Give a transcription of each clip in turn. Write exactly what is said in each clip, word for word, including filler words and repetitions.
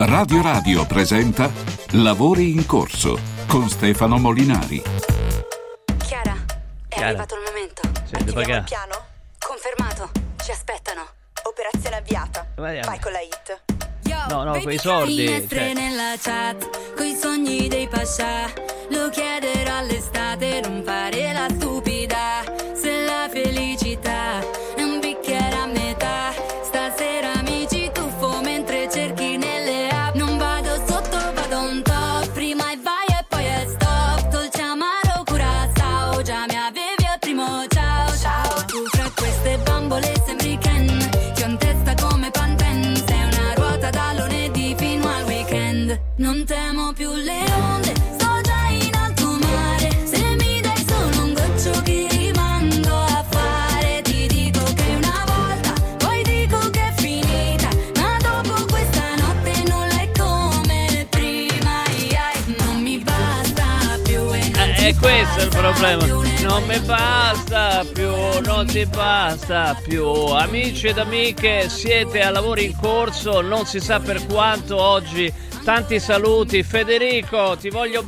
Radio Radio presenta Lavori in corso con Stefano Molinari. Chiara, è Chiara. arrivato il momento. Senti, Attiviamo il piano? Confermato. Ci aspettano. Operazione avviata. Vai, Vai con la hit. No, no, quei soldi. Finestre Cioè. nella chat, coi sogni dei pascià. Lo chiederò all'estate, non fare la stupida. Se la felicità è un bicchiere a metà. Stasera mi ci tuffo mentre cerchi nelle app. Non vado sotto, vado on top. Prima e vai e poi è stop. Dolce amaro curaçao, già mi avevi al primo ciao ciao. Tu fra queste bambole sembri Ken, ti ho in testa come Pantene. Sei una ruota da lunedì fino al weekend. Non temo più le onde, sto già in alto mare. Se mi dai solo un goccio che rimando a fare. Ti dico che una volta, poi dico che è finita. Ma dopo questa notte non è come prima. Ai, ai, non mi basta più e non Eh, ti è questo il basta problema. più, Non mi basta più, non ti basta più. Amici ed amiche, siete a Lavori in corso, non si sa per quanto oggi. Tanti saluti. Federico, ti voglio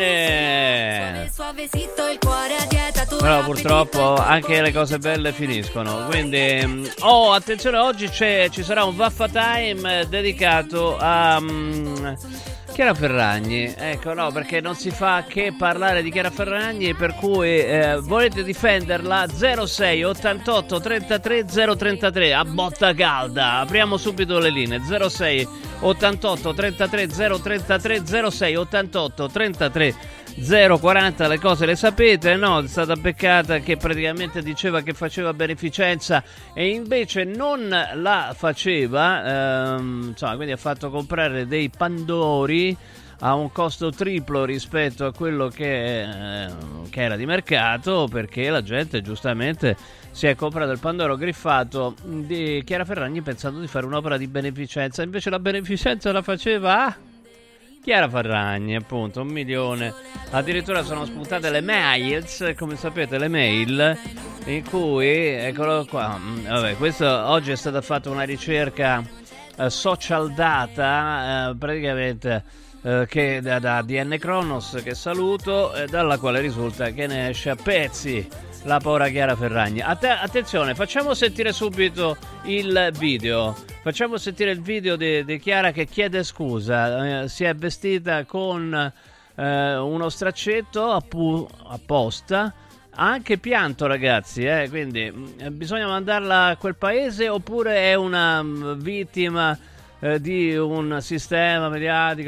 bene. Suave, suavecito, il cuore a dieta, tu Però l'appetito. purtroppo anche le cose belle finiscono. Quindi, oh, attenzione, oggi c'è, ci sarà un Vaffa Time dedicato a um, Chiara Ferragni. Ecco, no, perché non si fa che parlare di Chiara Ferragni, per cui eh, volete difenderla? zero sei ottantotto trentatré zero trentatré a botta calda. Apriamo subito le linee. zero sei ottantotto trentatré zero trentatré zero sei ottantotto trentatré zero quaranta. Le cose le sapete, no? È stata beccata che praticamente diceva che faceva beneficenza e invece non la faceva, ehm, insomma, quindi ha fatto comprare dei pandori a un costo triplo rispetto a quello che, eh, che era di mercato, perché la gente giustamente si è comprato il pandoro griffato di Chiara Ferragni pensando di fare un'opera di beneficenza. Invece la beneficenza la faceva a Chiara Ferragni, appunto, un milione. Addirittura sono spuntate le mails, come sapete, le mail in cui, eccolo qua, vabbè, questo oggi è stata fatta una ricerca eh, social data, eh, praticamente eh, che da, da D N Kronos, che saluto, eh, dalla quale risulta che ne esce a pezzi la povera Chiara Ferragni. Att- attenzione, facciamo sentire subito il video. Facciamo sentire il video di, di Chiara che chiede scusa. Eh, si è vestita con eh, uno straccetto appu- apposta. Ha anche pianto, ragazzi, eh? Quindi mh, bisogna mandarla a quel paese oppure è una mh, vittima eh, di un sistema mediatico?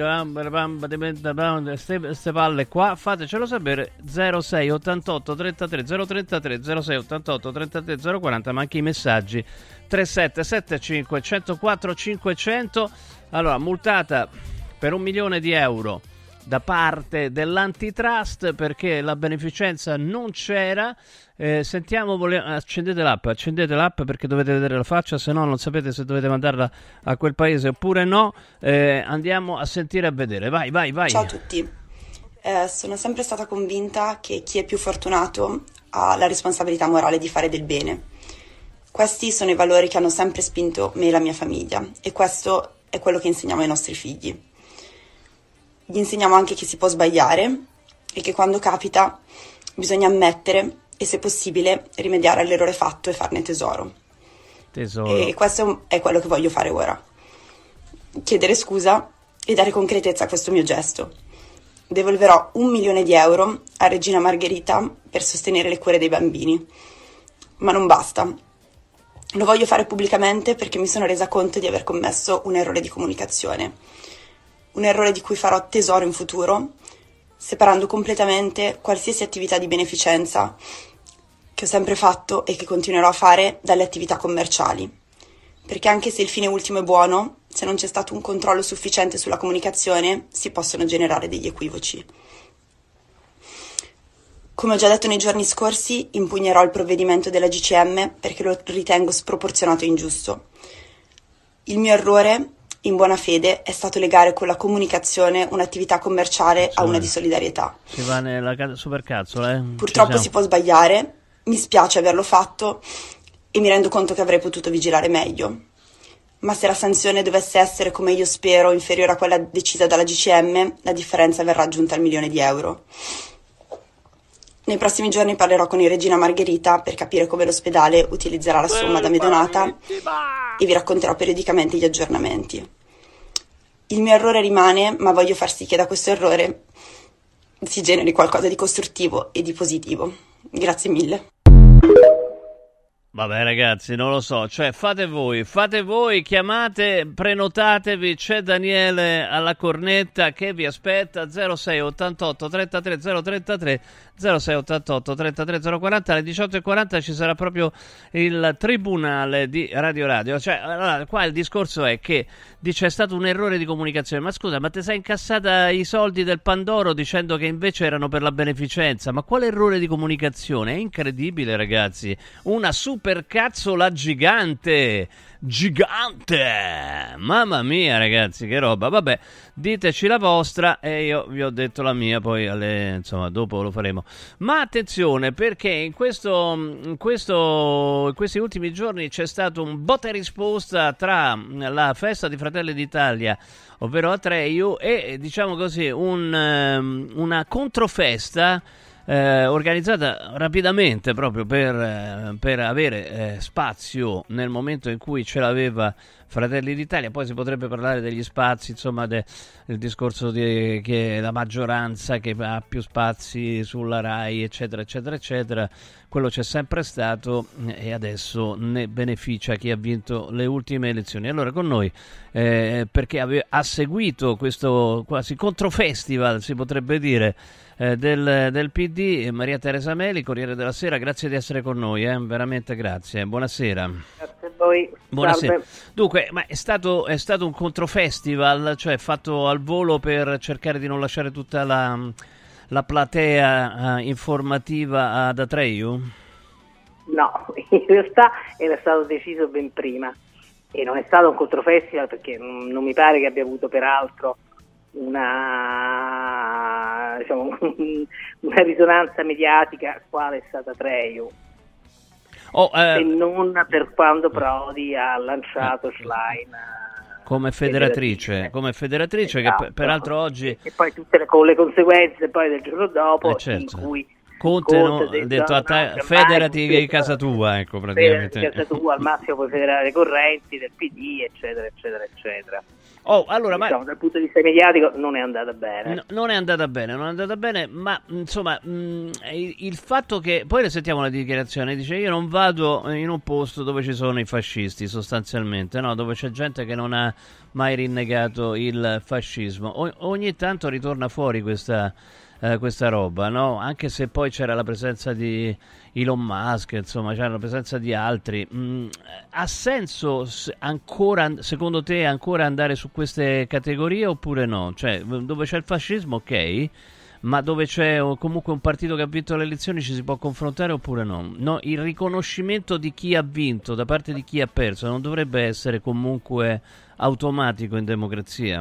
Queste palle qua, fatecelo sapere. Zero sei ottantotto trentatré zero trentatré zero sei ottantotto trentatré zero quaranta, ma anche i messaggi tre sette sette cinque uno zero quattro cinquecento. Allora, multata per un milione di euro da parte dell'antitrust perché la beneficenza non c'era. Eh, sentiamo, vole- accendete l'app, accendete l'app perché dovete vedere la faccia, se no non sapete se dovete mandarla a quel paese oppure no. Eh, andiamo a sentire e a vedere. Vai, vai, vai. Ciao a tutti. Eh, sono sempre stata convinta che chi è più fortunato ha la responsabilità morale di fare del bene. Questi sono i valori che hanno sempre spinto me e la mia famiglia e questo è quello che insegniamo ai nostri figli. Gli insegniamo anche che si può sbagliare e che quando capita bisogna ammettere e, se possibile, rimediare all'errore fatto e farne tesoro. Tesoro. E questo è quello che voglio fare ora. Chiedere scusa e dare concretezza a questo mio gesto. Devolverò un milione di euro a Regina Margherita per sostenere le cure dei bambini. Ma non basta. Lo voglio fare pubblicamente perché mi sono resa conto di aver commesso un errore di comunicazione. Un errore di cui farò tesoro in futuro, separando completamente qualsiasi attività di beneficenza che ho sempre fatto e che continuerò a fare dalle attività commerciali. Perché anche se il fine ultimo è buono, se non c'è stato un controllo sufficiente sulla comunicazione, si possono generare degli equivoci. Come ho già detto nei giorni scorsi, impugnerò il provvedimento della G C M perché lo ritengo sproporzionato e ingiusto. Il mio errore, in buona fede, è stato legare con la comunicazione un'attività commerciale a una di solidarietà. Si va nella ca- supercazzola, eh? Purtroppo si può sbagliare, mi spiace averlo fatto e mi rendo conto che avrei potuto vigilare meglio. ma se la sanzione dovesse essere, come io spero, inferiore a quella decisa dalla G C M, la differenza verrà aggiunta al milione di euro. Nei prossimi giorni parlerò con il Regina Margherita per capire come l'ospedale utilizzerà la somma da me donata e vi racconterò periodicamente gli aggiornamenti. Il mio errore rimane, ma voglio far sì che da questo errore si generi qualcosa di costruttivo e di positivo. Grazie mille. Vabbè ragazzi, non lo so, cioè fate voi, fate voi, chiamate, prenotatevi, c'è Daniele alla cornetta che vi aspetta. Zero sei ottantotto trentatré zero trentatré zero sei ottantotto trentatré zero quaranta. Alle diciotto e quaranta ci sarà proprio il tribunale di Radio Radio. Cioè, allora, qua il discorso è che dice è stato un errore di comunicazione. Ma scusa, ma ti sei incassata i soldi del Pandoro dicendo che invece erano per la beneficenza? Ma quale errore di comunicazione? È incredibile ragazzi, una super cazzola gigante, gigante, mamma mia ragazzi, che roba. Vabbè, diteci la vostra e io vi ho detto la mia, poi alle, insomma dopo lo faremo. Ma attenzione, perché in questo, in questo in questi ultimi giorni c'è stato un botta e risposta tra la festa di Fratelli d'Italia, ovvero Atreju, e diciamo così un, una controfesta Eh, organizzata rapidamente proprio per, eh, per avere eh, spazio nel momento in cui ce l'aveva Fratelli d'Italia. Poi si potrebbe parlare degli spazi, insomma de, del discorso di che la maggioranza che ha più spazi sulla Rai eccetera eccetera eccetera, quello c'è sempre stato e adesso ne beneficia chi ha vinto le ultime elezioni. Allora con noi eh, perché ave- ha seguito questo quasi controfestival, si potrebbe dire, Eh, del, del P D, Maria Teresa Meli, Corriere della Sera, grazie di essere con noi, eh? Veramente grazie, buonasera. Grazie a voi. Buonasera. Salve. Dunque, ma è stato, è stato un controfestival, cioè fatto al volo per cercare di non lasciare tutta la, la platea eh, informativa ad Atreju? No, in realtà era stato deciso ben prima e non è stato un controfestival perché non, non mi pare che abbia avuto peraltro una, diciamo, una risonanza mediatica quale è stata Atreju, oh, eh, se non per quando Prodi ha lanciato eh, Schlein come federatrice, come federatrice esatto. Che peraltro oggi e poi tutte le, con le conseguenze poi del giorno dopo eh, certo. in cui Conte ha detto a te, no, federati in casa tua, ecco, praticamente. In casa tua, al massimo puoi federare le correnti del P D, eccetera, eccetera, eccetera. Oh, allora, diciamo, ma dal punto di vista mediatico non è andata bene. No, non è andata bene, non è andata bene, ma insomma, mh, il, il fatto che poi ne sentiamo la dichiarazione, dice io non vado in un posto dove ci sono i fascisti, sostanzialmente, no, dove c'è gente che non ha mai rinnegato il fascismo. O, ogni tanto ritorna fuori questa Eh, questa roba, no? Anche se poi c'era la presenza di Elon Musk, insomma c'era la presenza di altri. Mm, ha senso ancora, secondo te, ancora andare su queste categorie oppure no? Cioè, dove c'è il fascismo, ok, ma dove c'è comunque un partito che ha vinto le elezioni ci si può confrontare oppure no? No, il riconoscimento di chi ha vinto da parte di chi ha perso non dovrebbe essere comunque automatico in democrazia?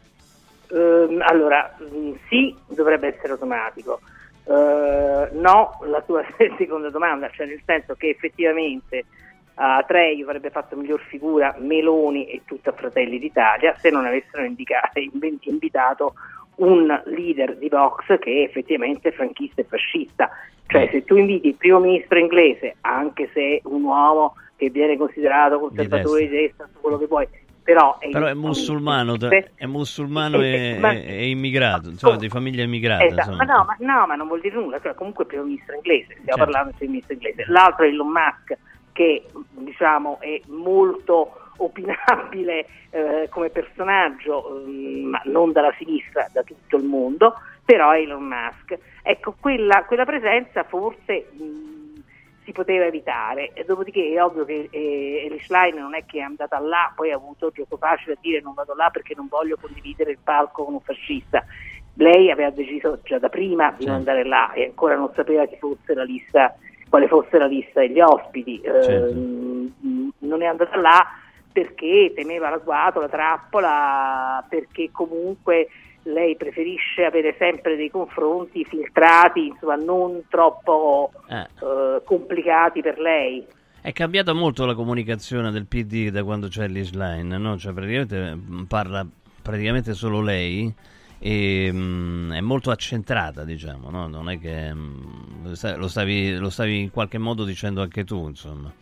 Uh, allora, mh, sì, dovrebbe essere automatico. Uh, no, la tua seconda domanda, cioè nel senso che effettivamente Atreju avrebbe fatto miglior figura Meloni e tutta Fratelli d'Italia se non avessero indicato, invitato un leader di Vox che effettivamente è franchista e fascista. Cioè se tu inviti il primo ministro inglese, anche se un uomo che viene considerato conservatore di destra, tutto quello che vuoi, Però è, però è musulmano, è musulmano e, ma, e, e immigrato, insomma, di famiglia immigrata. Esatto, ma no, ma no, ma non vuol dire nulla, cioè, comunque il primo ministro inglese, stiamo certo. parlando del primo ministro inglese. L'altro è Elon Musk, che diciamo è molto opinabile eh, come personaggio, mh, ma non dalla sinistra, da tutto il mondo, però è Elon Musk. Ecco, quella, quella presenza forse mh, si poteva evitare, e dopodiché è ovvio che eh, Eli Schlein non è che è andata là, poi ha avuto gioco facile a dire non vado là perché non voglio condividere il palco con un fascista. Lei aveva deciso già da prima di non andare là e ancora non sapeva chi fosse la lista, quale fosse la lista degli ospiti. Certo. Eh, non è andata là perché temeva l'agguato, la trappola, perché comunque lei preferisce avere sempre dei confronti filtrati, insomma non troppo eh. eh, complicati per lei. È cambiata molto la comunicazione del P D da quando c'è Liz Line, no? Cioè praticamente parla praticamente solo lei e mh, è molto accentrata, diciamo, no? Non è che mh, lo stavi lo stavi in qualche modo dicendo anche tu, insomma.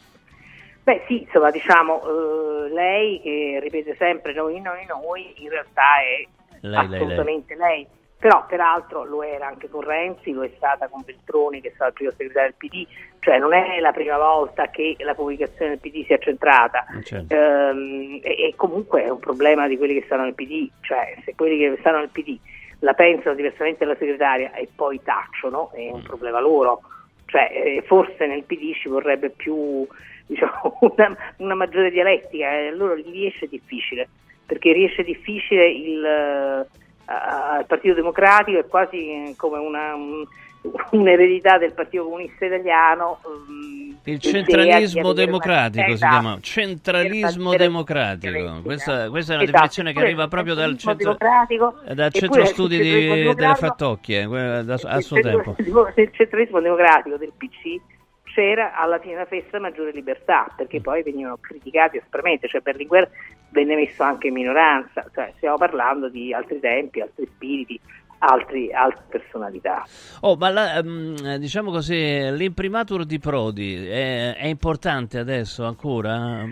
Beh sì, insomma, diciamo, eh, lei che ripete sempre noi, noi, noi, in realtà è lei, assolutamente lei, lei. lei. Però peraltro lo era anche con Renzi, lo è stata con Veltroni, che è stato il primo segretario del P D, cioè non è la prima volta che la comunicazione del P D si è centrata, certo. ehm, e, e comunque è un problema di quelli che stanno nel P D, cioè se quelli che stanno nel P D la pensano diversamente dalla segretaria e poi tacciono, è un problema loro, cioè eh, forse nel P D ci vorrebbe più, diciamo, una, una maggiore dialettica, e a loro gli riesce difficile, perché riesce difficile il... al Partito Democratico, è quasi come una, un, un'eredità del Partito Comunista Italiano. Um, il centralismo democratico una... eh, si chiama centralismo democratico. Questa, questa è una esatto. definizione che arriva proprio dal centro, dal centro studi di, delle Fattocchie da, a suo tempo. Il centralismo democratico del P C c'era alla fine una festa maggiore libertà, perché poi venivano criticati aspramente, cioè Berlinguer venne messo anche in minoranza, cioè stiamo parlando di altri tempi, altri spiriti, altri, altre personalità. Oh, ma la, diciamo così, l'imprimatur di Prodi è, è importante adesso ancora?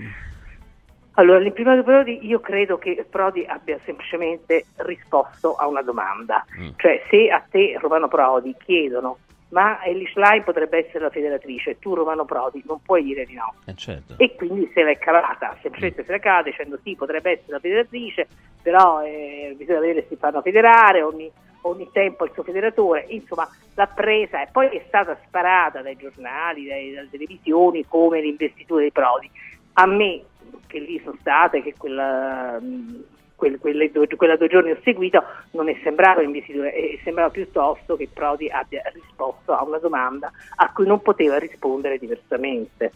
Allora, l'imprimatur di Prodi, io credo che Prodi abbia semplicemente risposto a una domanda, mm. cioè se a te, Romano Prodi, chiedono ma Liz Line potrebbe essere la federatrice, tu Romano Prodi non puoi dire di no, eh certo. E quindi se l'è cavata, semplicemente mm. se l'è cavata dicendo sì, potrebbe essere la federatrice, però eh, bisogna vedere se si fanno federare, ogni, ogni tempo il suo federatore, insomma l'ha presa e poi è stata sparata dai giornali, dai, dalle televisioni come l'investitura di Prodi. A me, che lì sono state, che quella... Quelle, quelle due, quella due giorni ho seguito, non è sembrato investitura, è sembrava piuttosto che Prodi abbia risposto a una domanda a cui non poteva rispondere diversamente.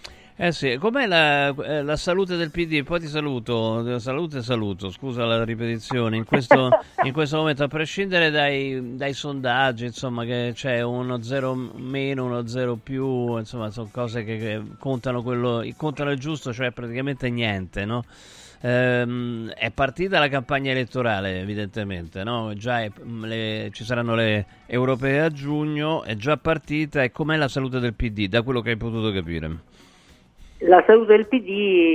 Eh sì, com'è la, la salute del P D? Poi ti saluto, salute e saluto, scusa la ripetizione, in questo, in questo momento, a prescindere dai, dai sondaggi, insomma, che c'è uno zero meno, uno zero più, insomma, sono cose che, che contano quello, contano il giusto, cioè praticamente niente, no? Ehm, è partita la campagna elettorale, evidentemente, no? Già è, le, ci saranno le europee a giugno, è già partita, e com'è la salute del P D, da quello che hai potuto capire? La salute del P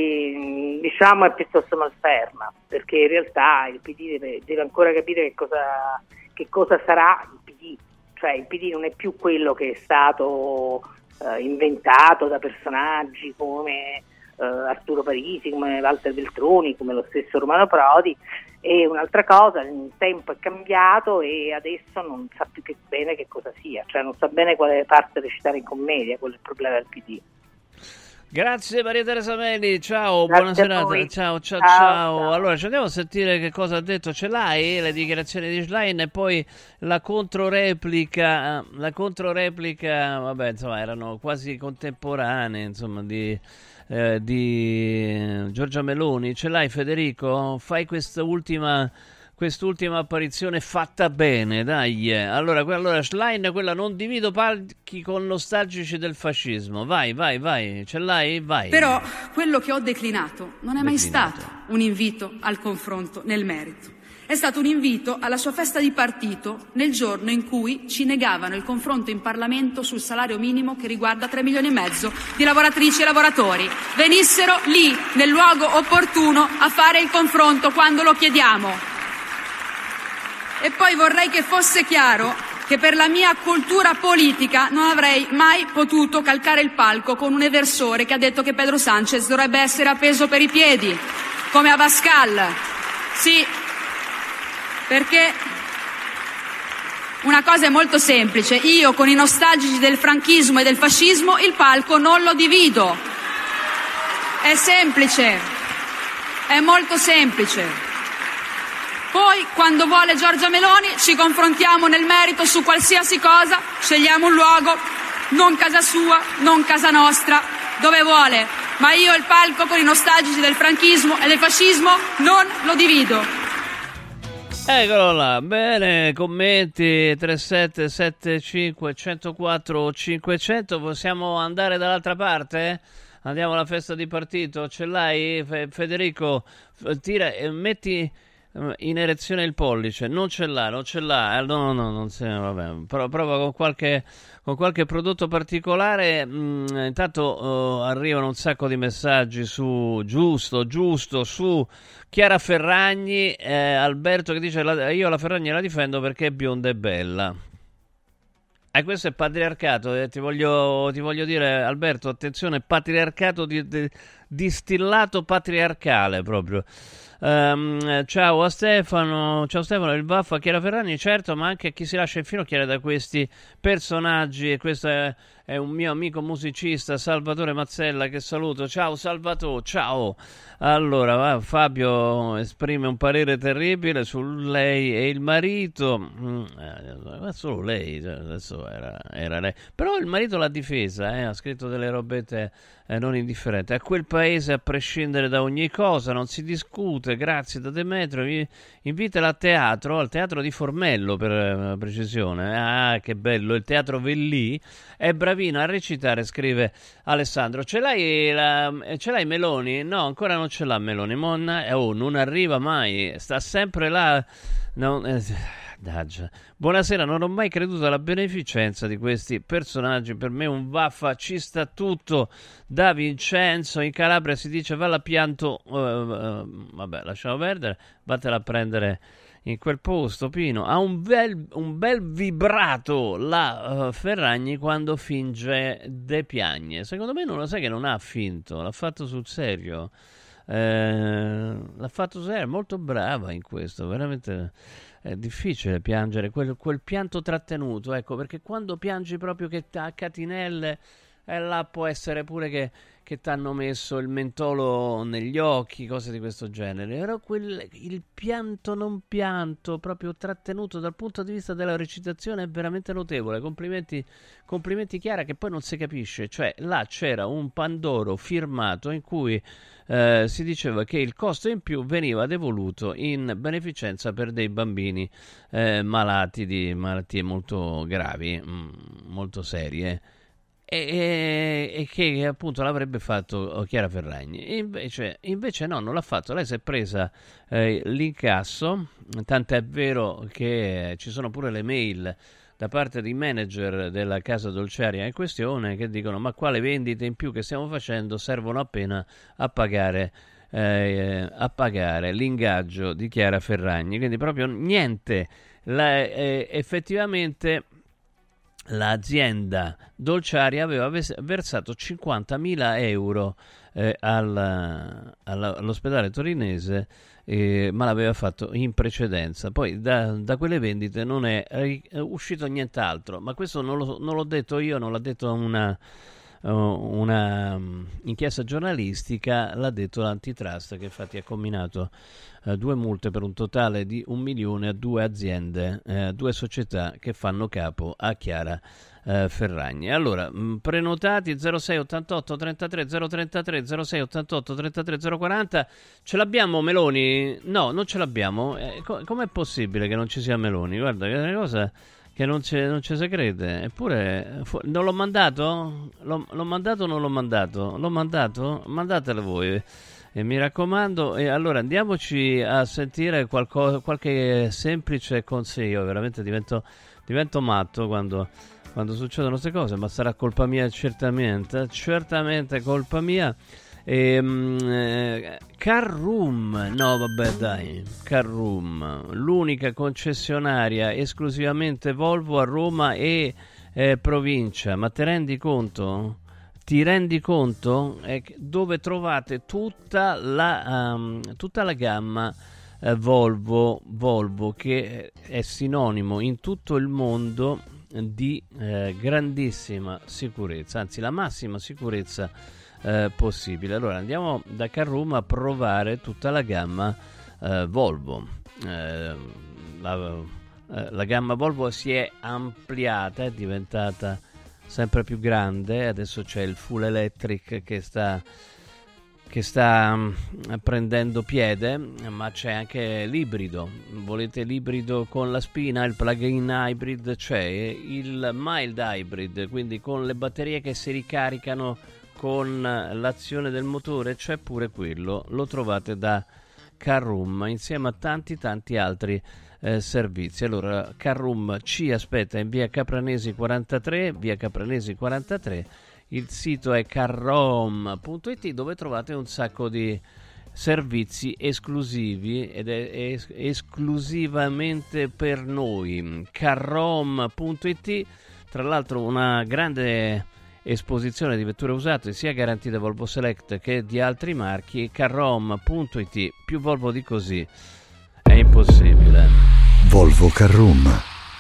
D, diciamo, è piuttosto malferma, perché in realtà il P D deve, deve ancora capire che cosa, che cosa sarà il P D, cioè il P D non è più quello che è stato eh, inventato da personaggi come Uh, Arturo Parisi, come Walter Veltroni, come lo stesso Romano Prodi, e un'altra cosa, il tempo è cambiato e adesso non sa più che bene che cosa sia, cioè non sa bene quale parte recitare in commedia, quello è il problema del P D. Grazie Maria Teresa Meli, ciao, Grazie buona serata, ciao, ciao, ciao, ciao. Allora ci andiamo a sentire che cosa ha detto, ce l'hai le dichiarazioni di Schlein e poi la controreplica, la controreplica, vabbè, insomma erano quasi contemporanee, insomma, di Eh, di Giorgia Meloni. Ce l'hai, Federico? Fai quest'ultima quest'ultima apparizione fatta bene, dai. Allora, allora Schlein, quella non divido palchi con nostalgici del fascismo. Vai, vai, vai. Ce l'hai? Vai. Però quello che ho declinato non è mai Declinato. stato un invito al confronto nel merito. È stato un invito alla sua festa di partito nel giorno in cui ci negavano il confronto in Parlamento sul salario minimo che riguarda tre milioni e mezzo di lavoratrici e lavoratori. Venissero lì, nel luogo opportuno, a fare il confronto quando lo chiediamo. E poi vorrei che fosse chiaro che per la mia cultura politica non avrei mai potuto calcare il palco con un eversore che ha detto che Pedro Sánchez dovrebbe essere appeso per i piedi, come Abascal. Sì, perché una cosa è molto semplice, io con i nostalgici del franchismo e del fascismo il palco non lo divido. È semplice, è molto semplice. Poi, quando vuole Giorgia Meloni, ci confrontiamo nel merito su qualsiasi cosa, scegliamo un luogo, non casa sua, non casa nostra, dove vuole. Ma io il palco con i nostalgici del franchismo e del fascismo non lo divido. Eccolo là, bene, commenti tre sette sette cinque uno zero quattro cinquecento, possiamo andare dall'altra parte? Andiamo alla festa di partito, ce l'hai Federico? Tira e metti in erezione il pollice, non ce l'ha, non ce l'ha, no, no, non se, vabbè, Pro, prova con qualche, con qualche prodotto particolare. Mm, intanto uh, arrivano un sacco di messaggi su giusto, giusto, su Chiara Ferragni, eh, Alberto che dice la, io la Ferragni la difendo perché è bionda e bella. E eh, questo è patriarcato, eh, ti, voglio, ti voglio dire Alberto, attenzione, patriarcato di, di, distillato patriarcale proprio. Um, ciao a Stefano, ciao Stefano, il baffo a Chiara Ferragni, certo, ma anche a chi si lascia infinocchiare da questi personaggi. E questo è, è un mio amico musicista, Salvatore Mazzella, che saluto. Ciao Salvatore, ciao. Allora, va, Fabio esprime un parere terribile su lei e il marito. Mm, eh, ma solo lei, adesso era, era lei. Però il marito l'ha difesa, eh, ha scritto delle robette eh, non indifferenti. A quel paese, a prescindere da ogni cosa, non si discute. Grazie da Demetrio, invitala a teatro, al teatro di Formello per uh, precisione. Ah, che bello, il teatro Vellì. È bravino a recitare, scrive Alessandro. Ce l'hai, la, ce l'hai Meloni? No, ancora non ce l'ha Meloni. Monna, oh, non arriva mai, sta sempre là. No, eh, Daggia. Buonasera, non ho mai creduto alla beneficenza di questi personaggi, per me un vaffa, ci sta tutto. Da Vincenzo, in Calabria si dice va alla pianto, uh, uh, vabbè, lasciamo perdere, vattela a prendere in quel posto. Pino ha un bel, un bel vibrato la uh, Ferragni quando finge de piagne. Secondo me non lo sai che non ha finto, l'ha fatto sul serio. Eh, l'ha fatto serio, è molto brava in questo, veramente. È difficile piangere, quel, quel pianto trattenuto, ecco, perché quando piangi proprio che a catinelle, e là può essere pure che, che ti hanno messo il mentolo negli occhi, cose di questo genere. Però quel, il pianto non pianto, proprio trattenuto dal punto di vista della recitazione, è veramente notevole. Complimenti, complimenti Chiara, che poi non si capisce. Cioè, là c'era un Pandoro firmato in cui eh, si diceva che il costo in più veniva devoluto in beneficenza per dei bambini eh, malati di malattie molto gravi, mh, molto serie. E, e che appunto l'avrebbe fatto Chiara Ferragni. Invece, invece no, non l'ha fatto. Lei si è presa eh, l'incasso, tant'è vero che ci sono pure le mail da parte di manager della casa dolciaria in questione che dicono: ma quale vendite in più che stiamo facendo, servono appena a pagare eh, a pagare l'ingaggio di Chiara Ferragni. Quindi proprio niente. La, eh, effettivamente l'azienda dolciaria aveva versato cinquantamila euro eh, al, all'ospedale torinese, eh, ma l'aveva fatto in precedenza. Poi da, da quelle vendite non è, è uscito nient'altro, ma questo non, lo, non l'ho detto io, non l'ha detto una, una inchiesta giornalistica, l'ha detto l'antitrust, che infatti ha comminato Uh, due multe per un totale di un milione a due aziende, uh, due società che fanno capo a Chiara uh, Ferragni. Allora, mh, prenotati zero sei ottantotto trentatré zero trentatré zero sei ottantotto trentatré zero quaranta. Ce l'abbiamo Meloni? No, non ce l'abbiamo. Eh, co- com'è possibile che non ci sia Meloni? Guarda, che è una cosa che non ci non si crede. Eppure fu- non l'ho mandato? L'ho, l'ho mandato o non l'ho mandato? L'ho mandato? Mandatelo voi. E mi raccomando, e allora andiamoci a sentire qualcosa, qualche semplice consiglio. Veramente divento, divento matto quando, quando succedono queste cose, ma sarà colpa mia certamente, certamente colpa mia. E, eh, Carroom, no vabbè dai, Carroom, l'unica concessionaria esclusivamente Volvo a Roma e eh, provincia, ma te rendi conto? Ti rendi conto? Eh, dove trovate tutta la, um, tutta la gamma eh, Volvo, Volvo, che è sinonimo in tutto il mondo di eh, grandissima sicurezza, anzi la massima sicurezza eh, possibile. Allora andiamo da Carroom a provare tutta la gamma eh, Volvo. Eh, la, eh, la gamma Volvo si è ampliata, è diventata sempre più grande. Adesso c'è il full electric che sta che sta mh, prendendo piede, ma c'è anche l'ibrido. Volete l'ibrido con la spina, il plug-in hybrid, c'è il mild hybrid, quindi con le batterie che si ricaricano con l'azione del motore, c'è pure quello, lo trovate da Carroom insieme a tanti tanti altri eh, servizi. Allora Carroom ci aspetta in via Capranesi quarantatré, via Capranesi quarantatré. Il sito è carrom punto it, dove trovate un sacco di servizi esclusivi ed è es- esclusivamente per noi. carrom punto it, tra l'altro una grande esposizione di vetture usate, sia garantite Volvo Select che di altri marchi. carrom punto it, più Volvo di così è impossibile. Volvo Carrom.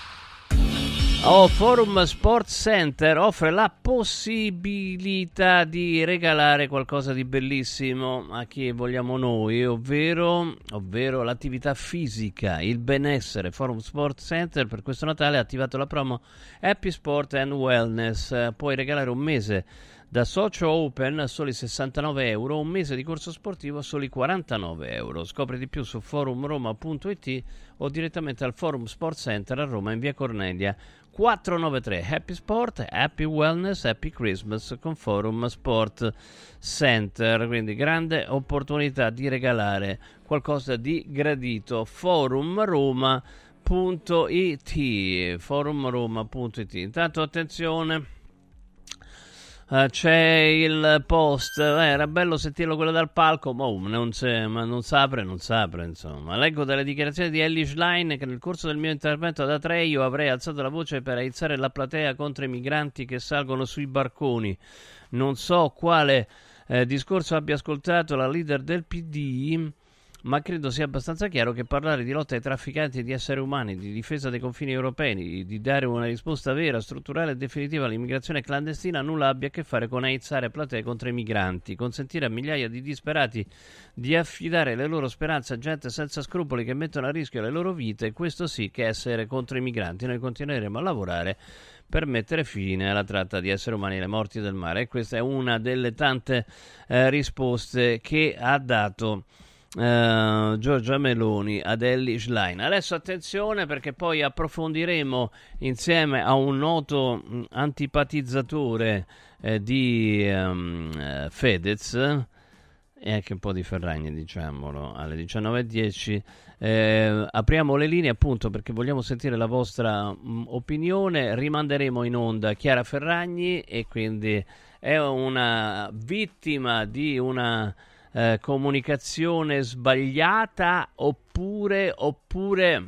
Oh, Forum Sports Center offre la possibilità di regalare qualcosa di bellissimo a chi vogliamo noi, ovvero, ovvero l'attività fisica, il benessere. Forum Sports Center per questo Natale ha attivato la promo Happy Sport and Wellness. Puoi regalare un mese da socio open a soli sessantanove euro, un mese di corso sportivo a soli quarantanove euro. Scopri di più su forum roma punto it o direttamente al Forum Sports Center a Roma in via Cornelia quattrocentonovantatré. Happy Sport, Happy Wellness, Happy Christmas con Forum Sport Center. Quindi grande opportunità di regalare qualcosa di gradito. forum roma punto it, forum roma punto it. Intanto attenzione, Uh, c'è il post, eh, era bello sentirlo quello dal palco, ma oh, non, ma non s'apre, non s'apre, insomma. Leggo dalle dichiarazioni di Elly Schlein che nel corso del mio intervento ad Atreio avrei alzato la voce per aizzare la platea contro i migranti che salgono sui barconi. Non so quale eh, discorso abbia ascoltato la leader del P D, ma credo sia abbastanza chiaro che parlare di lotta ai trafficanti di esseri umani, di difesa dei confini europei, di dare una risposta vera, strutturale e definitiva all'immigrazione clandestina nulla abbia a che fare con aizzare platee contro i migranti. Consentire a migliaia di disperati di affidare le loro speranze a gente senza scrupoli che mettono a rischio le loro vite, questo sì che è essere contro i migranti. Noi continueremo a lavorare per mettere fine alla tratta di esseri umani e alle morti del mare, e questa è una delle tante eh, risposte che ha dato Uh, Giorgia Meloni ad Elly Schlein. Adesso attenzione, perché poi approfondiremo insieme a un noto mh, antipatizzatore eh, di um, uh, Fedez e anche un po' di Ferragni, diciamolo, alle diciannove e dieci. Eh, apriamo le linee appunto perché vogliamo sentire la vostra mh, opinione. Rimanderemo in onda Chiara Ferragni, e quindi è una vittima di una Eh, comunicazione sbagliata oppure oppure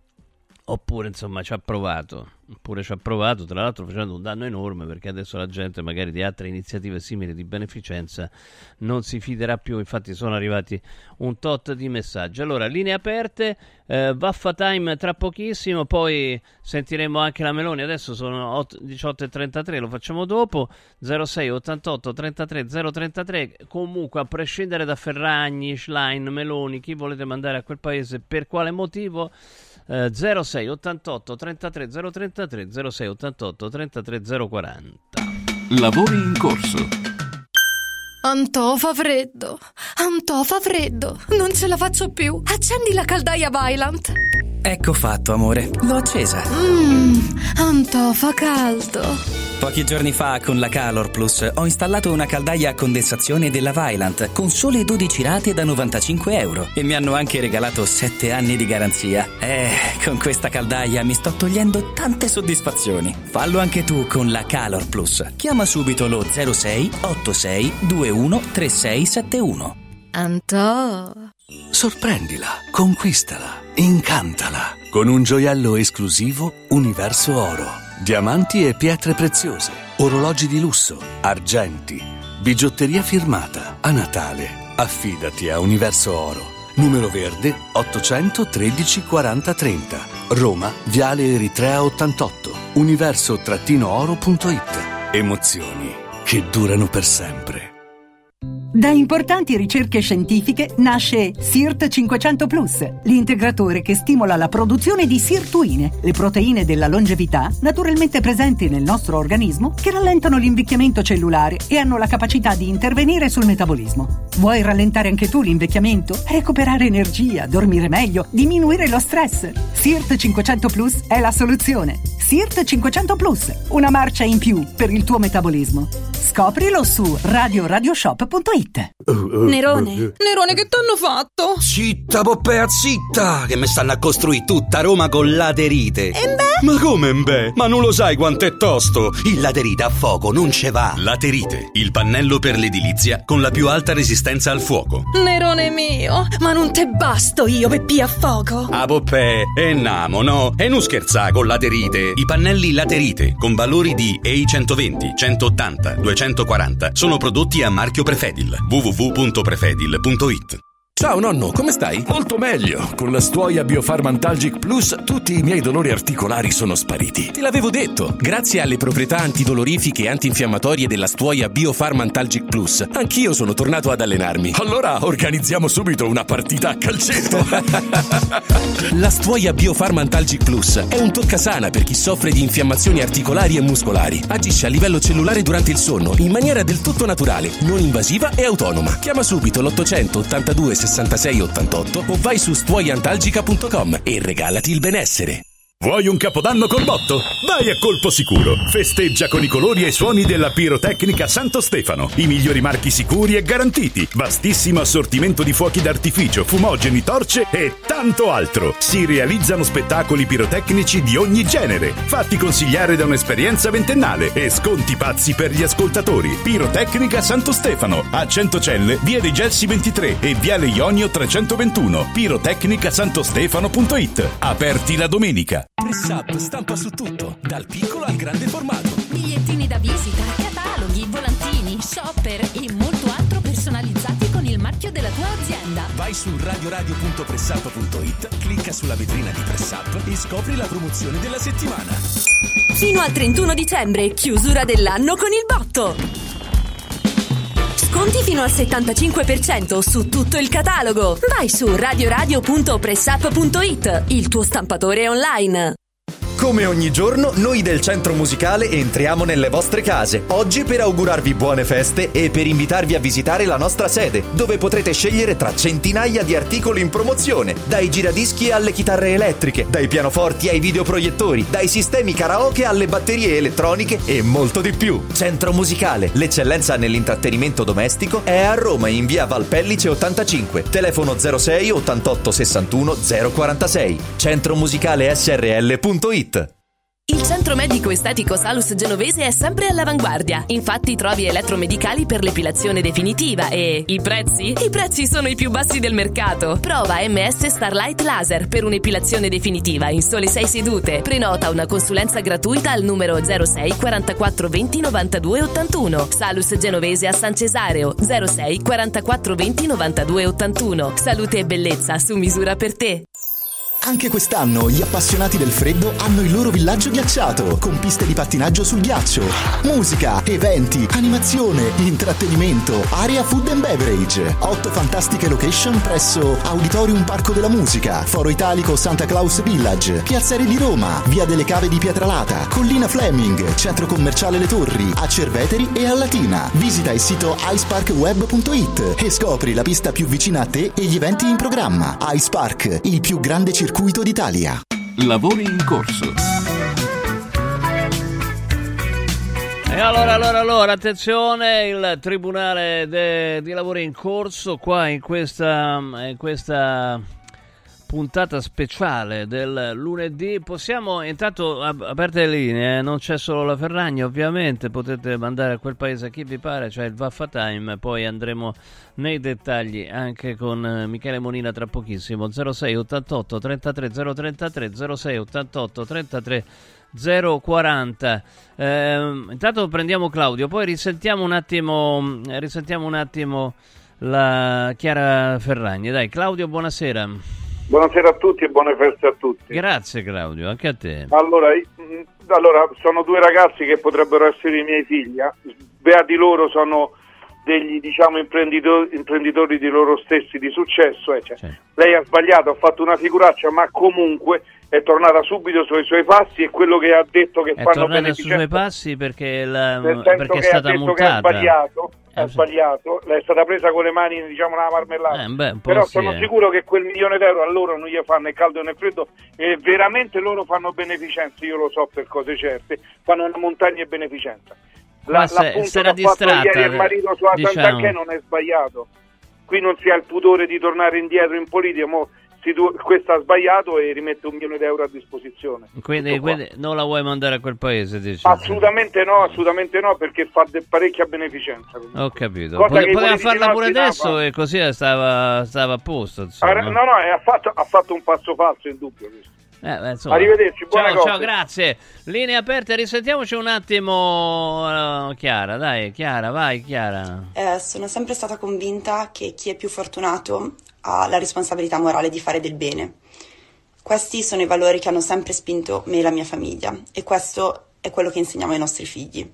oppure insomma ci ha provato oppure ci ha provato tra l'altro facendo un danno enorme, perché adesso la gente magari di altre iniziative simili di beneficenza non si fiderà più. Infatti sono arrivati un tot di messaggi. Allora, linee aperte, eh, Vaffa Time tra pochissimo, poi sentiremo anche la Meloni. Adesso sono diciotto e trentatré, lo facciamo dopo. Zero sei ottantotto trentatré zero trentatré. Comunque, a prescindere da Ferragni, Schlein, Meloni, chi volete mandare a quel paese, per quale motivo, eh, zero sei ottantotto trentatré zero trentatré, zero sei ottantotto trentatré zero quaranta. Lavori in corso. Antò, fa freddo. Antò, fa freddo. Non ce la faccio più. Accendi la caldaia Vaillant. Ecco fatto, amore. L'ho accesa. Mmm, Antò, fa caldo. Pochi giorni fa con la Calor Plus ho installato una caldaia a condensazione della Vaillant con sole dodici rate da novantacinque euro e mi hanno anche regalato sette anni di garanzia. Eh, con questa caldaia mi sto togliendo tante soddisfazioni. Fallo anche tu con la Calor Plus. Chiama subito lo zero sei otto sei due uno tre sei sette uno. Antò. Sorprendila, conquistala, incantala con un gioiello esclusivo Universo Oro. Diamanti e pietre preziose, orologi di lusso, argenti, bigiotteria firmata. A Natale affidati a Universo Oro. Numero verde ottocentotredici quaranta trenta, Roma, Viale Eritrea ottantotto, universo oro punto it. Emozioni che durano per sempre. Da importanti ricerche scientifiche nasce SIRT cinquecento plus, l'integratore che stimola la produzione di sirtuine, le proteine della longevità naturalmente presenti nel nostro organismo che rallentano l'invecchiamento cellulare e hanno la capacità di intervenire sul metabolismo. Vuoi rallentare anche tu l'invecchiamento? Recuperare energia, dormire meglio, diminuire lo stress? SIRT cinquecento plus è la soluzione. SIRT cinquecento plus, una marcia in più per il tuo metabolismo. Scoprilo su radio radioshop punto it. Nerone, Nerone, che t'hanno fatto? Zitta, Poppea, zitta, che mi stanno a costruire tutta Roma con laterite. E beh? Ma come beh? Ma non lo sai quanto è tosto? Il laterite a fuoco non ce va. Laterite, il pannello per l'edilizia con la più alta resistenza al fuoco. Nerone mio, ma non te basto io per pia a fuoco. Ah, Poppè, e namo, no? E non scherza con laterite. I pannelli laterite con valori di E I centoventi, centottanta, duecentoquaranta sono prodotti a marchio Prefedil. w w w punto prefedil punto it. Ciao nonno, come stai? Molto meglio. Con la Stuoia Biofarmantalgic Plus tutti i miei dolori articolari sono spariti. Te l'avevo detto. Grazie alle proprietà antidolorifiche e antinfiammatorie della Stuoia Biofarmantalgic Plus, anch'io sono tornato ad allenarmi. Allora organizziamo subito una partita a calcetto. La Stuoia Biofarmantalgic Plus è un toccasana per chi soffre di infiammazioni articolari e muscolari. Agisce a livello cellulare durante il sonno in maniera del tutto naturale, non invasiva e autonoma. Chiama subito l'ottocento ottantadue sessantasei ottantotto o vai su stuoiantalgica punto com e regalati il benessere. Vuoi un capodanno col botto? Vai a Colpo Sicuro. Festeggia con i colori e i suoni della pirotecnica Santo Stefano. I migliori marchi sicuri e garantiti. Vastissimo assortimento di fuochi d'artificio, fumogeni, torce e tanto altro. Si realizzano spettacoli pirotecnici di ogni genere. Fatti consigliare da un'esperienza ventennale e sconti pazzi per gli ascoltatori. Pirotecnica Santo Stefano. A Centocelle, via dei Gelsi ventitré e viale Ionio trecentoventuno. pirotecnica santostefano punto it. Aperti la domenica. Press Up stampa su tutto, dal piccolo al grande formato. Bigliettini da visita, cataloghi, volantini, shopper e molto altro personalizzati con il marchio della tua azienda. Vai su radioradio punto pressup punto it, clicca sulla vetrina di Press Up e scopri la promozione della settimana. Fino al trentuno dicembre, chiusura dell'anno con il botto. Sconti fino al settantacinque per cento su tutto il catalogo. Vai su radioradio punto pressup punto it, il tuo stampatore online. Come ogni giorno, noi del Centro Musicale entriamo nelle vostre case. Oggi per augurarvi buone feste e per invitarvi a visitare la nostra sede, dove potrete scegliere tra centinaia di articoli in promozione, dai giradischi alle chitarre elettriche, dai pianoforti ai videoproiettori, dai sistemi karaoke alle batterie elettroniche e molto di più. Centro Musicale, l'eccellenza nell'intrattenimento domestico, è a Roma in via Valpellice ottantacinque, telefono zero sei ottantotto sessantuno zero quarantasei, centromusicalesrl punto it. Il centro medico estetico Salus Genovese è sempre all'avanguardia. Infatti trovi elettromedicali per l'epilazione definitiva e i prezzi? I prezzi sono i più bassi del mercato. Prova M S Starlight Laser per un'epilazione definitiva in sole sei sedute. Prenota una consulenza gratuita al numero zero sei quarantaquattro venti novantadue ottantuno. Salus Genovese a San Cesareo zero sei quarantaquattro venti novantadue ottantuno. Salute e bellezza su misura per te. Anche quest'anno gli appassionati del freddo hanno il loro villaggio ghiacciato, con piste di pattinaggio sul ghiaccio, musica, eventi, animazione, intrattenimento, area food and beverage, otto fantastiche location presso Auditorium Parco della Musica, Foro Italico Santa Claus Village, Piazzale di Roma, Via delle Cave di Pietralata, Collina Fleming, Centro Commerciale Le Torri, a Cerveteri e a Latina. Visita il sito iceparkweb punto it e scopri la pista più vicina a te e gli eventi in programma. Ice Park, il più grande circuito d'Italia. Lavori in corso. E allora, allora, allora, attenzione, il Tribunale de, di Lavori in corso qua in questa, in questa puntata speciale del lunedì. Possiamo, intanto, aperte le linee, eh? Non c'è solo la Ferragni, ovviamente, potete mandare a quel paese a chi vi pare, cioè il Vaffa Time, poi andremo nei dettagli anche con Michele Monina tra pochissimo. Zero sei ottantotto trentatré zero trentatré, zero sei ottantotto trentatré zero quaranta. Eh, intanto prendiamo Claudio, poi risentiamo un attimo, risentiamo un attimo la Chiara Ferragni. Dai Claudio, buonasera. Buonasera a tutti e buone feste a tutti. Grazie Claudio, anche a te. Allora, allora sono due ragazzi che potrebbero essere i miei figli. Beati loro, sono degli diciamo imprenditori, imprenditori di loro stessi di successo. Eh, cioè, lei ha sbagliato, ha fatto una figuraccia, ma comunque è tornata subito sui suoi passi e quello che ha detto che è fanno beneficenza. È tornata sui suoi passi perché, la, perché è stata multata. Che ha sbagliato, eh, ha sbagliato, è stata presa con le mani, diciamo, una marmellata. Eh, beh, però sì, sono eh. sicuro che quel milione d'euro a loro non gli fanno né caldo né freddo, e veramente loro fanno beneficenza, io lo so per cose certe, fanno una montagna e beneficenza. La, Ma se, l'appunto se era che ha fatto distratta, ieri il marito su diciamo. Sant'Anché non è sbagliato. Qui non si ha il pudore di tornare indietro in politica, mo si tu, questo ha sbagliato e rimette un milione di euro a disposizione. Quindi, quindi non la vuoi mandare a quel paese, dici? Assolutamente no, assolutamente no, perché fa de- parecchia beneficenza. Ho capito. Cosa Pote- poteva farla pure adesso fa. E così stava, stava a posto. Insomma. Ah, no, no, ha fatto, ha fatto un passo falso, in dubbio. Eh, beh, insomma. Arrivederci, buone ciao, cose. ciao, grazie. Linee aperte, risentiamoci un attimo, uh, Chiara, dai, Chiara, vai, Chiara. Eh, sono sempre stata convinta che chi è più fortunato ha la responsabilità morale di fare del bene. Questi sono i valori che hanno sempre spinto me e la mia famiglia, e questo è quello che insegniamo ai nostri figli.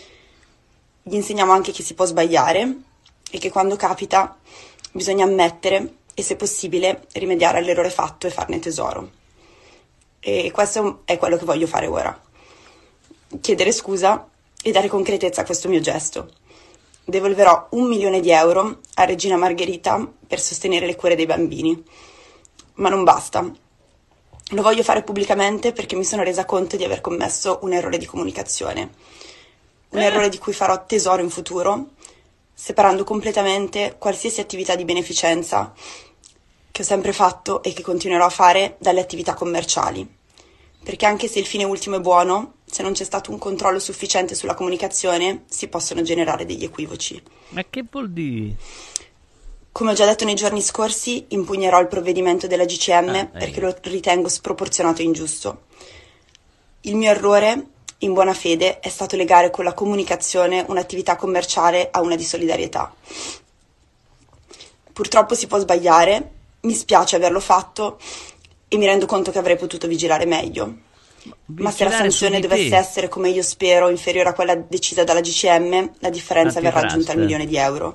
Gli insegniamo anche che si può sbagliare e che quando capita bisogna ammettere e, se possibile, rimediare all'errore fatto e farne tesoro. E questo è quello che voglio fare ora. Chiedere scusa e dare concretezza a questo mio gesto. Devolverò un milione di euro a Regina Margherita per sostenere le cure dei bambini. Ma non basta. Lo voglio fare pubblicamente perché mi sono resa conto di aver commesso un errore di comunicazione. Un eh. errore di cui farò tesoro in futuro, separando completamente qualsiasi attività di beneficenza che ho sempre fatto e che continuerò a fare dalle attività commerciali. Perché anche se il fine ultimo è buono, se non c'è stato un controllo sufficiente sulla comunicazione, si possono generare degli equivoci. Ma che vuol dire? Come ho già detto nei giorni scorsi, impugnerò il provvedimento della G C M ah, perché eh. lo ritengo sproporzionato e ingiusto. Il mio errore, in buona fede, è stato legare con la comunicazione un'attività commerciale a una di solidarietà. Purtroppo si può sbagliare, mi spiace averlo fatto e mi rendo conto che avrei potuto vigilare meglio. Vigilare Ma se la sanzione dovesse te. essere, come io spero, inferiore a quella decisa dalla G C M, la differenza verrà raggiunta al milione di euro.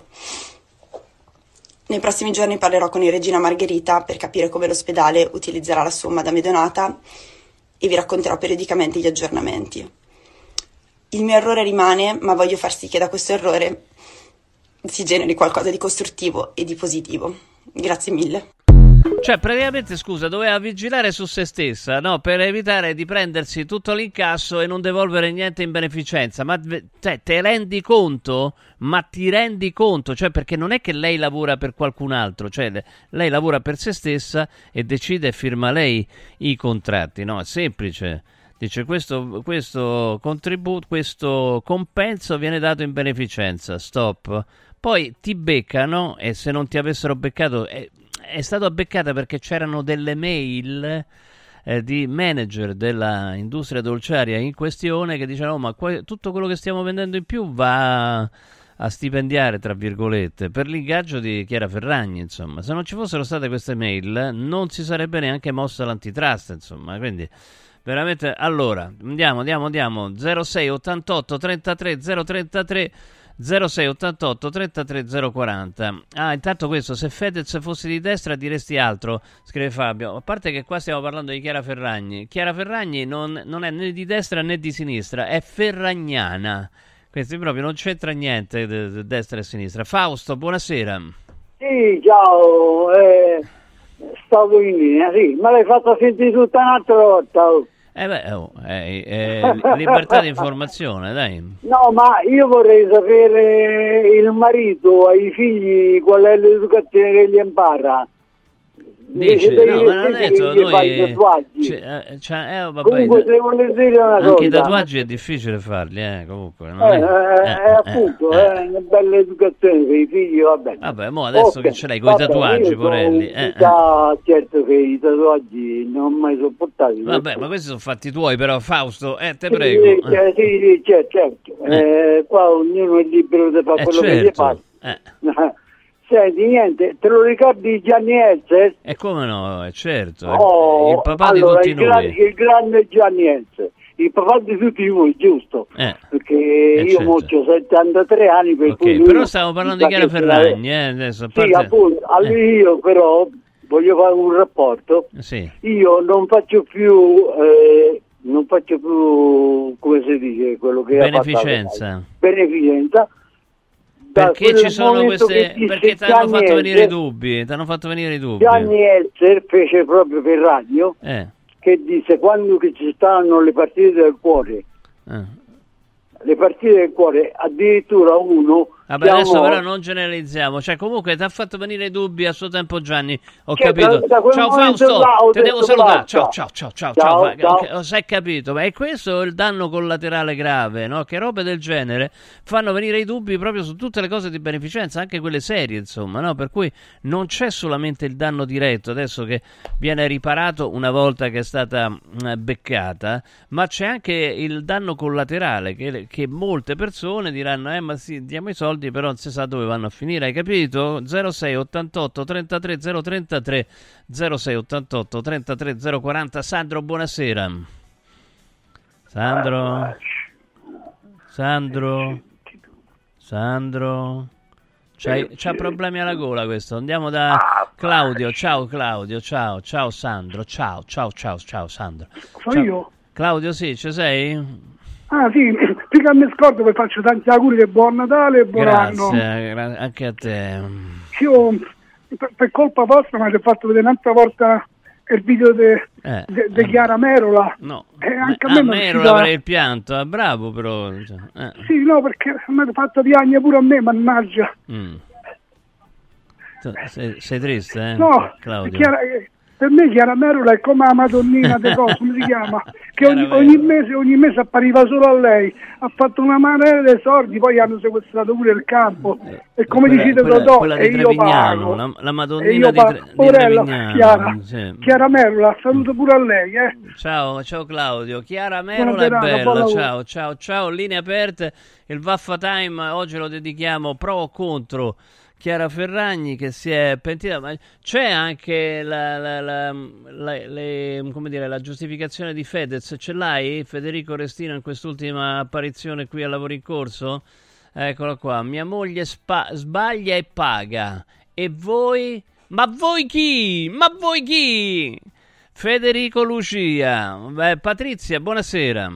Nei prossimi giorni parlerò con il Regina Margherita per capire come l'ospedale utilizzerà la somma da me donata e vi racconterò periodicamente gli aggiornamenti. Il mio errore rimane, ma voglio far sì che da questo errore si generi qualcosa di costruttivo e di positivo. Grazie mille. Cioè, praticamente, scusa, doveva vigilare su se stessa, no? Per evitare di prendersi tutto l'incasso e non devolvere niente in beneficenza. Ma cioè, te rendi conto? Ma ti rendi conto? Cioè, perché non è che lei lavora per qualcun altro, cioè lei lavora per se stessa e decide e firma lei i contratti, no? È semplice. Dice, questo, questo contributo, questo compenso viene dato in beneficenza, stop. Poi ti beccano, e se non ti avessero beccato... È, è stato beccata perché c'erano delle mail eh, di manager della industria dolciaria in questione che dicevano oh, ma qua, tutto quello che stiamo vendendo in più va a stipendiare, tra virgolette, per l'ingaggio di Chiara Ferragni, insomma. Se non ci fossero state queste mail non si sarebbe neanche mossa l'antitrust, insomma, quindi veramente. Allora, andiamo, andiamo, andiamo, zero sei ottantotto trentatré zero trentatré zero sei ottantotto trentatré zero quaranta. Ah, intanto questo, se Fedez fossi di destra diresti altro, scrive Fabio. A parte che qua stiamo parlando di Chiara Ferragni. Chiara Ferragni non, non è né di destra né di sinistra, è ferragnana. Questo proprio non c'entra niente di, di destra e sinistra. Fausto, buonasera. Sì, ciao, eh, stavo in linea, sì, ma l'hai fatta sentire tutta un'altra volta. Eh beh, oh, eh, eh, libertà di informazione, dai. No, ma io vorrei sapere il marito ai figli qual è l'educazione che gli impara. Dice, no, ma non è detto, noi... C'è, c'è, eh, vabbè, comunque se volevo dire una anche cosa. I tatuaggi è difficile farli, eh, comunque. Non eh, è, eh, eh, appunto, eh, è una bella educazione per i figli, va bene. Vabbè, mo adesso okay, che ce l'hai con i tatuaggi, porelli. Eh, già, eh. Certo che i tatuaggi non ho mai sopportati. Vabbè, perché... ma questi sono fatti tuoi, però, Fausto, eh, te sì, prego. Sì, eh. sì, sì, certo, certo. Eh. Eh, qua ognuno è libero di fare eh, quello certo. che gli fa. Eh. Senti, niente, te lo ricordi Gianni Elze? E come no, è certo, oh, il papà allora, di tutti il noi. Grande, il grande Gianni Elze. il papà di tutti voi, giusto? Eh. Perché Eh, io certo. ho settantatré anni, per Ok, cui però uno stiamo parlando sa di Chiara che- Ferragni, eh, adesso, a Sì, parte- appunto, allora Eh. io però voglio fare un rapporto. Sì. Io non faccio più, eh, non faccio più, come si dice, quello che ha fatto Beneficenza. beneficenza. Da Perché quel ci sono momento queste... che disse Perché ti hanno fatto Gianni venire i Elser- dubbi, ti hanno fatto venire i dubbi. Gianni Elser fece proprio per radio, Eh, che disse quando che ci stanno le partite del cuore, eh. le partite del cuore, addirittura uno Vabbè, chiamò- adesso però non generalizziamo, cioè comunque ti ha fatto venire i dubbi a suo tempo Gianni, ho Cioè, capito. da- da quel Ciao momento Fausto, là ho ti devo detto salutare. basta. Ciao, ciao, ciao, ciao, Ciao, ciao. va- ciao. ok, ho sai capito, ma è questo il danno collaterale grave, no? Che robe del genere fanno venire i dubbi proprio su tutte le cose di beneficenza, anche quelle serie, insomma, no? Per cui non c'è solamente il danno diretto, adesso che viene riparato una volta che è stata eh, beccata, ma c'è anche il danno collaterale che, che molte persone diranno eh ma sì, diamo i soldi però non si sa dove vanno a finire, hai capito? zero sei ottantotto trentatré zero trentatré zero sei ottantotto trentatré zero quaranta. Sandro, buonasera. Sandro? Sandro? Sandro? C'hai, c'ha problemi alla gola questo. Andiamo da Claudio. Ciao Claudio, ciao, ciao Sandro, ciao, ciao, ciao, ciao Sandro. So Ciao. io? Claudio, sì, ci sei? Ah sì, prima mi scordo che faccio tanti auguri di buon Natale e buon anno. Grazie, gra- anche a te. Io, per, per colpa vostra, mi avete fatto vedere un'altra volta il video di Eh, eh. Chiara Merola. No. E anche a Ah, me non Mero si dà- l'avrei pianto, è bravo però. cioè, eh. Sì, no, perché mi avete fatto piangere pure a me, mannaggia. Mm. Tu sei, sei triste, eh? No, Claudio? Chiara- eh, per me Chiara Merola è come la Madonnina de cose, come si chiama? Che ogni, Chiara ogni mese, ogni mese appariva solo a lei, ha fatto una marea di soldi, poi hanno sequestrato pure il campo. E come Quella- dicete quella- Totò, quella di e io Trevignano, pago. la, la E Madonnina io di, pago. Tre- di Porella, Trevignano. Chiara, sì. Chiara Merola, saluto pure a lei, eh. Ciao, ciao Claudio. Chiara Buona Merola è serata, buon bella. lavoro. Ciao, ciao, ciao. Linee aperte. Il Vaffa Time oggi lo dedichiamo pro o contro Chiara Ferragni che si è pentita, ma c'è anche la, la, la, la- le- come dire, la giustificazione di Fedez. Ce l'hai, Federico Restino, in quest'ultima apparizione qui a Lavori in Corso? Eccola qua. Mia moglie spa- sbaglia e paga. E voi? Ma voi chi? Ma voi chi? Federico Lucia. Beh, Patrizia, buonasera.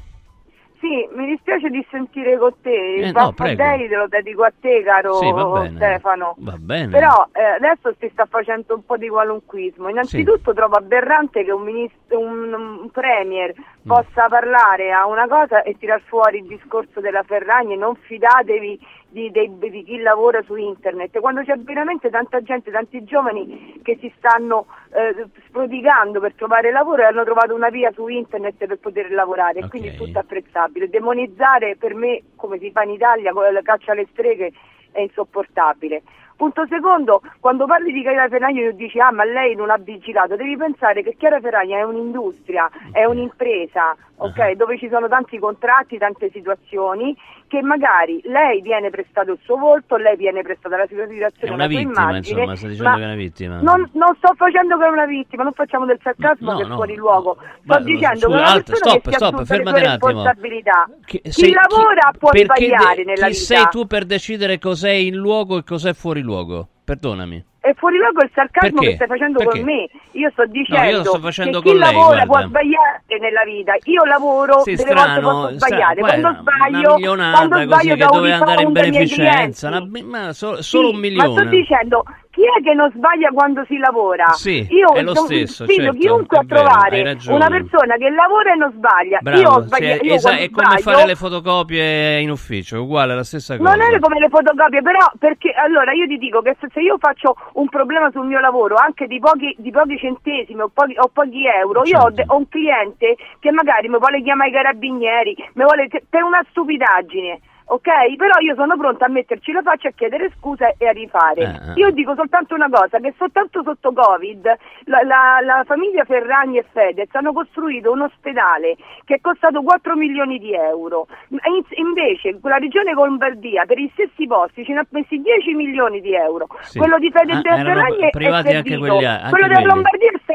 Sì, mi dispiace di sentire con te, il Eh, no, Vaffa prego. Day te lo dedico a te, caro Sì, va bene. Stefano. Va bene. Però eh, adesso si sta facendo un po' di qualunquismo. Innanzitutto trovo aberrante che un, ministro, un, un premier Mm. possa parlare a una cosa e tirar fuori il discorso della Ferragni. Non fidatevi di, dei- di chi lavora su internet, quando c'è veramente tanta gente, tanti giovani che si stanno eh, sprodigando per trovare lavoro e hanno trovato una via su internet per poter lavorare, e quindi è tutto apprezzabile. Demonizzare per me, come si fa in Italia con la caccia alle streghe, è insopportabile. Punto secondo, quando parli di Chiara Ferragni e dici ah ma lei non ha vigilato, devi pensare che Chiara Ferragni è un'industria, è un'impresa, ok? Dove ci sono tanti contratti, tante situazioni che magari lei viene prestato il suo volto, lei viene prestata la situazione, È una la sua vittima, immagine, insomma, sta dicendo ma che è una vittima. non, non sto facendo che è una vittima, non facciamo del sarcasmo No, che è no, fuori luogo, sto Ma, dicendo scusa, che è una alt- persona stop, che si stop, assume le fermati sue un attimo. responsabilità. Che- Chi sei- lavora può perché sbagliare de- nella chi vita. sei tu per decidere cos'è in luogo e cos'è fuori luogo? Perdonami. È fuori luogo il sarcasmo Perché? che stai facendo Perché? con me. Io sto dicendo No, io lo sto facendo che chi con lei, lavora guarda. può sbagliare nella vita. Io lavoro, Sì, delle volte strano, posso sta- sbagliare. qua è Quando una- sbaglio, una milionata quando così sbaglio che do un doveva andare in rifund ai miei beneficenza, clienti. una- ma so- solo Sì, un ma sto milione. dicendo, chi è che non sbaglia quando si lavora? Sì, Io è lo non- stesso, sfido certo, chiunque è a vero, hai trovare ragione. una persona che lavora e non sbaglia. Bravo, io ho sì, sbagliato, è, io esa- quando è come sbaglio- fare le fotocopie in ufficio, uguale, la stessa cosa. non è come le fotocopie, però perché allora io ti dico che se, se io faccio un problema sul mio lavoro, anche di pochi, di pochi centesimi o pochi, o pochi euro, io ho, de- ho un cliente che magari mi vuole chiamare i carabinieri, mi vuole per una stupidaggine. Ok? Però io sono pronta a metterci la faccia, a chiedere scusa e a rifare. Eh, eh. Io dico soltanto una cosa, che soltanto sotto Covid la, la, la famiglia Ferragni e Fedez hanno costruito un ospedale che è costato quattro milioni di euro. In- invece la regione Lombardia per gli stessi posti ce ne ha messi dieci milioni di euro. Sì. Quello di Fedez Ah, e erano Ferragni è privati anche servito. quelli- anche Quello quelli. della Lombardia è stato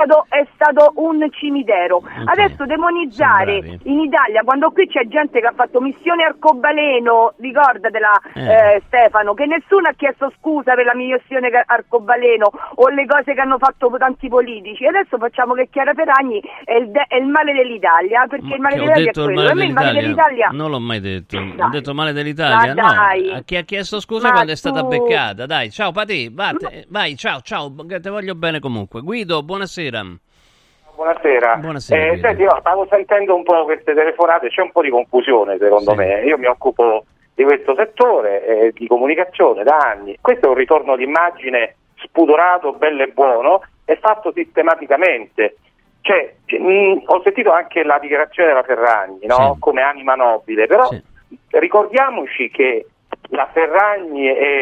stato, è stato un cimitero. Okay. Adesso demonizzare in Italia, quando qui c'è gente che ha fatto missione arcobaleno, ricordatela Eh. eh, Stefano, che nessuno ha chiesto scusa per la missione arcobaleno o le cose che hanno fatto tanti politici. E adesso facciamo che Chiara Ferragni è il, de- è il male dell'Italia, perché il male Che ho dell'Italia è detto il quello. male A me il male dell'Italia? dell'Italia... Non l'ho mai detto. Dai. Ho detto male dell'Italia? Ma No. dai. A chi ha chiesto scusa Ma quando è stata tu- beccata. Dai, ciao Pati, vai, vai, ciao, ciao, te voglio bene comunque. Guido, buonasera. Buonasera. Buonasera, Eh, Guido. senti, io stavo sentendo un po' queste telefonate, c'è un po' di confusione secondo Sì. me. Io mi occupo di questo settore eh, di comunicazione da anni. Questo è un ritorno d'immagine spudorato, bello e buono, è fatto sistematicamente. Cioè, mh, ho sentito anche la dichiarazione della Ferragni, no? Sì. Come anima nobile, però Sì. ricordiamoci che la Ferragni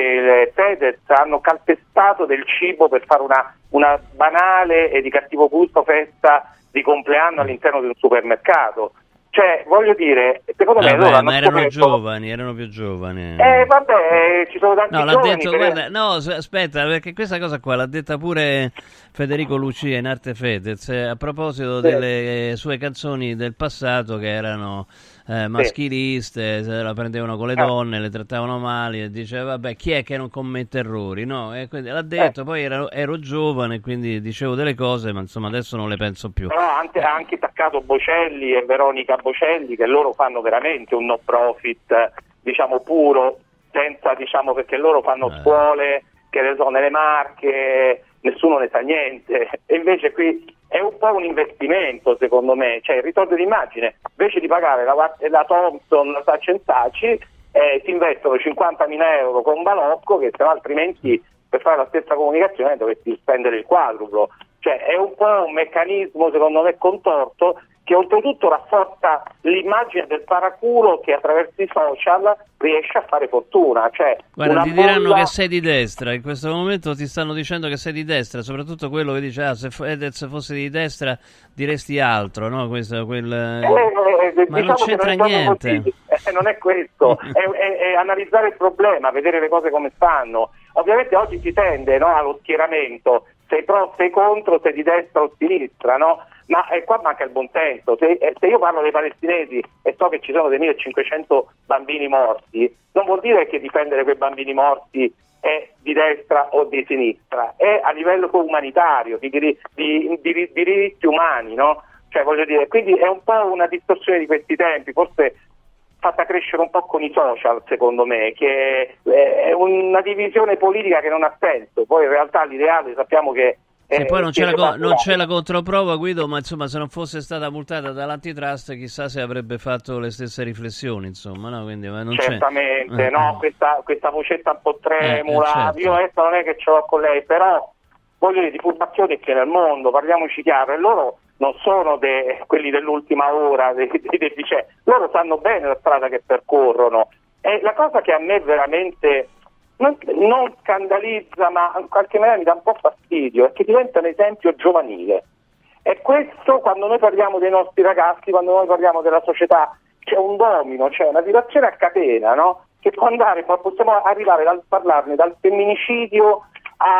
e Fedez hanno calpestato del cibo per fare una, una banale e di cattivo gusto festa di compleanno all'interno di un supermercato. Cioè, voglio dire, secondo me Vabbè, loro hanno ma erano scoperto... giovani, erano più giovani. Eh, vabbè, ci sono tanti No, l'ha giovani detto, che- guarda, no, s- aspetta, perché questa cosa qua l'ha detta pure Federico Lucia in Arte Fedez, eh, a proposito Sì. delle eh, sue canzoni del passato che erano eh, maschiliste, se la prendevano con le Ah. donne, le trattavano male, e diceva, vabbè, chi è che non commette errori, no? E quindi l'ha detto, poi ero, ero giovane, quindi dicevo delle cose, ma insomma adesso non le penso più. Però ha anche, ha anche attaccato Bocelli e Veronica Bocelli, che loro fanno veramente un no profit, diciamo puro, senza, diciamo, perché loro fanno Eh. scuole che ne so, nelle Marche, nessuno ne sa niente, e invece qui è un po' un investimento secondo me, cioè il ritorno d'immagine, invece di pagare la, la Thompson, la Saatchi and Saatchi, eh, si investono cinquantamila euro con un balocco che se no altrimenti per fare la stessa comunicazione dovresti spendere il quadruplo. Cioè è un po' un meccanismo secondo me contorto che oltretutto rafforza l'immagine del paraculo che attraverso i social riesce a fare fortuna. Cioè, Guarda, una ti diranno bolla- che sei di destra, in questo momento ti stanno dicendo che sei di destra, soprattutto quello che dice, ah, se Fedez fosse di destra diresti altro, no? Questo, quel... Eh, eh, eh, Ma diciamo non che c'entra è proprio niente. così. Eh, non è questo, è, è- è analizzare il problema, vedere le cose come stanno. Ovviamente oggi si tende, no, allo schieramento, sei pro, sei contro, sei di destra o sinistra, no? Ma eh, qua manca il buonsenso. Se, eh, se io parlo dei palestinesi e so che ci sono dei millecinquecento bambini morti, non vuol dire che difendere quei bambini morti è di destra o di sinistra, è a livello umanitario, di, diri- di- di- di diritti umani, no? Cioè, voglio dire, quindi è un po' una distorsione di questi tempi, forse fatta crescere un po' con i social, secondo me, che è una divisione politica che non ha senso. Poi in realtà l'ideale sappiamo che Se eh, poi non c'è, la, che co- si non fa- c'è la controprova, Guido, ma insomma se non fosse stata multata dall'antitrust chissà se avrebbe fatto le stesse riflessioni, insomma, no? Quindi, ma non c'è... certamente, Eh, no? Questa, questa vocetta un po' tremula, Eh, eh, certo. io adesso non è che ce l'ho con lei, però voglio dire, di turbazioni che nel mondo, parliamoci chiaro, e loro non sono de- quelli dell'ultima ora, dei, dei deficienti, loro sanno bene la strada che percorrono. E la cosa che a me veramente non, non scandalizza, ma in qualche maniera mi dà un po' fastidio, è che diventa un esempio giovanile. E questo, quando noi parliamo dei nostri ragazzi, quando noi parliamo della società, c'è un domino, c'è una situazione a catena, no? Che può andare, possiamo arrivare dal parlarne dal femminicidio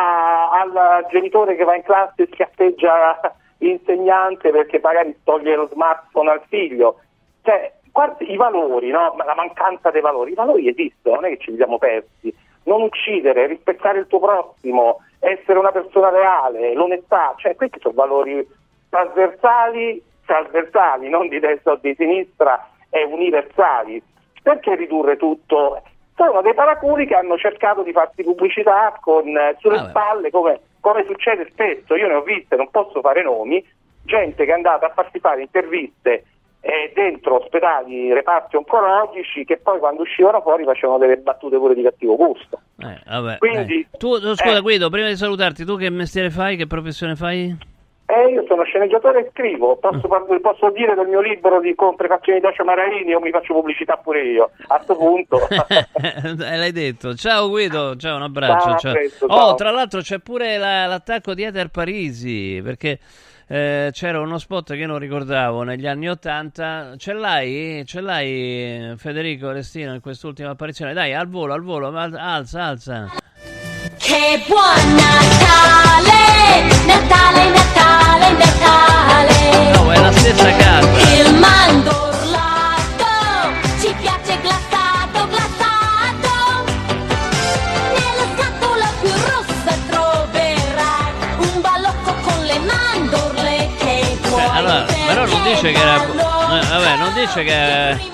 a- al genitore che va in classe e schiaffeggia l'insegnante perché magari toglie lo smartphone al figlio. Cioè, guardi, i valori, no? Ma la mancanza dei valori, i valori esistono, non è che ci li siamo persi. Non uccidere, rispettare il tuo prossimo, essere una persona reale, l'onestà, cioè questi sono valori trasversali, trasversali, non di destra o di sinistra, e universali. Perché ridurre tutto? Sono dei paraculi che hanno cercato di farsi pubblicità con eh, sulle Vabbè. spalle, come, come succede spesso. Io ne ho viste, non posso fare nomi, gente che è andata a farsi fare interviste eh, dentro ospedali, reparti oncologici, che poi quando uscivano fuori facevano delle battute pure di cattivo gusto. Eh, vabbè, Quindi, eh. Tu, tu, scusa eh. Guido, prima di salutarti, tu che mestiere fai, che professione fai? Eh, io sono sceneggiatore e scrivo, posso, par- posso dire del mio libro di con prefazioni di Dacio Maraini, o mi faccio pubblicità pure io, a sto punto. Eh, l'hai detto. Ciao Guido, ciao, un abbraccio. Ciao, a ciao. presto, Oh, ciao. tra l'altro c'è pure la- l'attacco di Ether Parisi, perché eh, c'era uno spot che io non ricordavo negli anni Ottanta. Ce l'hai? Ce l'hai Federico Restino in quest'ultima apparizione? Dai, al volo, al volo, al- alza, alza. Che buon Natale, Natale, Natale, le mandorle che puoi Cioè, allora, però non dice che era. eh, Vabbè, non dice che.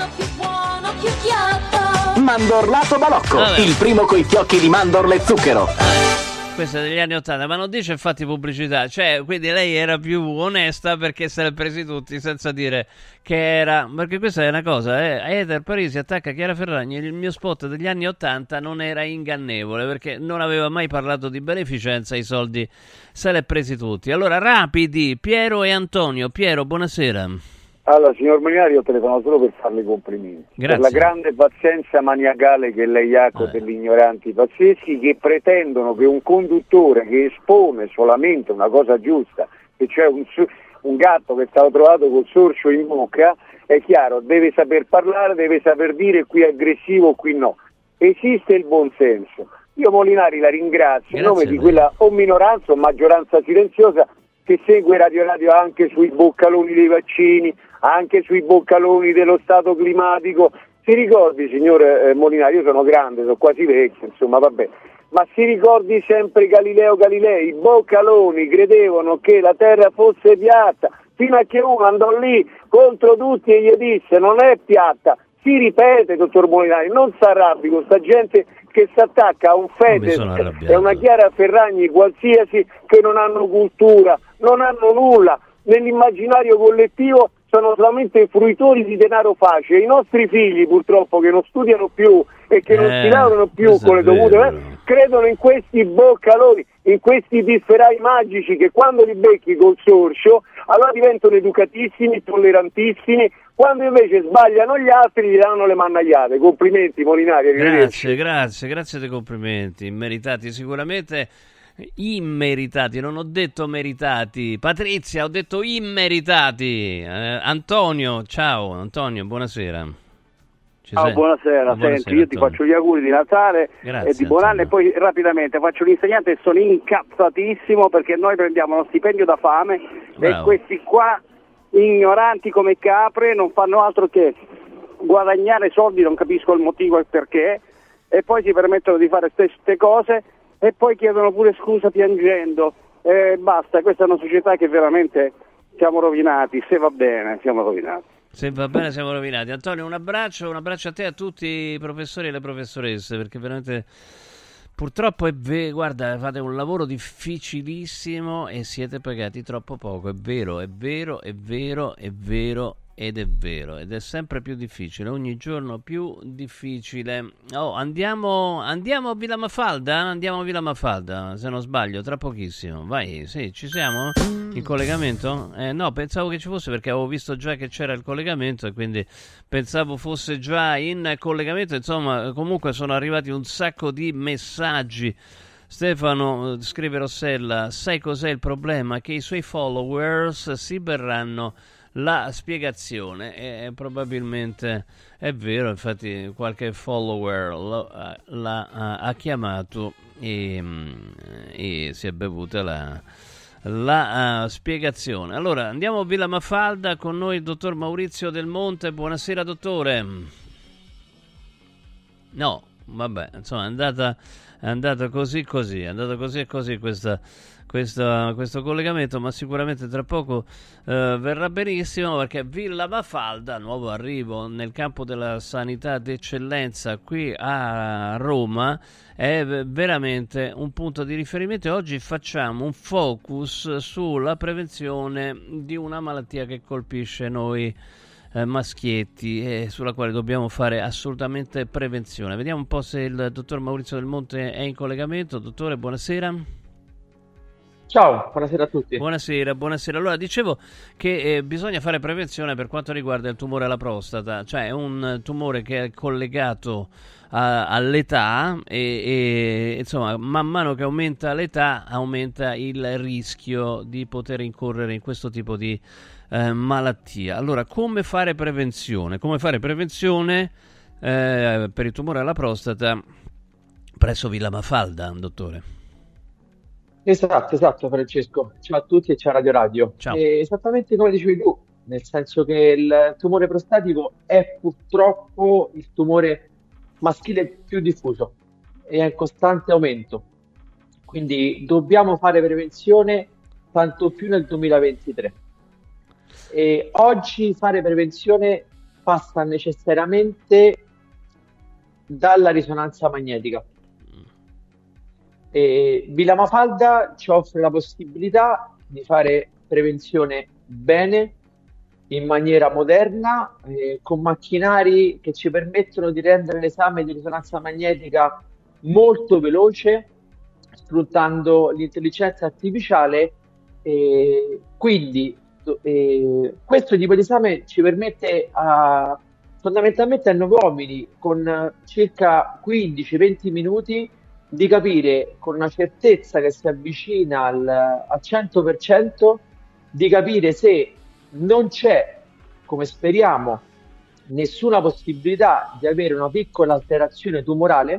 Mandorlato Balocco, Vabbè. il primo coi fiocchi di mandorle e zucchero. Questa è degli anni ottanta, ma non dice infatti pubblicità. Cioè, quindi lei era più onesta perché se l'è presi tutti senza dire che era. Perché questa è una cosa, eh. Ether Parisi attacca Chiara Ferragni. Il mio spot degli anni ottanta non era ingannevole perché non aveva mai parlato di beneficenza. I soldi se l'è presi tutti. Allora, rapidi, Piero e Antonio. Piero, buonasera. Allora, signor Molinari, io telefono solo per farle i complimenti. Grazie. Per la grande pazienza maniacale che lei ha con Eh. degli ignoranti pazzeschi che pretendono che un conduttore che espone solamente una cosa giusta, che c'è un, su- un gatto che è stato trovato col sorcio in bocca, è chiaro, deve saper parlare, deve saper dire qui è aggressivo, qui no. Esiste il buonsenso. Io Molinari la ringrazio in nome di quella o minoranza o maggioranza silenziosa che segue Radio Radio anche sui boccaloni dei vaccini, anche sui boccaloni dello stato climatico. Si ricordi, signor eh, Molinari, io sono grande, sono quasi vecchio, insomma, vabbè, ma si ricordi sempre Galileo Galilei, i boccaloni credevano che la terra fosse piatta, fino a che uno andò lì contro tutti e gli disse non è piatta. Si ripete, dottor Molinari, non si arrabbi con sta gente che si attacca a un Fedez e a una Chiara Ferragni qualsiasi che non hanno cultura, non hanno nulla, nell'immaginario collettivo sono solamente fruitori di denaro facile. I nostri figli purtroppo che non studiano più e che non Eh, si laureano più questo con è le dovute vero. eh, credono in questi boccaloni, in questi differai magici che quando li becchi col sorcio allora diventano educatissimi, tollerantissimi, quando invece sbagliano gli altri gli danno le mannagliate. Complimenti Molinari, arrivederci. Grazie, grazie, grazie dei complimenti. Meritati sicuramente, immeritati, non ho detto meritati. Patrizia, ho detto immeritati. Eh, Antonio, ciao Antonio, buonasera. Ci Ciao, sei? buonasera, Buonasera, senti, io ti Antonio. faccio gli auguri di Natale Grazie, e di buon anno e poi rapidamente faccio l'insegnante e sono incazzatissimo perché noi prendiamo uno stipendio da fame Bravo. e questi qua ignoranti come capre non fanno altro che guadagnare soldi, non capisco il motivo e il perché, e poi si permettono di fare queste cose e poi chiedono pure scusa piangendo. E basta, questa è una società che veramente siamo rovinati, se va bene siamo rovinati. Se va bene siamo rovinati. Antonio, un abbraccio, un abbraccio a te e a tutti i professori e le professoresse, perché veramente purtroppo è vero, guarda, fate un lavoro difficilissimo e siete pagati troppo poco, è vero, è vero, è vero, è vero ed è vero, ed è sempre più difficile, ogni giorno più difficile. Oh, andiamo, andiamo a Villa Mafalda, andiamo a Villa Mafalda, se non sbaglio, tra pochissimo. Vai, sì, ci siamo? In collegamento? Eh, no, pensavo che ci fosse perché avevo visto già che c'era il collegamento e quindi pensavo fosse già in collegamento. Insomma, comunque sono arrivati un sacco di messaggi. Stefano, scrive Rossella, sai cos'è il problema? Che i suoi followers si berranno la spiegazione e probabilmente è vero, infatti qualche follower lo, la, ha, ha chiamato e, e si è bevuta la, la uh, spiegazione. Allora andiamo a Villa Mafalda, con noi il dottor Maurizio Del Monte. Buonasera dottore. No, vabbè, insomma è andata, è andata così così, è andata così e così questa Questo, questo collegamento, ma sicuramente tra poco eh, verrà benissimo, perché Villa Mafalda, nuovo arrivo nel campo della sanità d'eccellenza qui a Roma, è veramente un punto di riferimento e oggi facciamo un focus sulla prevenzione di una malattia che colpisce noi eh, maschietti e sulla quale dobbiamo fare assolutamente prevenzione. Vediamo un po' se il dottor Maurizio Del Monte è in collegamento. Dottore, buonasera. Ciao, buonasera a tutti. Buonasera, buonasera. Allora, dicevo che eh, bisogna fare prevenzione per quanto riguarda il tumore alla prostata, cioè è un tumore che è collegato a, all'età e, e insomma, man mano che aumenta l'età aumenta il rischio di poter incorrere in questo tipo di eh, malattia. Allora, come fare prevenzione? Come fare prevenzione eh, per il tumore alla prostata presso Villa Mafalda, dottore? Esatto, esatto Francesco. Ciao a tutti e ciao Radio Radio. Ciao. E esattamente come dicevi tu, nel senso che il tumore prostatico è purtroppo il tumore maschile più diffuso e è in costante aumento. Quindi dobbiamo fare prevenzione tanto più nel duemilaventitré. E oggi fare prevenzione passa necessariamente dalla risonanza magnetica. E Villa Mafalda ci offre la possibilità di fare prevenzione bene, in maniera moderna, eh, con macchinari che ci permettono di rendere l'esame di risonanza magnetica molto veloce, sfruttando l'intelligenza artificiale. Eh, quindi eh, questo tipo di esame ci permette a, fondamentalmente a noi uomini, con circa quindici venti minuti, di capire con una certezza che si avvicina al, al cento per cento, di capire se non c'è, come speriamo, nessuna possibilità di avere una piccola alterazione tumorale,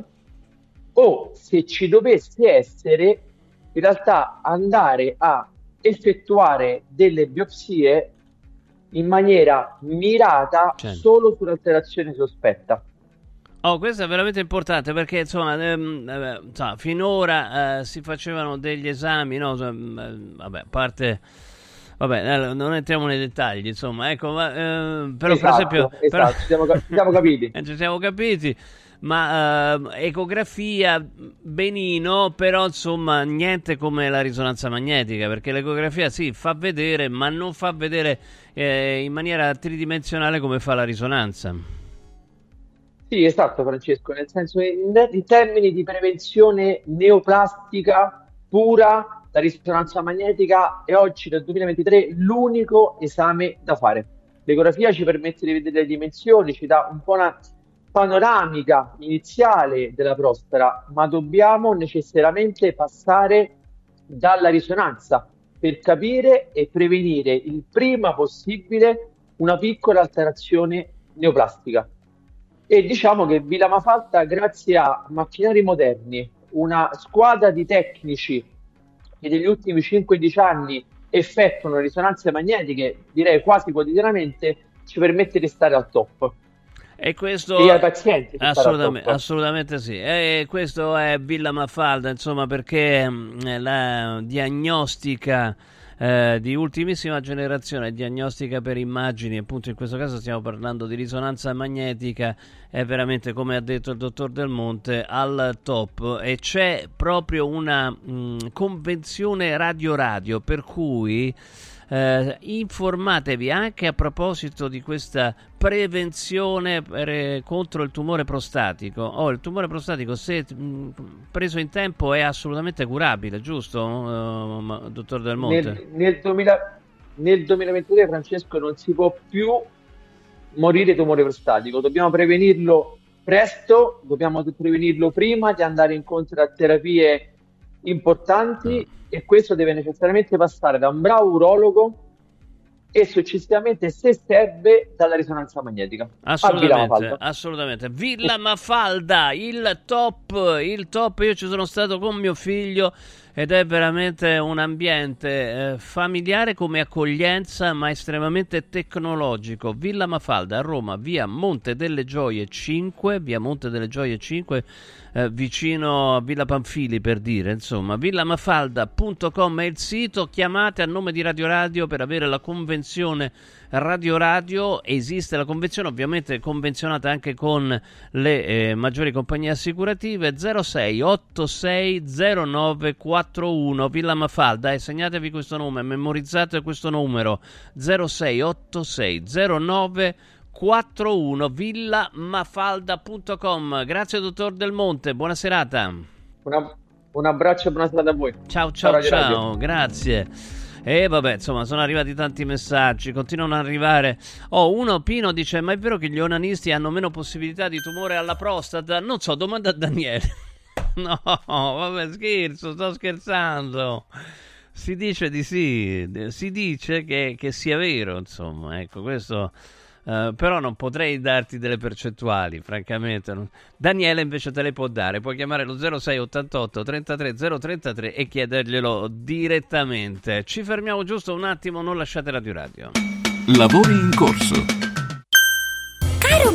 o se ci dovesse essere, in realtà andare a effettuare delle biopsie in maniera mirata, certo, solo sull'alterazione sospetta. Oh, questo è veramente importante, perché insomma, ehm, eh, insomma finora eh, si facevano degli esami, no? Vabbè, a parte, vabbè, non entriamo nei dettagli, insomma, ecco, ma, eh, però esatto, per esempio, esatto, però, ci siamo, ci siamo capiti, ci siamo capiti, ma eh, ecografia benino, però insomma niente come la risonanza magnetica, perché l'ecografia sì fa vedere, ma non fa vedere eh, in maniera tridimensionale come fa la risonanza. Sì, esatto, Francesco, nel senso che in, in termini di prevenzione neoplastica pura, la risonanza magnetica è oggi nel duemilaventitré l'unico esame da fare. L'ecografia ci permette di vedere le dimensioni, ci dà un po' una panoramica iniziale della prostata, ma dobbiamo necessariamente passare dalla risonanza per capire e prevenire il prima possibile una piccola alterazione neoplastica. E diciamo che Villa Mafalda, grazie a macchinari moderni, una squadra di tecnici che negli ultimi cinque dieci anni effettuano risonanze magnetiche, direi quasi quotidianamente, ci permette di stare al top. E questo e ai pazienti assolutamente, assolutamente sì. E questo è Villa Mafalda, insomma, perché mh, la diagnostica eh, di ultimissima generazione, diagnostica per immagini, appunto in questo caso stiamo parlando di risonanza magnetica, è veramente, come ha detto il dottor Del Monte, al top, e c'è proprio una mh, convenzione radio-radio, per cui Eh, informatevi anche a proposito di questa prevenzione per, eh, contro il tumore prostatico. Oh, il tumore prostatico, se mh, preso in tempo, è assolutamente curabile, giusto, uh, dottor Del Monte? Nel, nel, duemila, nel duemilaventitré, Francesco, non si può più morire di tumore prostatico, dobbiamo prevenirlo presto, dobbiamo prevenirlo prima di andare incontro a terapie importanti, e questo deve necessariamente passare da un bravo urologo e successivamente, se serve, dalla risonanza magnetica. Assolutamente, assolutamente. Villa Mafalda, il top, il top. Io ci sono stato con mio figlio ed è veramente un ambiente eh, familiare come accoglienza, ma estremamente tecnologico. Villa Mafalda a Roma, via Monte delle Gioie cinque, via Monte delle Gioie cinque, eh, vicino a Villa Pamphili, per dire, insomma. villamafalda punto com è il sito. Chiamate a nome di Radio Radio per avere la convenzione Radio Radio. Esiste la convenzione, ovviamente convenzionata anche con le eh, maggiori compagnie assicurative. Zero sei otto sei zero nove quattro uno Villa Mafalda, e segnatevi questo nome, memorizzate questo numero: zero sei otto sei zero nove quattro uno, villamafalda punto com. Grazie dottor Del Monte, buona serata. Una, un abbraccio e buona serata a voi. Ciao ciao ciao, ciao. Grazie. E vabbè, insomma, sono arrivati tanti messaggi, continuano ad arrivare. Oh, uno, Pino, dice: ma è vero che gli onanisti hanno meno possibilità di tumore alla prostata? Non so, domanda a Daniele. No, vabbè, scherzo, sto scherzando. Si dice di sì, si dice che, che sia vero, insomma, ecco, questo... Uh, però non potrei darti delle percentuali, francamente. Non... Daniele invece te le può dare. Puoi chiamare lo zero sei ottantotto trentatré zero trentatré e chiederglielo direttamente. Ci fermiamo giusto un attimo, non lasciate Radio Radio. Lavori in corso. Caro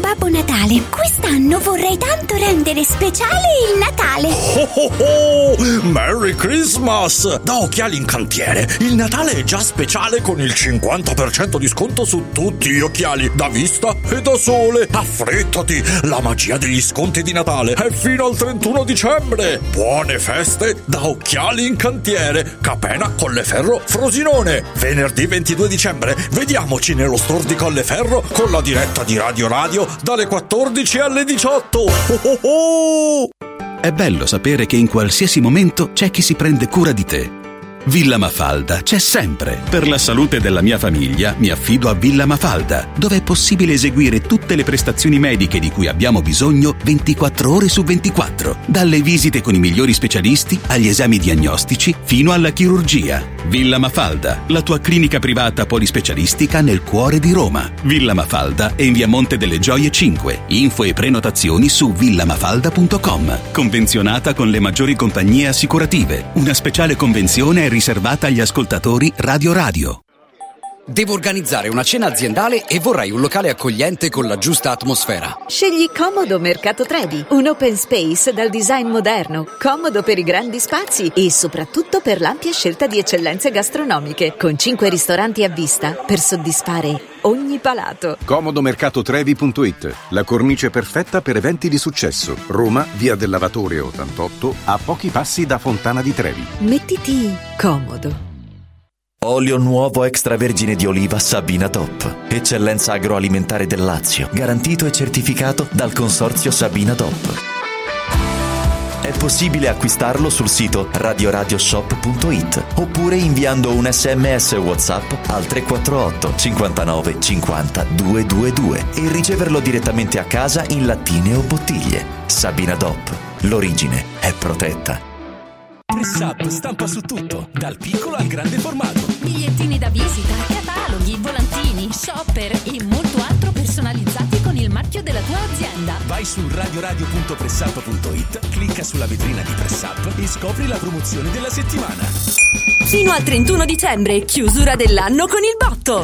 Babbo Natale, quest'anno vorrei tanto rendere speciale il Natale. Oh oh oh! Merry Christmas! Da Occhiali in Cantiere, il Natale è già speciale con il cinquanta per cento di sconto su tutti gli occhiali, da vista e da sole. Affrettati! La magia degli sconti di Natale è fino al trentuno dicembre. Buone feste da Occhiali in Cantiere, Capena, Colleferro, Frosinone. Venerdì ventidue dicembre, vediamoci nello store di Colleferro con la diretta di Radio Radio dalle quattordici alle diciotto. Oh oh oh! È bello sapere che in qualsiasi momento c'è chi si prende cura di te. Villa Mafalda c'è sempre. Per la salute della mia famiglia mi affido a Villa Mafalda, dove è possibile eseguire tutte le prestazioni mediche di cui abbiamo bisogno ventiquattro ore su ventiquattro, dalle visite con i migliori specialisti agli esami diagnostici fino alla chirurgia. Villa Mafalda, la tua clinica privata polispecialistica nel cuore di Roma. Villa Mafalda è in via Monte delle Gioie cinque. Info e prenotazioni su villamafalda punto com. Convenzionata con le maggiori compagnie assicurative. Una speciale convenzione è riservata agli ascoltatori Radio Radio. Devo organizzare una cena aziendale e vorrei un locale accogliente con la giusta atmosfera. Scegli Comodo Mercato Trevi, un open space dal design moderno, comodo per i grandi spazi e soprattutto per l'ampia scelta di eccellenze gastronomiche, con cinque ristoranti a vista per soddisfare ogni palato. Comodomercatotrevi punto it, la cornice perfetta per eventi di successo. Roma, via del Lavatore ottantotto, a pochi passi da Fontana di Trevi. Mettiti comodo. Olio nuovo extravergine di oliva Sabina Top. Eccellenza agroalimentare del Lazio. Garantito e certificato dal consorzio Sabina Top. È possibile acquistarlo sul sito radioradioshop punto it oppure inviando un sms WhatsApp al tre quattro otto cinquantanove cinquanta duecentoventidue e riceverlo direttamente a casa in lattine o bottiglie. Sabina Dop. L'origine è protetta. Press-up stampa su tutto, dal piccolo al grande formato. Bigliettini da visita, cataloghi, volantini, shopper e molto altro personalizzati con il marchio della tua azienda. Vai su radioradio punto pressup punto it, clicca sulla vetrina di Press-up e scopri la promozione della settimana. Fino al trentuno dicembre, chiusura dell'anno con il botto.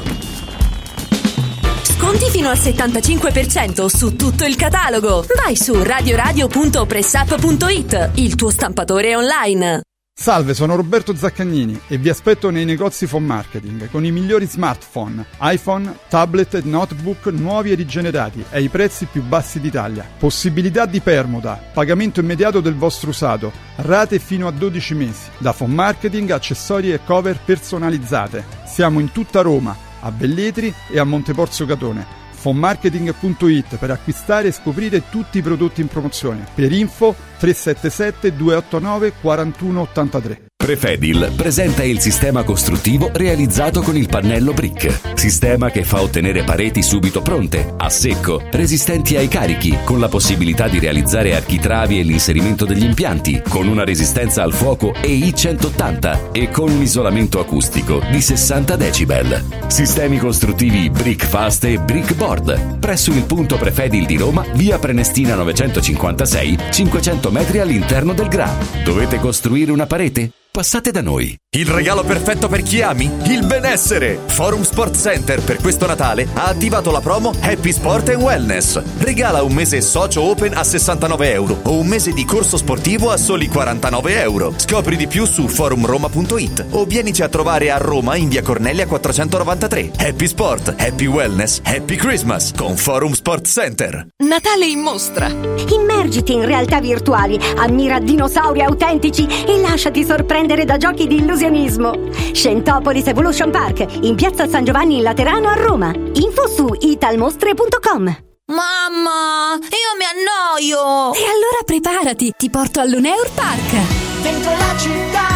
Sconti fino al settantacinque per cento su tutto il catalogo. Vai su radioradio punto pressup punto it, il tuo stampatore online. Salve, sono Roberto Zaccagnini e vi aspetto nei negozi Phone Marketing con i migliori smartphone, iPhone, tablet e notebook nuovi e rigenerati ai prezzi più bassi d'Italia. Possibilità di permuta, pagamento immediato del vostro usato, rate fino a dodici mesi. Da Phone Marketing, accessori e cover personalizzate. Siamo in tutta Roma, a Velletri e a Monteporzio Catone. phone marketing punto it per acquistare e scoprire tutti i prodotti in promozione. Per info tre sette sette due otto nove quattro uno otto tre. Prefedil presenta il sistema costruttivo realizzato con il pannello brick. Sistema che fa ottenere pareti subito pronte, a secco, resistenti ai carichi, con la possibilità di realizzare architravi e l'inserimento degli impianti, con una resistenza al fuoco E I centottanta e con un isolamento acustico di sessanta decibel. Sistemi costruttivi Brick Fast e Brick Board. Presso il punto Prefedil di Roma, via Prenestina novecentocinquantasei, cinquecento metri all'interno del Gra. Dovete costruire una parete? Passate da noi. Il regalo perfetto per chi ami? Il benessere! Forum Sport Center per questo Natale ha attivato la promo Happy Sport and Wellness. Regala un mese socio open a sessantanove euro o un mese di corso sportivo a soli quarantanove euro. Scopri di più su forum roma punto it o vienici a trovare a Roma in via Cornelia quattrocentonovantatré. Happy Sport, Happy Wellness, Happy Christmas con Forum Sport Center. Natale in mostra. Immergiti in realtà virtuali, ammira dinosauri autentici e lasciati sorprendere da giochi di illusionismo. Scientopolis Evolution Park in piazza San Giovanni in Laterano a Roma. Info su italmostre punto com. Mamma, io mi annoio. E allora preparati, ti porto all'Uneur Park. Dentro la città,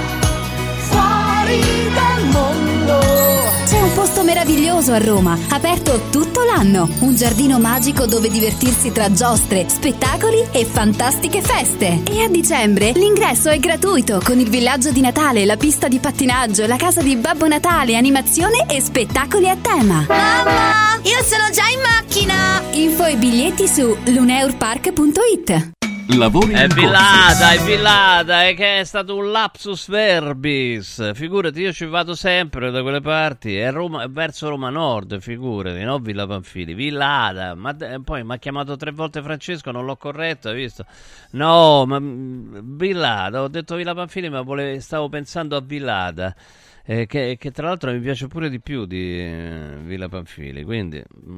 fuori dal mondo. C'è un posto meraviglioso a Roma, aperto tutto l'anno. Un giardino magico dove divertirsi tra giostre, spettacoli e fantastiche feste. E a dicembre l'ingresso è gratuito con il villaggio di Natale, la pista di pattinaggio, la casa di Babbo Natale, animazione e spettacoli a tema. Mamma, io sono già in macchina. Info e biglietti su luneur park punto it. lavori È in corso. Villada, è Villada, è che è stato un lapsus verbis. Figurati, io ci vado sempre da quelle parti, è Roma, è verso Roma Nord, figurati, no Villa Pamphili, Villada. Ma eh, poi mi ha chiamato tre volte Francesco, non l'ho corretto, hai visto? No, ma mh, Villada, ho detto Villa Pamphili, ma vole- stavo pensando a Villada. Eh, che, che tra l'altro mi piace pure di più di eh, Villa Pamphili, quindi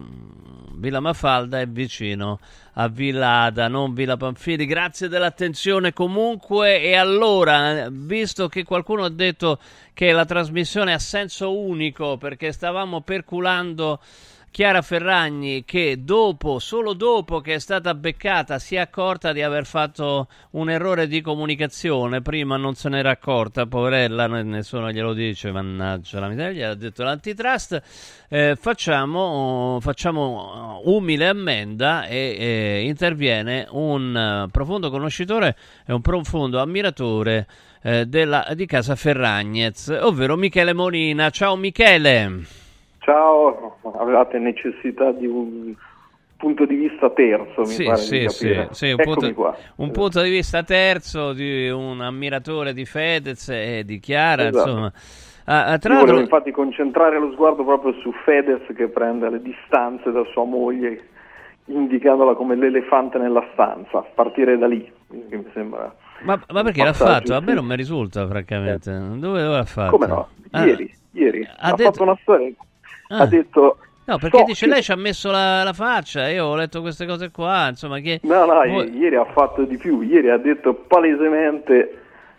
mh, Villa Mafalda è vicino a Villada, non Villa Pamphili. Grazie dell'attenzione comunque. E allora, visto che qualcuno ha detto che la trasmissione ha senso unico perché stavamo perculando Chiara Ferragni, che dopo, solo dopo che è stata beccata, si è accorta di aver fatto un errore di comunicazione. Prima non se n'era accorta, poverella, nessuno glielo dice, mannaggia la miseria, ha detto l'antitrust. Eh, facciamo, facciamo umile ammenda e, e interviene un uh, profondo conoscitore e un profondo ammiratore eh, della, di casa Ferragnez, ovvero Michele Molina. Ciao Michele. Ciao, avevate necessità di un punto di vista terzo, mi sì, pare sì, di capire. Sì, sì, un, Eccomi punto, qua. un punto di vista terzo di un ammiratore di Fedez e di Chiara, Esatto. insomma. Ah, tra Io l'altro... volevo infatti concentrare lo sguardo proprio su Fedez, che prende le distanze da sua moglie, indicandola come l'elefante nella stanza, a partire da lì, che mi sembra... Ma, ma perché l'ha fatto? A me non mi risulta, francamente. Dove, dove l'ha fatto? Come no? Ah. Ieri, ieri. Ha Ha, detto- fatto una storia... Ah. Ha detto... No, perché so dice che- lei ci ha messo la, la faccia, io ho letto queste cose qua, insomma, che... No, no, Voi- i- ieri ha fatto di più, ieri ha detto palesemente,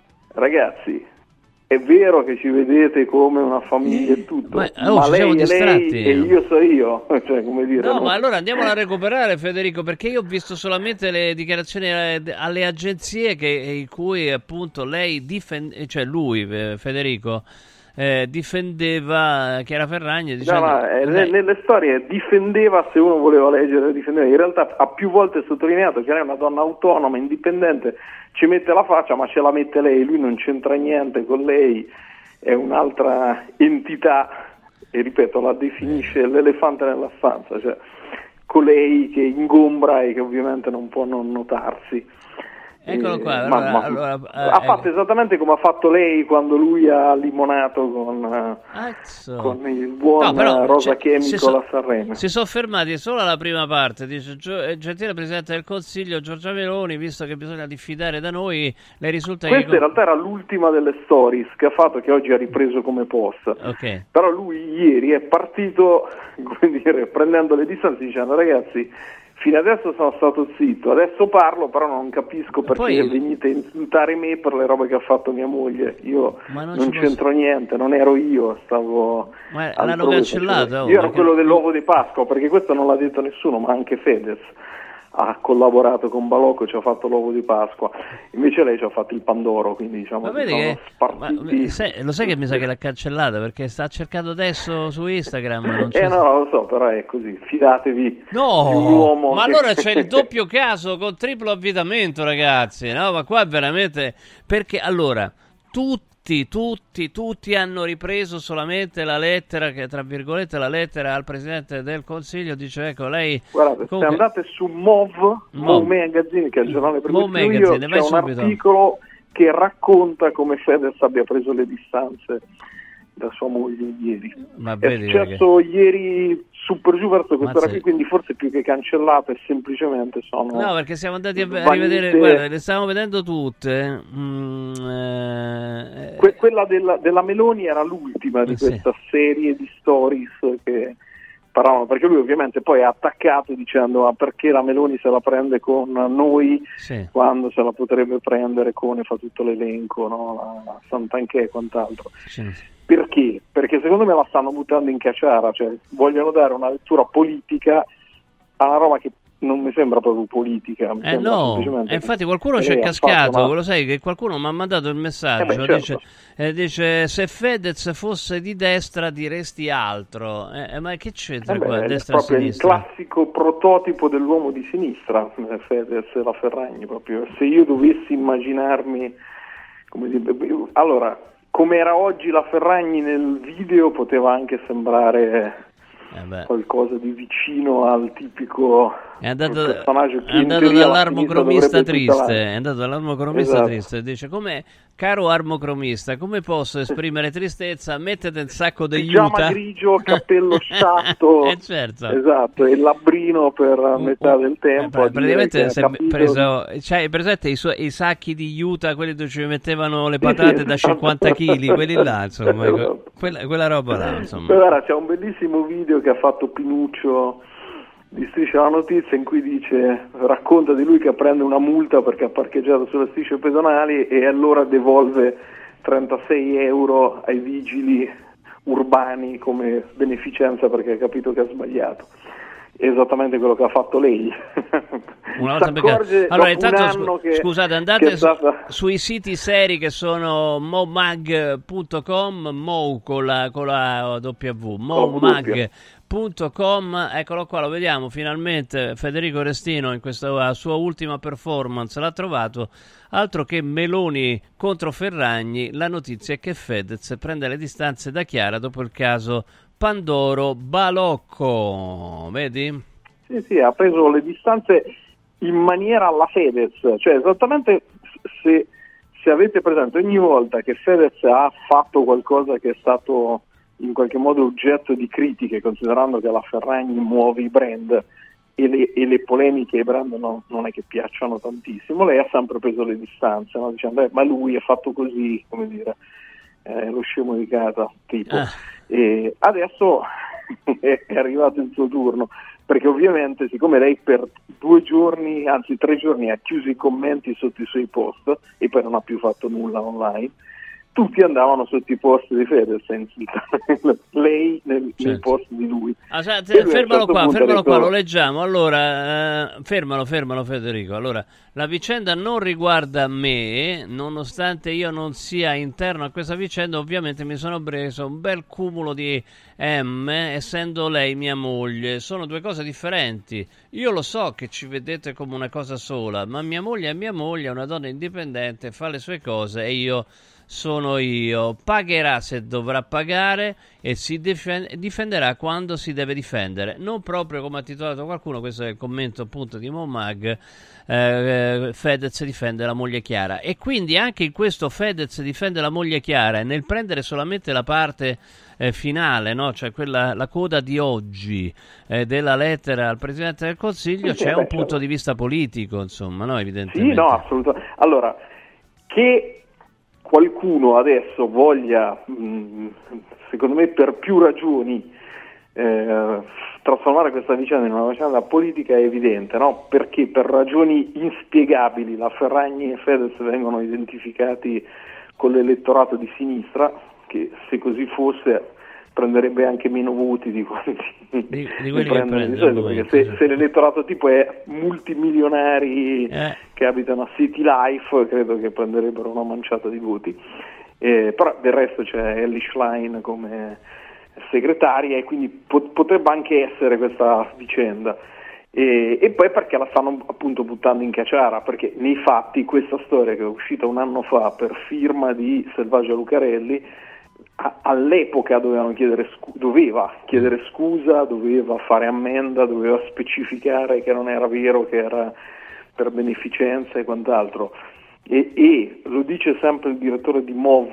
ragazzi, è vero che ci vedete come una famiglia e tutto, Ma- ma, oh, ci siamo lei è lei distratti. e io so io, cioè come dire... No, no? ma allora andiamola a recuperare, Federico, perché io ho visto solamente le dichiarazioni eh, alle agenzie che, in cui appunto lei difende, cioè lui, eh, Federico, eh, difendeva Chiara Ferragni No, dicendo... ma, eh, lei- ne- nelle storie difendeva, se uno voleva leggere, difendeva. In realtà ha più volte sottolineato che lei è una donna autonoma, indipendente, ci mette la faccia, ma ce la mette lei, lui non c'entra niente con lei, è un'altra entità, e ripeto, la definisce l'elefante nella stanza, cioè colei che ingombra e che ovviamente non può non notarsi. Eccolo qua, Eh, ma- allora- ma- allora, eh, ha ecco. fatto esattamente come ha fatto lei quando lui ha limonato con, eh, Azzo. con il buon No, però, eh, Rosa cioè, si Chemical so- a Sanremo. Si sono fermati solo alla prima parte, dice Gio- eh, gentile Presidente del Consiglio Giorgia Meloni, visto che bisogna diffidare da noi, le risulta Questa che... in realtà era l'ultima delle stories che ha fatto, che oggi ha ripreso come post. Ok. Però lui ieri è partito, come dire, prendendo le distanze, dicendo ragazzi, fino adesso sono stato zitto, adesso parlo, però non capisco perché poi- venite a insultare me per le robe che ha fatto mia moglie. Io Ma non non, ci c'entro niente, non ero io, stavo... Ma altrove, l'hanno cancellato, facevo- oh, Io ero perché- quello dell'uovo di Pasqua, perché questo non l'ha detto nessuno, ma anche Fedez ha collaborato con Balocco, ci ha fatto l'uovo di Pasqua, invece lei ci ha fatto il Pandoro, quindi diciamo Ma che vedi sono che... spartiti. ma- sai- lo sai che mi sa che l'ha cancellata, perché sta cercando adesso su Instagram. Non c'è... Eh no, lo so, però è così, fidatevi No, di un uomo ma che- allora c'è il doppio caso con triplo avvitamento, ragazzi. No, ma qua è veramente... Perché allora, tutti, tutti, tutti hanno ripreso solamente la lettera, che tra virgolette la lettera al Presidente del Consiglio, dice ecco lei... Guardate, comunque- se andate su Mov, Mov Magazine, che è il giornale per Mov cui scrivo io, Magazine, c'è vai un subito. articolo che racconta come Fedez abbia preso le distanze da sua moglie ieri. Ma È vedi successo ieri su per giù verso quest'ora Mazza. qui, quindi forse più che cancellate semplicemente sono... No, perché siamo andati a, a svanite- rivedere, guarda, le stavamo vedendo tutte. Mm, eh, Que- quella della, della Meloni era l'ultima di Eh, sì. questa serie di stories che parlavano, perché lui ovviamente poi ha attaccato dicendo ma perché la Meloni se la prende con noi sì. quando se la potrebbe prendere con, e fa tutto l'elenco, no? La Santanchè e quant'altro. Sì. Perché? Perché secondo me la stanno buttando in caciara, cioè vogliono dare una lettura politica a una roba che non mi sembra proprio politica. Mi Eh sembra no, semplicemente e infatti qualcuno che ci è lei ha cascato, fatto una- lo sai che qualcuno mi ha mandato il messaggio, Eh beh, certo. dice, eh, dice se Fedez fosse di destra diresti altro, eh, eh, ma che c'entra Eh beh, qua, è destra e proprio il sinistra? classico prototipo dell'uomo di sinistra, eh, Fedez e la Ferragni, proprio. Se io dovessi immaginarmi, come dire, allora, come era oggi la Ferragni nel video poteva anche sembrare Eh qualcosa di vicino al tipico è andato, personaggio che è andato dall'armocromista triste, è andato dall'armocromista esatto. triste, dice: come, caro armocromista, come posso esprimere tristezza? Mettete un sacco di pigiama aiuta grigio, cappello sciatto, eh, certo. esatto, e il labbrino per uh, metà del tempo. Eh, praticamente si è preso, cioè, presente i, su- i sacchi di aiuta, quelli dove ci mettevano le patate sì, da cinquanta chili, quelli là, insomma, esatto. quella, quella roba là, insomma. Allora, c'è un bellissimo video che ha fatto Pinuccio di Striscia la Notizia, in cui dice, racconta di lui che prende una multa perché ha parcheggiato sulle strisce pedonali e allora devolve trentasei euro ai vigili urbani come beneficenza perché ha capito che ha sbagliato. È esattamente quello che ha fatto lei. Una volta perché... Allora, intanto scu- che, scusate, andate stata... su, sui siti seri che sono momag punto com, mo con la, con la W, momag punto com, eccolo qua, lo vediamo finalmente. Federico Restino in questa sua ultima performance l'ha trovato. Altro che Meloni contro Ferragni, la notizia è che Fedez prende le distanze da Chiara dopo il caso Pandoro Balocco, vedi? Sì, sì, ha preso le distanze in maniera alla Fedez, cioè esattamente se, se avete presente, ogni volta che Fedez ha fatto qualcosa che è stato in qualche modo oggetto di critiche, considerando che la Ferragni muove i brand e le, e le polemiche ai brand no, non è che piacciono tantissimo, lei ha sempre preso le distanze, no? Dicendo, eh, ma lui è fatto così, come dire, eh, lo scemo di casa, tipo. Ah. E adesso è arrivato il suo turno, perché ovviamente siccome lei per due giorni, anzi tre giorni, ha chiuso i commenti sotto i suoi post e poi non ha più fatto nulla online, tutti andavano sotto i post di Fedez a insultare lei nel, certo. nei post di lui. Ah, cioè, te, fermalo qua, fermalo qua, lo leggiamo. Allora, eh, fermalo, fermalo Federico. Allora, la vicenda non riguarda me, nonostante io non sia interno a questa vicenda, ovviamente mi sono preso un bel cumulo di M, essendo lei mia moglie. Sono due cose differenti. Io lo so che ci vedete come una cosa sola, ma mia moglie è mia moglie, è una donna indipendente, fa le sue cose e io... sono io, pagherà se dovrà pagare e si dif- difenderà quando si deve difendere, non proprio come ha titolato qualcuno. Questo è il commento appunto di Momag. eh, Fedez difende la moglie Chiara, e quindi anche in questo Fedez difende la moglie Chiara, e nel prendere solamente la parte eh, finale, no? Cioè quella, la coda di oggi eh, della lettera al Presidente del Consiglio, sì, c'è beh, un punto certo. di vista politico, insomma, no? Evidentemente. Sì, no, assolutamente. Allora, che qualcuno adesso voglia, mh, secondo me per più ragioni, eh, trasformare questa vicenda in una vicenda politica è evidente, no? Perché per ragioni inspiegabili la Ferragni e Fedez vengono identificati con l'elettorato di sinistra, che se così fosse prenderebbe anche meno voti di quanti di, di quelli prendono di solito, perché se, se l'elettorato tipo è multimilionari eh. che abitano a City Life, credo che prenderebbero una manciata di voti, eh, però del resto c'è Ellie Schlein come segretaria e quindi pot- potrebbe anche essere questa vicenda. E, e poi perché la stanno appunto buttando in caciara, perché nei fatti questa storia che è uscita un anno fa per firma di Selvaggia Lucarelli all'epoca dovevano chiedere scu- doveva chiedere scusa, doveva fare ammenda, doveva specificare che non era vero, che era per beneficenza e quant'altro, e, e lo dice sempre il direttore di M O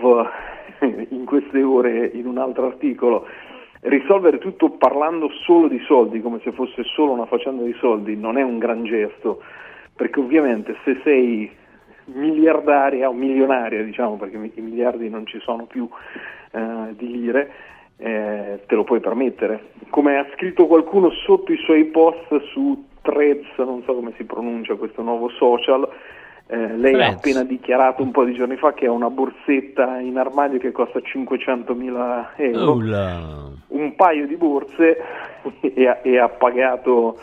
V in queste ore in un altro articolo: risolvere tutto parlando solo di soldi, come se fosse solo una faccenda di soldi, non è un gran gesto, perché ovviamente se sei miliardaria o milionaria, diciamo, perché i miliardi non ci sono più, eh, di lire, eh, te lo puoi permettere. Come ha scritto qualcuno sotto i suoi post su Threads, non so come si pronuncia questo nuovo social, eh, lei Threads. ha appena dichiarato un po' di giorni fa che ha una borsetta in armadio che costa cinquecentomila euro, Ulla. un paio di borse e ha, e ha pagato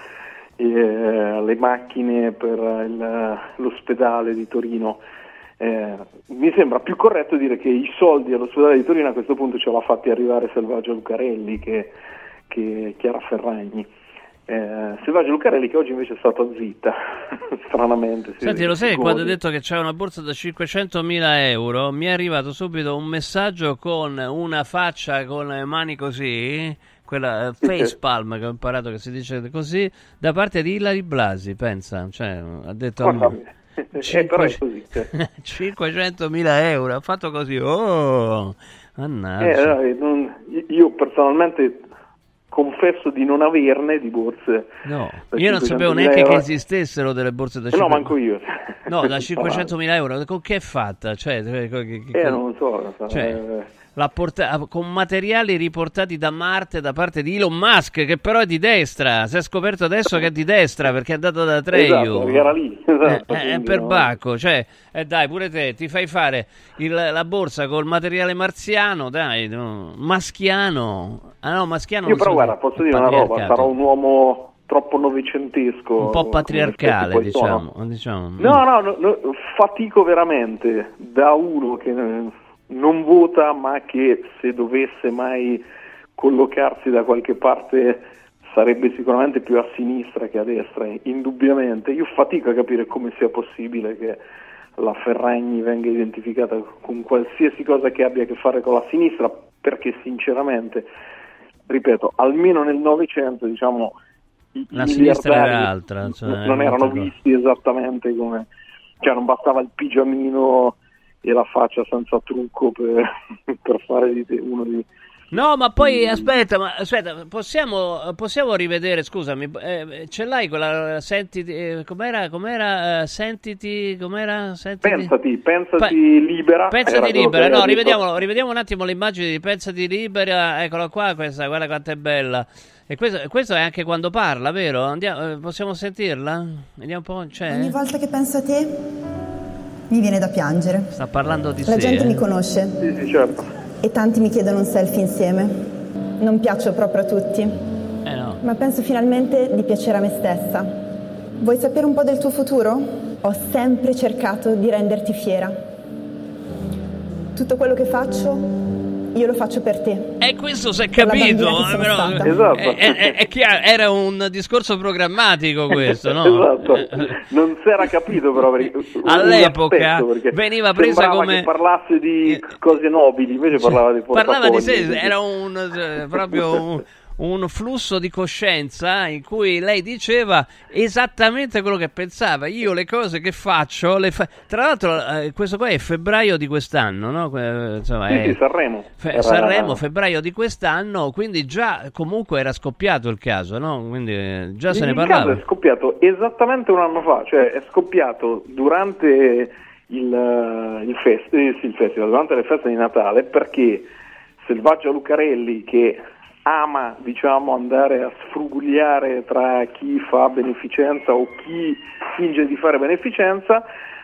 Eh, le macchine per il, l'ospedale di Torino. Eh, mi sembra più corretto dire che i soldi all'ospedale di Torino a questo punto ce l'ha fatti arrivare Selvaggia Lucarelli che, che Chiara Ferragni. Eh, Silvagio Lucarelli, che oggi invece è stato zitta, stranamente. Senti, lo sai che quando hai detto che c'è una borsa da cinquecentomila euro, mi è arrivato subito un messaggio con una faccia con le mani così, quella face palm che ho imparato che si dice così, da parte di Ilary Blasi, pensa, cioè ha detto cinquecentomila euro, ha fatto così, oh, mannaggia. Eh, non, io personalmente confesso di non averne di borse. No, io non sapevo neanche euro. Che esistessero delle borse da cinquecento. No, manco io. No, da cinquecentomila euro. Con che è fatta? Cioè, che, che, eh, non so. Cioè, l'ha porta- con materiali riportati da Marte da parte di Elon Musk, che però è di destra. Si è scoperto adesso che è di destra perché è andato da Treyu. Esatto, era lì. Esatto, eh, è per Bacco. Cioè, eh, dai, pure te ti fai fare il, la borsa col materiale marziano, dai, no, maschiano. Ah no, maschiano. Io però so, guarda, posso dire una roba, sarò un uomo troppo novecentesco, un po' patriarcale, diciamo, diciamo. No, no, no, no, fatico veramente da uno che non vota, ma che se dovesse mai collocarsi da qualche parte sarebbe sicuramente più a sinistra che a destra, indubbiamente. Io fatico a capire come sia possibile che la Ferragni venga identificata con qualsiasi cosa che abbia a che fare con la sinistra, perché sinceramente, ripeto, almeno nel Novecento, diciamo, i la sinistra era altra, cioè, non erano visti esattamente come, cioè non bastava il pigiamino e la faccia senza trucco per, per fare di te uno di... No, ma poi aspetta, ma aspetta, possiamo, possiamo rivedere, scusami, eh, ce l'hai quella, sentiti, eh, com'era, com'era, uh, sentiti, com'era, sentiti? Pensati, pensati pa- libera. Pensati libera, no, rivediamo, rivediamo un attimo le immagini di Pensati libera, eccola qua, questa, guarda quanto è bella. E questo, questo è anche quando parla, vero? Andiamo, eh, possiamo sentirla? Vediamo un po', c'è? Ogni volta che penso a te, mi viene da piangere. Sta parlando di La sé. La gente eh? mi conosce. Sì, sì, certo. E tanti mi chiedono un selfie insieme. Non piaccio proprio a tutti. Eh no. Ma penso finalmente di piacere a me stessa. Vuoi sapere un po' del tuo futuro? Ho sempre cercato di renderti fiera. Tutto quello che faccio, io lo faccio per te. E questo si è capito, eh, però, esatto. è, è, è chiaro, era un discorso programmatico questo, no? Esatto, non si era capito però all'epoca veniva presa come che parlasse di cose nobili, invece cioè, parlava di parlava di sé, era un eh, proprio un, un flusso di coscienza in cui lei diceva esattamente quello che pensava. Io le cose che faccio le fa... tra l'altro eh, questo qua è febbraio di quest'anno, no? Eh, insomma, sì, è... sì, Sanremo Fe- era... Sanremo febbraio di quest'anno, quindi già comunque era scoppiato il caso, no? Quindi eh, già se il ne parlava. Il caso è scoppiato esattamente un anno fa, cioè è scoppiato durante il, il, fest- eh, sì, il festival, durante le feste di Natale, perché Silvagio Lucarelli, che ama, diciamo, andare a sfrugugliare tra chi fa beneficenza o chi finge di fare beneficenza,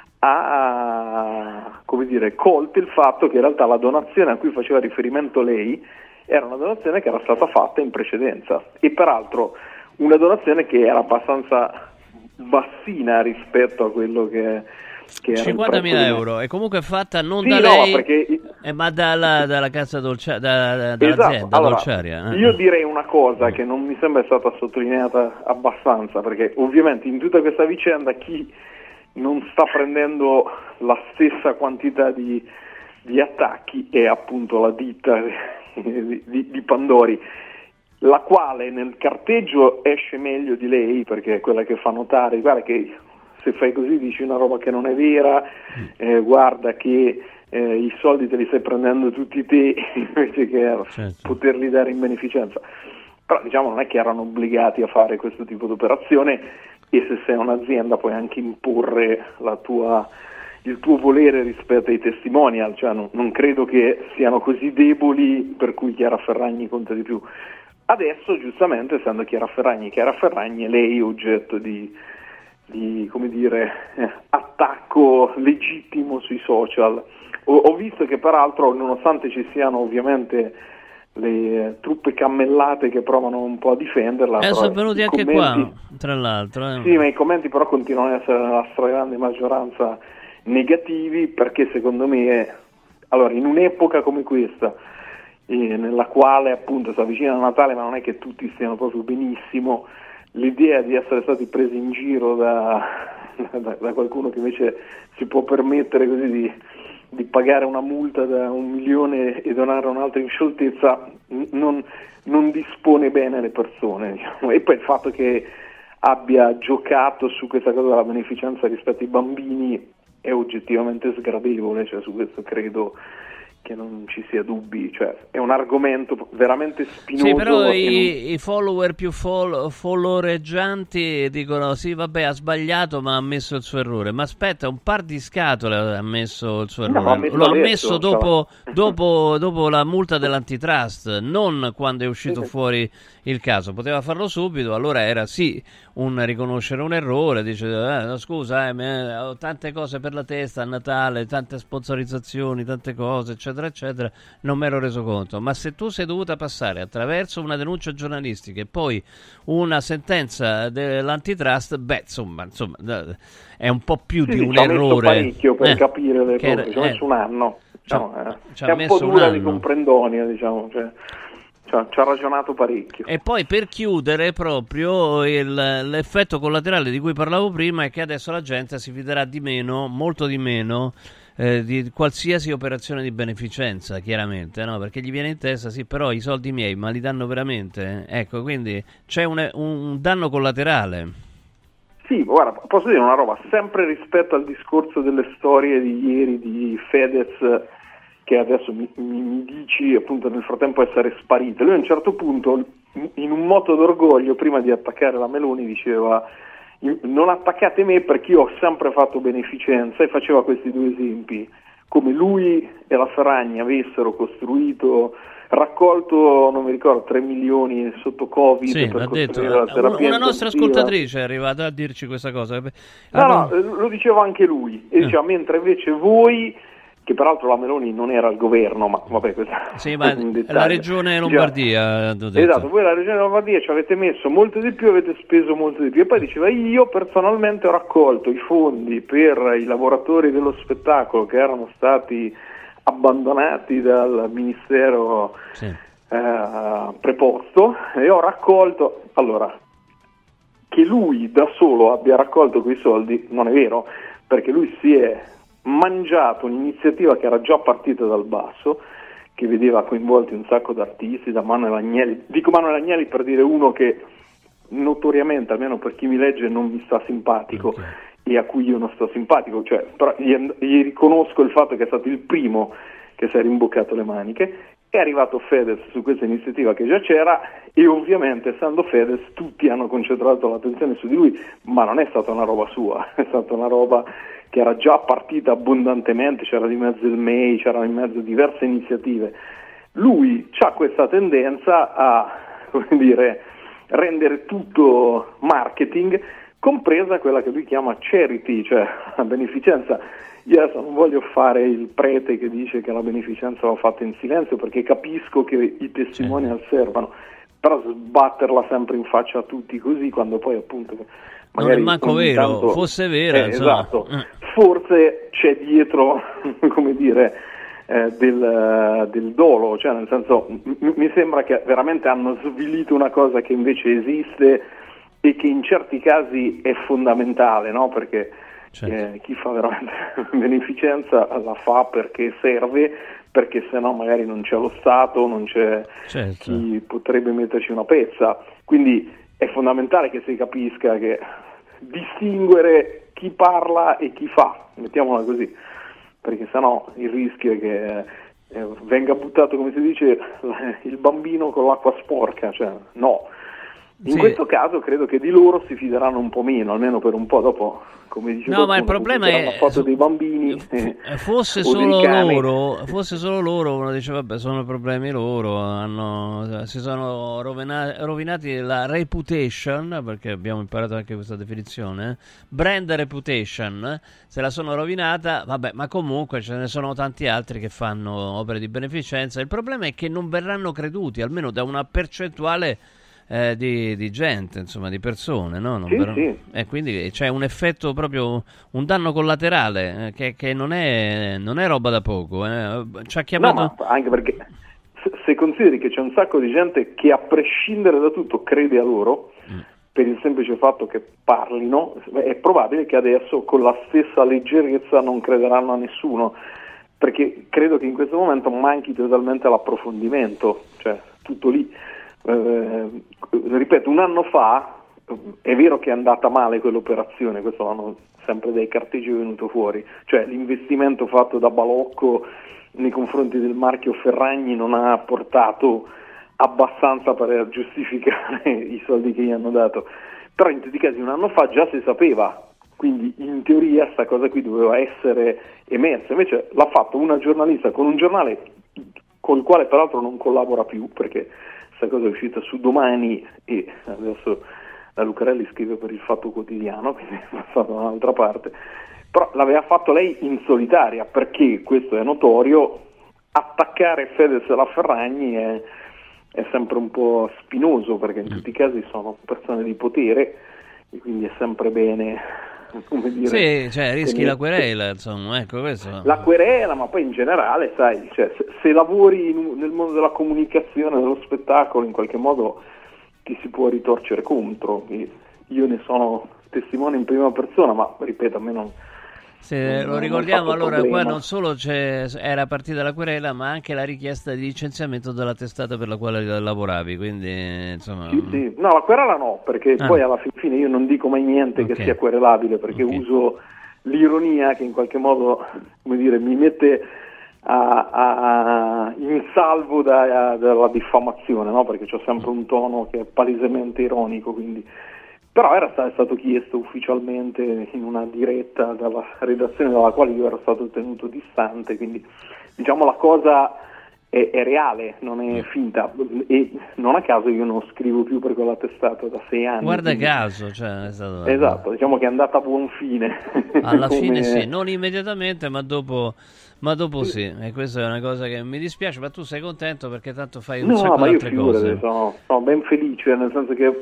ha, come dire, colto il fatto che in realtà la donazione a cui faceva riferimento lei era una donazione che era stata fatta in precedenza, e peraltro una donazione che era abbastanza bassina rispetto a quello che che cinquantamila euro, e comunque fatta non sì, da no, lei perché... eh, ma dalla, dalla casa dolcia, da, dall'azienda esatto. Allora, dolciaria eh. Io direi una cosa che non mi sembra stata sottolineata abbastanza, perché ovviamente in tutta questa vicenda chi non sta prendendo la stessa quantità di, di attacchi è appunto la ditta di, di, di Pandori, la quale nel carteggio esce meglio di lei, perché è quella che fa notare, guarda che se fai così dici una roba che non è vera, eh, guarda che eh, i soldi te li stai prendendo tutti te invece che certo. poterli dare in beneficenza. Però diciamo non è che erano obbligati a fare questo tipo di operazione, e se sei un'azienda puoi anche imporre la tua, il tuo volere rispetto ai testimonial, cioè non, non credo che siano così deboli per cui Chiara Ferragni conta di più. Adesso giustamente, essendo Chiara Ferragni Chiara Ferragni, è lei oggetto di di come dire eh, attacco legittimo sui social. Ho, ho visto che peraltro, nonostante ci siano ovviamente le eh, truppe cammellate che provano un po' a difenderla, eh, sono venuti anche commenti, qua tra l'altro eh. sì, ma i commenti però continuano ad essere nella stragrande maggioranza negativi, perché secondo me è, allora in un'epoca come questa eh, nella quale appunto si avvicina a Natale ma non è che tutti stiano proprio benissimo, l'idea di essere stati presi in giro da, da, da qualcuno che invece si può permettere così di, di pagare una multa da un milione e donare un'altra in scioltezza non, non dispone bene le persone, diciamo. E poi il fatto che abbia giocato su questa cosa della beneficenza rispetto ai bambini è oggettivamente sgradevole, cioè su questo credo che non ci sia dubbi, cioè è un argomento veramente spinoso. Sì, però non... i, i follower più fol- folloreggianti dicono sì, vabbè, ha sbagliato ma ha ammesso il suo errore. Ma aspetta, un par di scatole ha ammesso il suo errore. No, ammesso L'ho adesso, ammesso dopo, cioè. dopo, dopo la multa dell'antitrust, non quando è uscito sì, sì. fuori il caso. Poteva farlo subito, allora era sì un riconoscere un errore, dice eh, no, scusa, eh, me, ho tante cose per la testa a Natale, tante sponsorizzazioni, tante cose, eccetera eccetera, non mi ero reso conto. Ma se tu sei dovuta passare attraverso una denuncia giornalistica e poi una sentenza dell'antitrust, beh, insomma, insomma è un po' più sì, di sì, un ci ha errore. messo parecchio per eh, capire le che, cose, ci ha messo eh, un anno, diciamo, ci ha, eh. è un po' messo dura un di anno. comprendonia, diciamo, cioè, cioè, ci ha ragionato parecchio. E poi per chiudere proprio il, l'effetto collaterale di cui parlavo prima è che adesso la gente si fiderà di meno, molto di meno, eh, di qualsiasi operazione di beneficenza, chiaramente, no? Perché gli viene in testa, sì, però i soldi miei, ma li danno veramente? Ecco, quindi c'è un, un danno collaterale. Sì, guarda, posso dire una roba, sempre rispetto al discorso delle storie di ieri di Fedez, che adesso mi, mi, mi dici appunto nel frattempo essere sparite. Lui a un certo punto, in un moto d'orgoglio, prima di attaccare la Meloni, diceva non attaccate me perché io ho sempre fatto beneficenza, e faceva questi due esempi, come lui e la Ferragni avessero costruito, raccolto, non mi ricordo, tre milioni sotto Covid, sì, per l'ha detto. la terapia Una nostra intensiva. Ascoltatrice è arrivata a dirci questa cosa. No, allora... no, lo diceva anche lui, e diceva, mentre invece voi, che peraltro la Meloni non era al governo, ma vabbè, questa sì, ma è un dettaglio. La regione Lombardia, diceva, esatto, voi la regione Lombardia ci avete messo molto di più, avete speso molto di più. E poi diceva, io personalmente ho raccolto i fondi per i lavoratori dello spettacolo che erano stati abbandonati dal ministero sì. eh, preposto, e ho raccolto, allora, che lui da solo abbia raccolto quei soldi non è vero, perché lui si è mangiato un'iniziativa che era già partita dal basso, che vedeva coinvolti un sacco di artisti, da Manuel Agnelli. Dico Manuel Agnelli per dire uno che notoriamente, almeno per chi mi legge, non mi sta simpatico, okay, e a cui io non sto simpatico, cioè, però gli, gli riconosco il fatto che è stato il primo che si è rimboccato le maniche. È arrivato Fedez su questa iniziativa che già c'era, e ovviamente, essendo Fedez, tutti hanno concentrato l'attenzione su di lui, ma non è stata una roba sua, è stata una roba che era già partita abbondantemente, c'era di mezzo il M E I, c'erano in mezzo diverse iniziative. Lui ha questa tendenza a, come dire, rendere tutto marketing, compresa quella che lui chiama charity, cioè la beneficenza. Io adesso non voglio fare il prete che dice che la beneficenza va fatta in silenzio, perché capisco che i testimonial servano, però sbatterla sempre in faccia a tutti così, quando poi appunto magari non è manco vero, tanto, fosse vera, eh, esatto, forse c'è dietro, come dire, eh, del, del dolo, cioè nel senso m- mi sembra che veramente hanno svilito una cosa che invece esiste e che in certi casi è fondamentale, no? Perché certo, eh, chi fa veramente beneficenza la fa perché serve, perché sennò magari non c'è lo Stato, non c'è certo, chi potrebbe metterci una pezza. Quindi è fondamentale che si capisca che distinguere chi parla e chi fa, mettiamola così, perché sennò il rischio è che eh, venga buttato, come si dice, il bambino con l'acqua sporca, cioè no. In sì, questo caso credo che di loro si fideranno un po' meno, almeno per un po'. Dopo, come dicevo, no, ma il problema è una foto dei bambini, f- fosse solo loro, fosse solo loro, uno dice vabbè, sono problemi loro, hanno, si sono rovina- rovinati la reputation, perché abbiamo imparato anche questa definizione, eh? Brand reputation, se la sono rovinata, vabbè, ma comunque ce ne sono tanti altri che fanno opere di beneficenza. Il problema è che non verranno creduti, almeno da una percentuale Eh, di, di gente, insomma, di persone, no? Non sì, vero? Sì. E quindi c'è un effetto proprio, un danno collaterale eh, che, che non è non è roba da poco. Eh. Ci ha chiamato. No, ma anche perché se, se consideri che c'è un sacco di gente che a prescindere da tutto crede a loro, mm. per il semplice fatto che parlino, è probabile che adesso con la stessa leggerezza non crederanno a nessuno, perché credo che in questo momento manchi totalmente l'approfondimento, cioè tutto lì. Eh, ripeto, un anno fa è vero che è andata male quell'operazione, questo l'hanno sempre dai carteggi venuto fuori, cioè l'investimento fatto da Balocco nei confronti del marchio Ferragni non ha portato abbastanza per giustificare i soldi che gli hanno dato, però in tutti i casi un anno fa già si sapeva, quindi in teoria sta cosa qui doveva essere emersa, invece l'ha fatto una giornalista con un giornale col quale peraltro non collabora più, perché questa cosa è uscita su Domani e adesso la Lucarelli scrive per il Fatto Quotidiano, quindi è passato da un'altra parte, però l'aveva fatto lei in solitaria, perché questo è notorio, attaccare Fedez alla Ferragni è, è sempre un po' spinoso, perché in tutti i casi sono persone di potere e quindi è sempre bene, come dire, sì, cioè rischi tenere... la querela, insomma, ecco questo. La querela, ma poi in generale, sai, cioè, se, se lavori in, nel mondo della comunicazione, dello spettacolo, in qualche modo ti si può ritorcere contro. Io ne sono testimone in prima persona, ma ripeto, a me non... Se lo ricordiamo, allora problema. Qua non solo c'è, era partita la querela, ma anche la richiesta di licenziamento della testata per la quale lavoravi, quindi insomma... Sì, sì. No, la querela no, perché ah. poi alla fine io non dico mai niente okay. che sia querelabile, perché okay. uso l'ironia che in qualche modo, come dire, mi mette a, a, in salvo da, dalla diffamazione, no? Perché c'ho sempre un tono che è palesemente ironico, quindi... Però era stato chiesto ufficialmente in una diretta dalla redazione dalla quale io ero stato tenuto distante, quindi diciamo la cosa è, è reale, non è finta, e non a caso io non scrivo più per quella testata da sei anni. Guarda quindi... caso, cioè è stato... Esatto, diciamo che è andata a buon fine. Alla come... fine sì, non immediatamente, ma dopo... Ma dopo sì, e questa è una cosa che mi dispiace, ma tu sei contento perché tanto fai un no, sacco ma di io altre figurati, cose. Sono, sono ben felice, nel senso che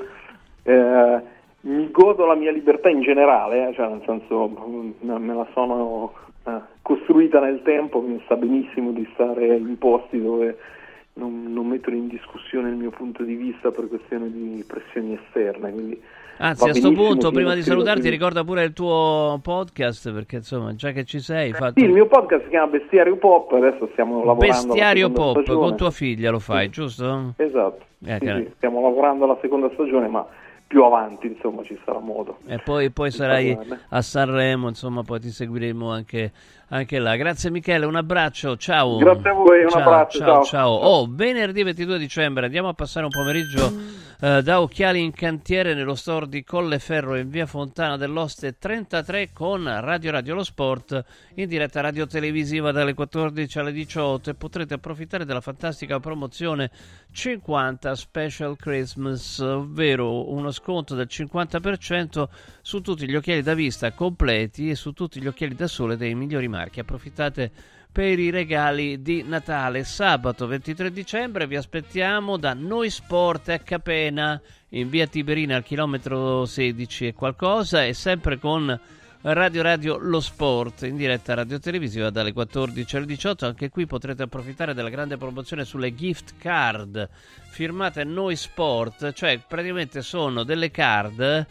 eh, mi godo la mia libertà in generale, eh, cioè nel senso me la sono eh, costruita nel tempo, mi sta benissimo di stare in posti dove non, non mettono in discussione il mio punto di vista per questione di pressioni esterne, quindi... Anzi, a sto punto, prima di salutarti, ricorda pure il tuo podcast, perché insomma, già che ci sei... Fatto... Sì, il mio podcast si chiama Bestiario Pop, adesso stiamo lavorando Bestiario Pop, stagione. Con tua figlia lo fai, sì. Giusto? Esatto, eh, sì, sì, stiamo lavorando alla seconda stagione, ma più avanti, insomma, ci sarà modo. E poi, poi sarai parlarne. A Sanremo, insomma, poi ti seguiremo anche, anche là. Grazie Michele, un abbraccio, ciao. Grazie a voi, un ciao, abbraccio, ciao, ciao. ciao. Oh, venerdì ventidue dicembre, andiamo a passare un pomeriggio... Uh, da Occhiali in Cantiere nello store di Colleferro in via Fontana dell'Oste trentatré con Radio Radio Lo Sport in diretta radio televisiva dalle quattordici alle diciotto, e potrete approfittare della fantastica promozione cinquanta Special Christmas, ovvero uno sconto del cinquanta per cento su tutti gli occhiali da vista completi e su tutti gli occhiali da sole dei migliori marchi. Approfittate per i regali di Natale. Sabato ventitré dicembre vi aspettiamo da Noi Sport a Capena in via Tiberina al chilometro sedici e qualcosa, e sempre con Radio Radio Lo Sport in diretta radio televisiva dalle quattordici alle diciotto. Anche qui potrete approfittare della grande promozione sulle gift card firmate Noi Sport, cioè praticamente sono delle card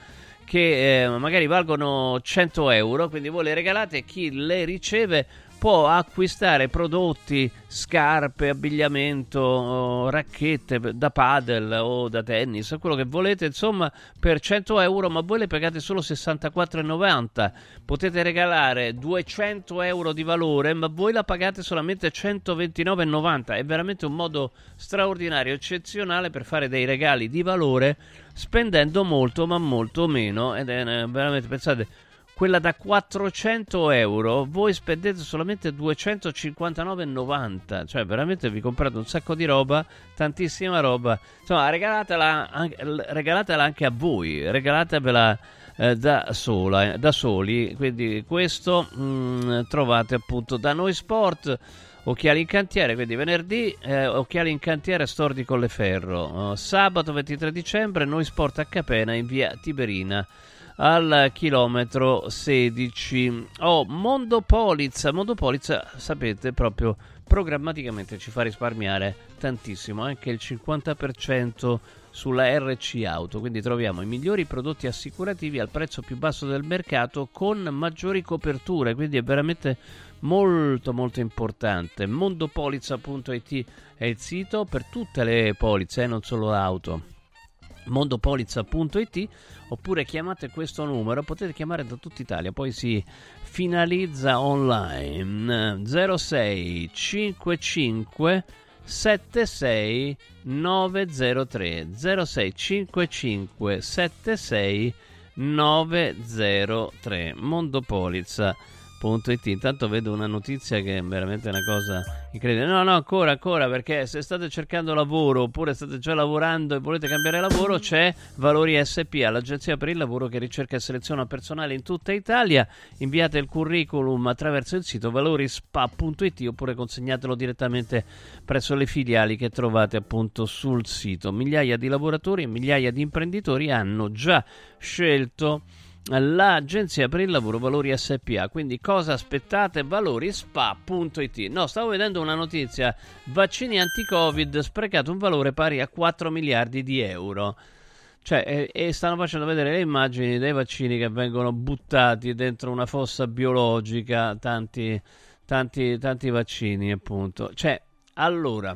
che eh, magari valgono cento euro, quindi voi le regalate e chi le riceve può acquistare prodotti, scarpe, abbigliamento, racchette da padel o da tennis, quello che volete, insomma, per cento euro, ma voi le pagate solo sessantaquattro e novanta. Potete regalare duecento euro di valore, ma voi la pagate solamente centoventinove e novanta. È veramente un modo straordinario, eccezionale per fare dei regali di valore spendendo molto, ma molto meno. Ed è veramente, pensate, quella da quattrocento euro voi spendete solamente duecentocinquantanove e novanta, cioè veramente vi comprate un sacco di roba, tantissima roba, insomma regalatela anche, regalatela anche a voi, regalatevela eh, da sola, eh, da soli, quindi questo mh, trovate appunto da Noi Sport. Occhiali in Cantiere, quindi venerdì eh, Occhiali in Cantiere, store di Colleferro, uh, sabato ventitré dicembre Noi Sport a Capena in via Tiberina al chilometro sedici. Oh, Mondopolizza, Mondopolizza, sapete, proprio programmaticamente ci fa risparmiare tantissimo, anche il cinquanta per cento sulla R C Auto, quindi troviamo i migliori prodotti assicurativi al prezzo più basso del mercato con maggiori coperture, quindi è veramente molto molto importante. Mondopolizza punto it è il sito per tutte le polizze, eh, non solo auto. Mondopolizza punto it, oppure chiamate questo numero, potete chiamare da tutta Italia, poi si finalizza online. Zero sei cinquantacinque settantasei novecentotre zero sei cinquantacinque settantasei novecentotre Mondopolizza punto it. Intanto vedo una notizia che è veramente una cosa incredibile. No, no, ancora, ancora, perché se state cercando lavoro oppure state già lavorando e volete cambiare lavoro, c'è Valori S P A, l'agenzia per il lavoro che ricerca e seleziona personale in tutta Italia. Inviate il curriculum attraverso il sito valorispa punto it oppure consegnatelo direttamente presso le filiali che trovate appunto sul sito. Migliaia di lavoratori e migliaia di imprenditori hanno già scelto l'agenzia per il lavoro Valori S P A, quindi cosa aspettate? valorispa punto it. No, stavo vedendo una notizia: vaccini anti-Covid, sprecato un valore pari a quattro miliardi di euro. Cioè, e, e stanno facendo vedere le immagini dei vaccini che vengono buttati dentro una fossa biologica, tanti tanti tanti vaccini appunto. Cioè, allora,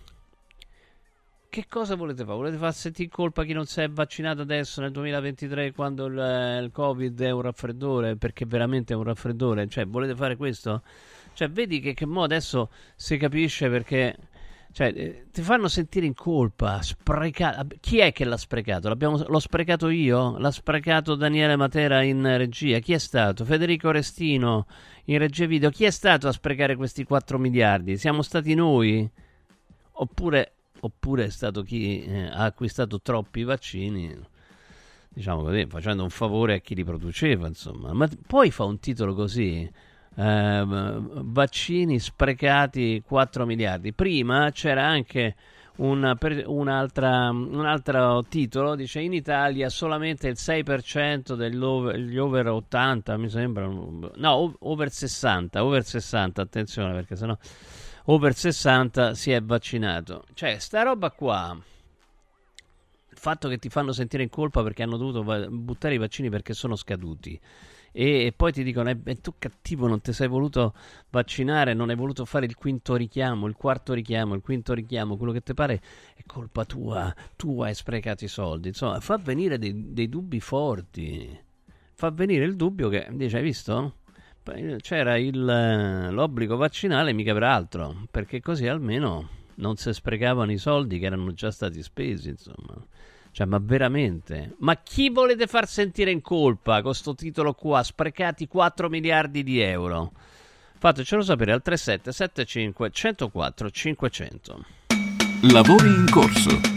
che cosa volete fare? Volete far sentire in colpa chi non si è vaccinato adesso nel duemilaventitré, quando il, il Covid è un raffreddore, perché veramente è un raffreddore? Cioè, volete fare questo? Cioè, vedi che, che mo adesso si capisce perché, cioè, eh, ti fanno sentire in colpa, sprecato. Chi è che l'ha sprecato? L'abbiamo, l'ho sprecato io? L'ha sprecato Daniele Matera in regia? Chi è stato? Federico Restino in regia video? Chi è stato a sprecare questi quattro miliardi? Siamo stati noi? Oppure... Oppure è stato chi eh, ha acquistato troppi vaccini, diciamo così, facendo un favore a chi li produceva, insomma. Ma poi fa un titolo così, eh, vaccini sprecati quattro miliardi. Prima c'era anche una, per, un'altra, un altro titolo, dice: in Italia solamente il sei per cento degli over, over ottanta, mi sembra, no, over sessanta, over sessanta, attenzione, perché sennò... over sessanta si è vaccinato. Cioè, sta roba qua, il fatto che ti fanno sentire in colpa perché hanno dovuto va- buttare i vaccini perché sono scaduti, e, e poi ti dicono eh, beh, tu cattivo, non ti sei voluto vaccinare, non hai voluto fare il quinto richiamo, il quarto richiamo, il quinto richiamo, quello che ti pare, è colpa tua, tu hai sprecato i soldi. Insomma, fa venire dei, dei dubbi forti, fa venire il dubbio che dice: hai visto? C'era il, l'obbligo vaccinale, mica per altro, perché così almeno non si sprecavano i soldi che erano già stati spesi, insomma. Cioè, ma veramente, ma chi volete far sentire in colpa con sto titolo qua? Sprecati quattro miliardi di euro? Fatecelo sapere al tre sette sette cinque uno zero quattro cinquecento. Lavori in corso.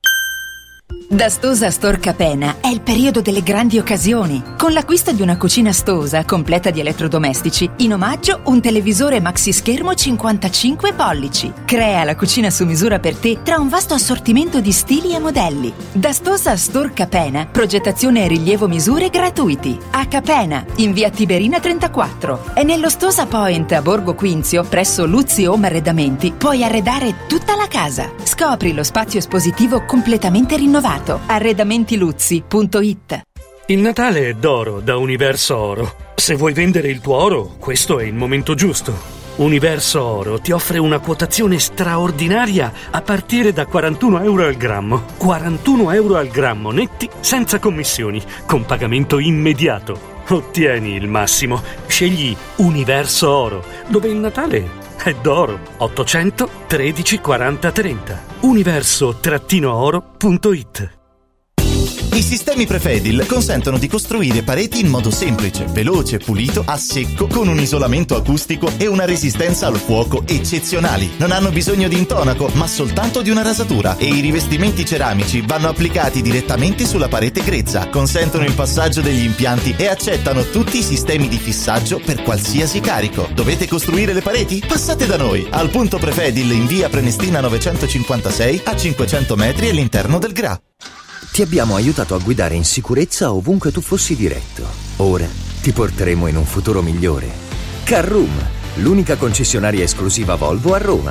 Da Stosa Store Capena è il periodo delle grandi occasioni. Con l'acquisto di una cucina Stosa completa di elettrodomestici, in omaggio un televisore maxi schermo cinquantacinque pollici. Crea la cucina su misura per te tra un vasto assortimento di stili e modelli. Da Stosa Store Capena, progettazione e rilievo misure gratuiti. A Capena, in via Tiberina trentaquattro. E nello Stosa Point a Borgo Quinzio, presso Luzzi Home Arredamenti, puoi arredare tutta la casa. Scopri lo spazio espositivo completamente rinnovato. arredamentiluzzi punto it. Il Natale è d'oro da Universo Oro. Se vuoi vendere il tuo oro, questo è il momento giusto. Universo Oro ti offre una quotazione straordinaria a partire da quarantuno euro al grammo. quarantuno euro al grammo netti, senza commissioni, con pagamento immediato. Ottieni il massimo. Scegli Universo Oro, dove il Natale è d'oro. ottocento tredici quaranta trenta. universo oro punto it. I sistemi Prefedil consentono di costruire pareti in modo semplice, veloce, pulito, a secco, con un isolamento acustico e una resistenza al fuoco eccezionali. Non hanno bisogno di intonaco, ma soltanto di una rasatura, e i rivestimenti ceramici vanno applicati direttamente sulla parete grezza, consentono il passaggio degli impianti e accettano tutti i sistemi di fissaggio per qualsiasi carico. Dovete costruire le pareti? Passate da noi, al punto Prefedil in via Prenestina novecentocinquantasei, a cinquecento metri all'interno del G R A. Ti abbiamo aiutato a guidare in sicurezza ovunque tu fossi diretto. Ora ti porteremo in un futuro migliore. Carroom, l'unica concessionaria esclusiva Volvo a Roma.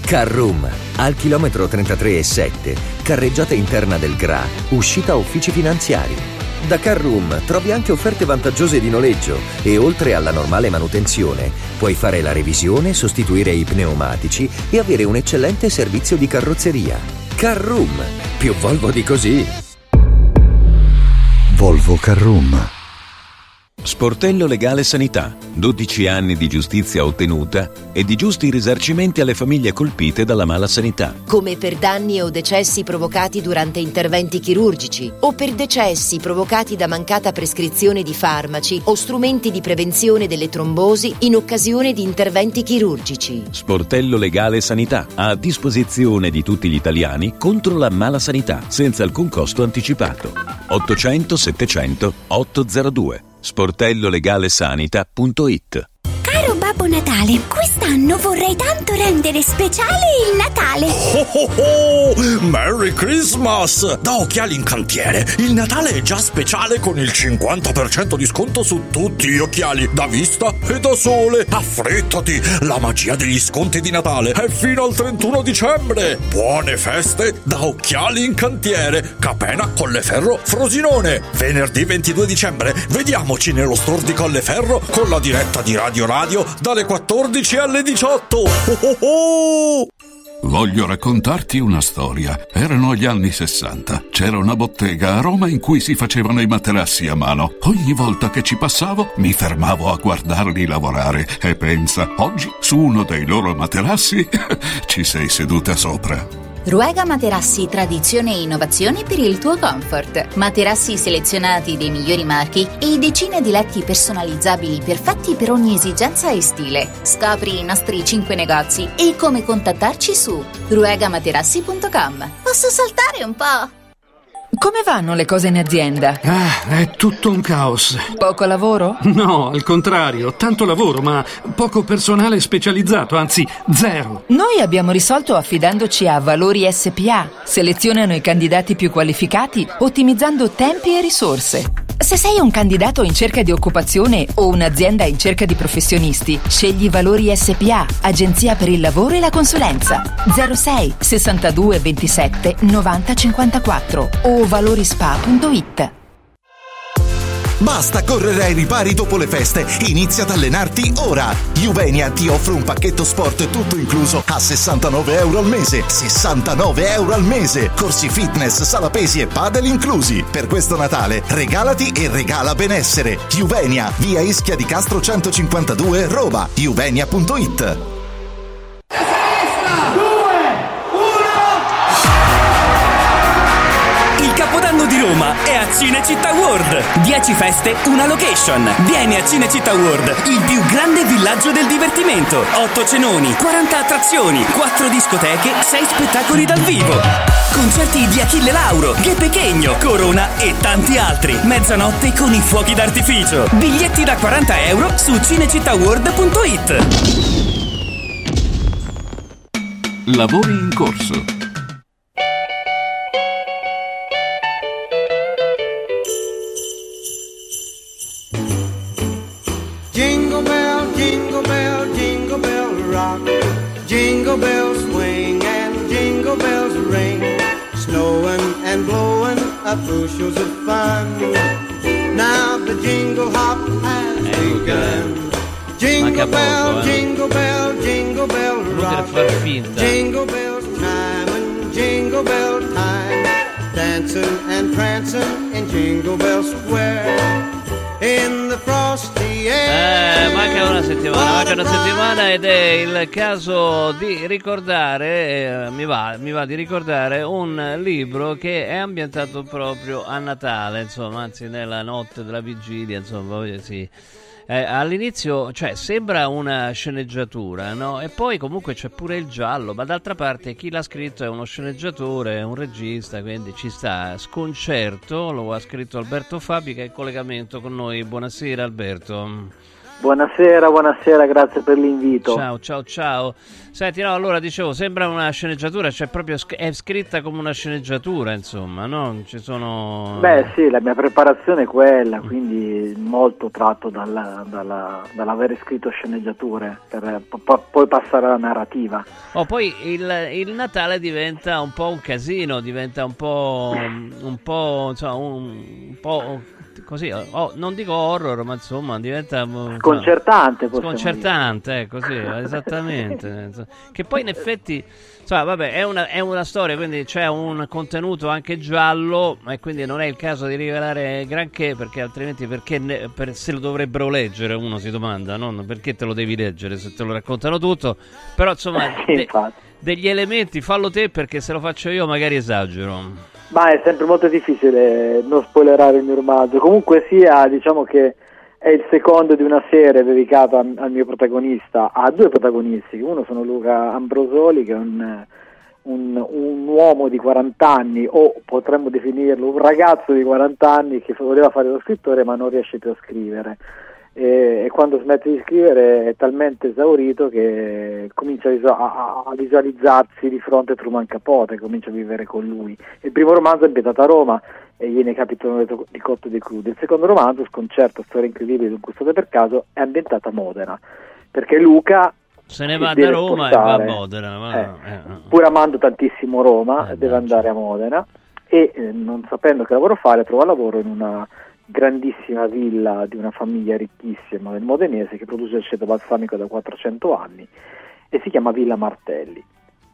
Carroom, al chilometro trentatré e sette, carreggiata interna del G R A, uscita uffici finanziari. Da Carroom trovi anche offerte vantaggiose di noleggio e oltre alla normale manutenzione puoi fare la revisione, sostituire i pneumatici e avere un eccellente servizio di carrozzeria. Carroom, più Volvo di così. Volvo Carroom. Sportello Legale Sanità. dodici anni di giustizia ottenuta e di giusti risarcimenti alle famiglie colpite dalla mala sanità. Come per danni o decessi provocati durante interventi chirurgici o per decessi provocati da mancata prescrizione di farmaci o strumenti di prevenzione delle trombosi in occasione di interventi chirurgici. Sportello Legale Sanità, a disposizione di tutti gli italiani contro la mala sanità, senza alcun costo anticipato. ottocento settecento ottocentodue. sportellolegalesanita punto it. Caro Babbo Natale, quest'anno vorrei tanto rendere speciale il Natale. Oh oh oh! Merry Christmas! Da Occhiali in Cantiere, il Natale è già speciale con il cinquanta per cento di sconto su tutti gli occhiali, da vista e da sole. Affrettati! La magia degli sconti di Natale è fino al trentuno dicembre. Buone feste da Occhiali in Cantiere. Capena Colleferro Frosinone. Venerdì ventidue dicembre, vediamoci nello store di Colleferro con la diretta di Radio Radio dalle quattordici alle diciotto. Oh oh oh! Voglio raccontarti una storia. Erano gli anni sessanta. C'era una bottega a Roma in cui si facevano i materassi a mano. Ogni volta che ci passavo mi fermavo a guardarli lavorare e pensa, oggi su uno dei loro materassi ci sei seduta sopra. Ruega Materassi, tradizione e innovazione per il tuo comfort. Materassi selezionati dei migliori marchi e decine di letti personalizzabili perfetti per ogni esigenza e stile. Scopri i nostri cinque negozi e come contattarci su ruega materassi punto com. Posso saltare un po'? Come vanno le cose in azienda? Ah, è tutto un caos. Poco lavoro? No, al contrario, tanto lavoro, ma poco personale specializzato, anzi zero. Noi abbiamo risolto affidandoci a Valori S P A. Selezionano i candidati più qualificati, ottimizzando tempi e risorse. Se sei un candidato in cerca di occupazione o un'azienda in cerca di professionisti, scegli Valori S P A, agenzia per il lavoro e la consulenza. zero sei sessantadue ventisette novanta cinquantaquattro o valorispa punto it. Basta correre ai ripari dopo le feste, inizia ad allenarti ora. Juvenia ti offre un pacchetto sport tutto incluso a sessantanove euro al mese. sessantanove euro al mese. Corsi fitness, sala pesi e padel inclusi. Per questo Natale regalati e regala benessere. Juvenia, via Ischia di Castro centocinquantadue, Roma. juvenia punto it. Capodanno di Roma è a Cinecittà World. dieci feste, una location. Vieni a Cinecittà World, il più grande villaggio del divertimento. otto cenoni, quaranta attrazioni, quattro discoteche, sei spettacoli dal vivo. Concerti di Achille Lauro, Che Pechegno, Corona e tanti altri. Mezzanotte con i fuochi d'artificio. Biglietti da quaranta euro su cinecittà world punto it. Lavori in corso. Jingle bell, jingle bell, jingle bell rock. Jingle bells swing and jingle bells ring. Snowing and blowing up bushels of fun. Now the jingle hop has begun. Jingle bell, poco, eh. jingle bell, jingle bell rock. Far finta. Jingle bells chime and jingle bell time. Dancing and prancing in Jingle Bell Square. In the frosty air. Eh, manca una settimana, manca una settimana ed è il caso di ricordare, eh, mi va, mi va di ricordare un libro che è ambientato proprio a Natale, insomma, anzi nella notte della vigilia, insomma, sì. Eh, all'inizio, cioè, sembra una sceneggiatura, no? E poi comunque c'è pure il giallo, ma d'altra parte chi l'ha scritto è uno sceneggiatore, è un regista, quindi ci sta. Sconcerto, lo ha scritto Alberto Fabi che è in collegamento con noi. Buonasera Alberto. Buonasera, buonasera, grazie per l'invito. Ciao, ciao, ciao. Senti, no, allora dicevo, sembra una sceneggiatura, cioè proprio sc- è scritta come una sceneggiatura, insomma, no? Ci sono... Beh sì, la mia preparazione è quella, quindi molto tratto dalla, dalla, dall'avere scritto sceneggiature, per po- poi passare alla narrativa. Oh, poi il, il Natale diventa un po' un casino, diventa un po', un po', insomma, un, un po'... così, oh, non dico horror, ma insomma diventa sconcertante, insomma, sconcertante, eh, così, esattamente. Che poi in effetti, insomma, vabbè, è una, è una storia, quindi c'è un contenuto anche giallo, e quindi non è il caso di rivelare granché, perché altrimenti perché ne, per, se lo dovrebbero leggere, uno si domanda, no? Perché te lo devi leggere se te lo raccontano tutto, però insomma de, degli elementi fallo te, perché se lo faccio io magari esagero. Ma è sempre molto difficile non spoilerare il mio romanzo. Comunque sia, diciamo che è il secondo di una serie dedicata al mio protagonista, a due protagonisti. Uno sono Luca Ambrosoli, che è un, un, un uomo di quaranta anni, o potremmo definirlo un ragazzo di quaranta anni che voleva fare lo scrittore ma non riesce più a scrivere. E, e quando smette di scrivere è talmente esaurito che comincia a, a, a visualizzarsi di fronte a Truman Capote, comincia a vivere con lui. Il primo romanzo è ambientato a Roma e gliene capitano di cotto e di crudo. Il secondo romanzo, Sconcerto, storia incredibile di un custode per caso, è ambientata a Modena, perché Luca se ne va da Roma spostare, e va a Modena, ma... eh, eh. pur amando tantissimo Roma, eh, deve andare a Modena e eh, non sapendo che lavoro fare trova lavoro in una grandissima villa di una famiglia ricchissima del modenese che produce il aceto balsamico da quattrocento anni e si chiama Villa Martelli.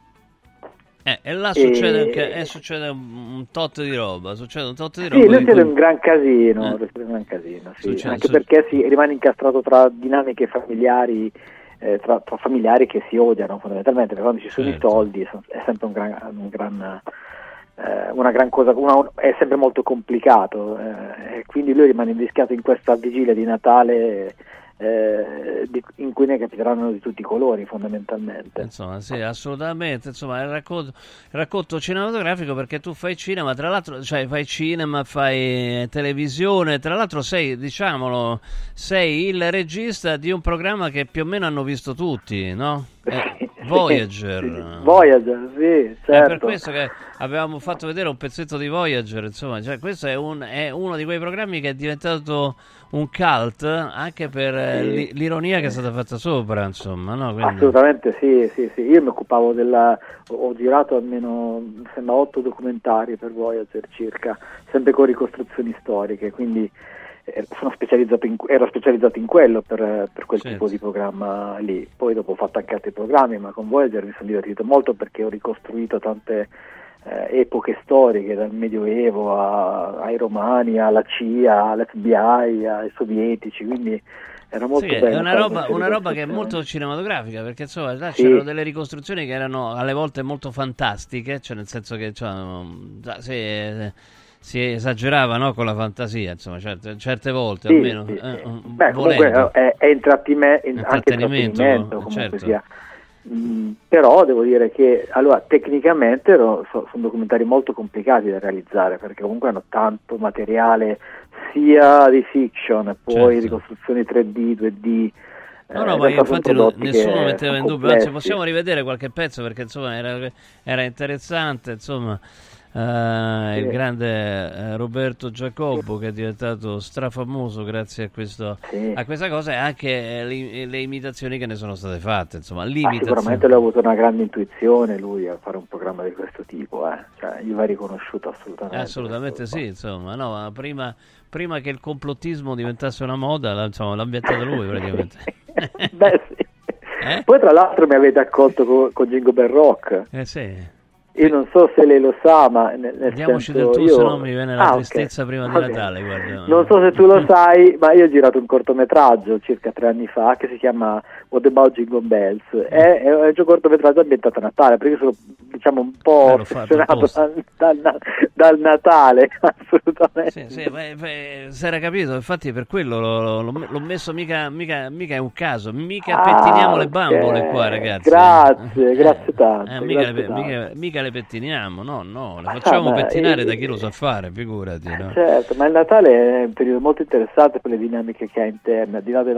Eh, e là succede, e... Anche, eh, succede un, un tot di roba, succede un tot di roba. Sì, lui siete cui... un gran casino, eh. un gran casino sì. succede, anche succede. Perché si rimane incastrato tra dinamiche familiari, eh, tra, tra familiari che si odiano fondamentalmente, perché quando ci sono certo. i soldi è sempre un gran... Un gran eh, una gran cosa, una, è sempre molto complicato, eh, e quindi lui rimane invischiato in questa vigilia di Natale eh, di, in cui ne capiteranno di tutti i colori fondamentalmente. Insomma, sì, assolutamente. Insomma, il racconto, il racconto cinematografico, perché tu fai cinema, tra l'altro, cioè fai cinema, fai televisione, tra l'altro sei, diciamolo, sei il regista di un programma che più o meno hanno visto tutti, no? Eh, Voyager. Sì, Voyager, sì, certo. È per questo che avevamo fatto vedere un pezzetto di Voyager, insomma, cioè questo è, un, è uno di quei programmi che è diventato un cult anche per sì. l'ironia che è stata fatta sopra, insomma, no? Quindi... Assolutamente sì, sì, sì. Io mi occupavo della, ho girato almeno sembra otto documentari per Voyager circa, sempre con ricostruzioni storiche, quindi sono specializzato in, ero specializzato in quello per, per quel certo. tipo di programma lì. Poi dopo ho fatto anche altri programmi, ma con Voyager mi sono divertito molto perché ho ricostruito tante eh, epoche storiche, dal Medioevo a, ai Romani, alla C I A, all'F B I, ai sovietici, quindi era molto sì, bello. È una roba, una roba che è molto cinematografica, perché insomma là sì. c'erano delle ricostruzioni che erano alle volte molto fantastiche, cioè nel senso che cioè, sì, si esagerava, no, con la fantasia, insomma, certe, certe volte sì, almeno sì, eh, sì. Beh, comunque è, è intrattime- anche intrattenimento comunque certo. sia. Mm, però devo dire che allora tecnicamente no, so, sono documentari molto complicati da realizzare, perché comunque hanno tanto materiale sia di fiction, poi certo. ricostruzioni tre D, due D. No, no, ma infatti no, nessuno metteva in dubbio, anzi possiamo rivedere qualche pezzo perché insomma era, era interessante, insomma. Uh, sì. Il grande uh, Roberto Giacobbo sì. che è diventato strafamoso grazie a, questo, sì. a questa cosa, e anche le, le imitazioni che ne sono state fatte, insomma l'imitazione. Ah, sicuramente lui ha avuto una grande intuizione lui a fare un programma di questo tipo, eh. Cioè, gli va riconosciuto assolutamente. Assolutamente sì, insomma, no, ma prima, prima che il complottismo diventasse una moda, la, insomma, l'ha ambientato lui praticamente. Beh sì. Eh? Poi tra l'altro mi avete accolto con, con Jingle Bell Rock. Eh sì. Io non so se lei lo sa, ma nel, nel Andiamoci senso, del tu, io... se no mi viene la ah, tristezza okay. prima Va di bene. Natale. Guarda. Non so se tu lo sai, ma io ho girato un cortometraggio circa tre anni fa che si chiama What About Jingle Bells. È, è un cortometraggio ambientato a Natale, perché io sono diciamo un po' ossessionato dal, dal, dal Natale, assolutamente. Sì, sì, beh, beh, si era capito, infatti per quello l'ho, l'ho, l'ho messo, mica, mica, mica è un caso, mica ah, pettiniamo okay. le bambole qua, ragazzi. Grazie, eh, grazie tanto. Eh, mica, grazie le, tanto. mica, mica le pettiniamo, no, no, le facciamo ah, pettinare eh, da chi lo sa fare, figurati. No? Certo, ma il Natale è un periodo molto interessante per le dinamiche che ha interne, al di là della